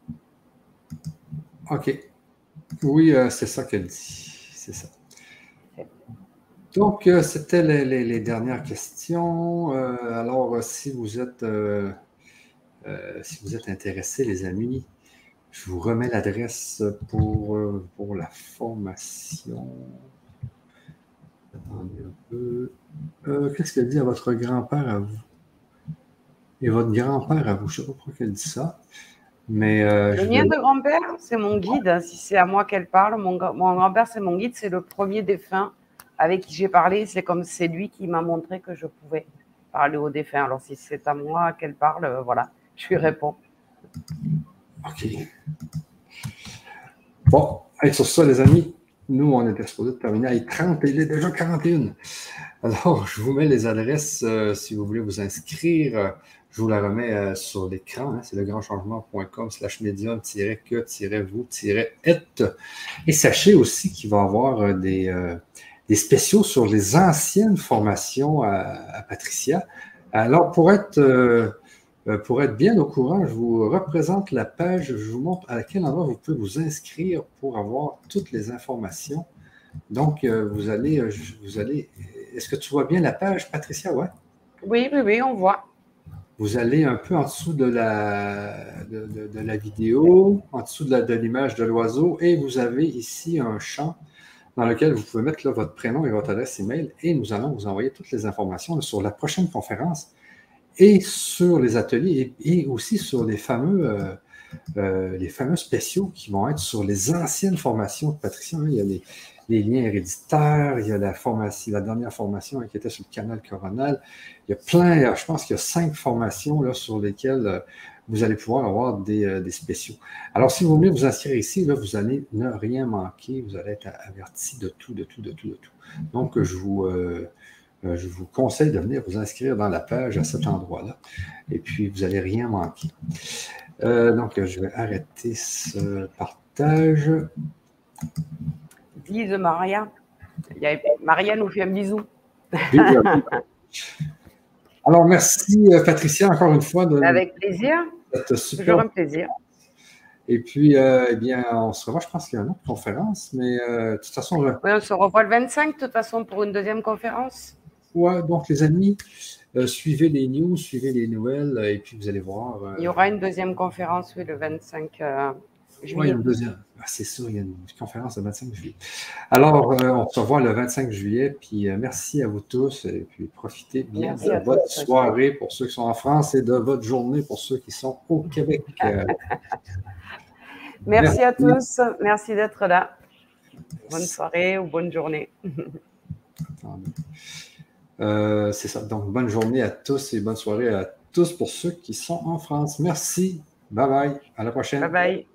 Speaker 1: OK. Oui, euh, c'est ça qu'elle dit. C'est ça. Donc, euh, c'était les, les, les dernières questions. Euh, alors, si vous êtes euh, euh, si vous êtes intéressés, les amis, je vous remets l'adresse pour, euh, pour la formation. Attendez un peu. Euh, Qu'est-ce qu'elle dit à votre grand-père à vous? Et votre grand-père à vous, je ne sais pas pourquoi elle dit ça. Mais, euh,
Speaker 2: le mien vais... de grand-père, c'est mon guide. Si c'est à moi qu'elle parle, mon, mon grand-père, c'est mon guide. C'est le premier défunt avec qui j'ai parlé. C'est comme c'est lui qui m'a montré que je pouvais parler aux défunts. Alors, si c'est à moi qu'elle parle, euh, voilà, je lui réponds.
Speaker 1: OK. Bon, et sur ça, les amis, nous, on était supposé terminer à trente et il est déjà quarante et une. Alors, je vous mets les adresses euh, si vous voulez vous inscrire. Euh, je vous la remets euh, sur l'écran. Hein, c'est legrandchangement.com slash médium-que-vous-et. Et sachez aussi qu'il va y avoir euh, des, euh, des spéciaux sur les anciennes formations à, à Patricia. Alors, pour être, euh, pour être bien au courant, je vous représente la page, je vous montre à quel endroit vous pouvez vous inscrire pour avoir toutes les informations. Donc, euh, vous allez, vous allez. Est-ce que tu vois bien la page, Patricia? Ouais.
Speaker 2: Oui, oui, oui, on voit.
Speaker 1: Vous allez un peu en dessous de la, de, de, de la vidéo, en dessous de l'image de l'oiseau, et vous avez ici un champ dans lequel vous pouvez mettre là, votre prénom et votre adresse email, et nous allons vous envoyer toutes les informations là, sur la prochaine conférence et sur les ateliers et, et aussi sur les fameux, euh, euh, les fameux spéciaux qui vont être sur les anciennes formations de Patricia. Il y a les, les liens héréditaires, il y a la formation, la dernière formation qui était sur le canal coronal. Il y a plein, je pense qu'il y a cinq formations là, sur lesquelles vous allez pouvoir avoir des, euh, des spéciaux. Alors, si vous voulez vous inscrire ici, là, vous allez ne rien manquer, vous allez être averti de tout, de tout, de tout, de tout. Donc, je vous, euh, je vous conseille de venir vous inscrire dans la page à cet endroit-là. Et puis, vous n'allez rien manquer. Euh, donc, je vais arrêter ce partage.
Speaker 2: Dis de Maria. Maria nous fait un bisou.
Speaker 1: Alors, merci Patricia, encore une fois. De
Speaker 2: Avec plaisir.
Speaker 1: Super...
Speaker 2: Toujours un plaisir.
Speaker 1: Et puis, euh, eh bien, on se revoit, je pense qu'il y a une autre conférence, mais euh, de toute façon...
Speaker 2: Oui, on se revoit le vingt-cinq, de toute façon, pour une deuxième conférence.
Speaker 1: Ouais, donc les amis, euh, suivez les news, suivez les nouvelles, et puis vous allez voir... Euh...
Speaker 2: Il y aura une deuxième conférence, oui, le vingt-cinq euh, juillet.
Speaker 1: Oui, il y a une deuxième. Ah, c'est sûr, il y a une conférence le vingt-cinq juillet. Alors, euh, on se revoit le vingt-cinq juillet, puis euh, merci à vous tous, et puis profitez bien merci de votre tous, soirée pour ceux qui sont en France et de votre journée pour ceux qui sont au Québec. Euh...
Speaker 2: merci, merci à tous, merci d'être là. Bonne soirée ou bonne journée.
Speaker 1: Euh, c'est ça. Donc, bonne journée à tous et bonne soirée à tous pour ceux qui sont en France. Merci. Bye bye. À la prochaine.
Speaker 2: Bye bye.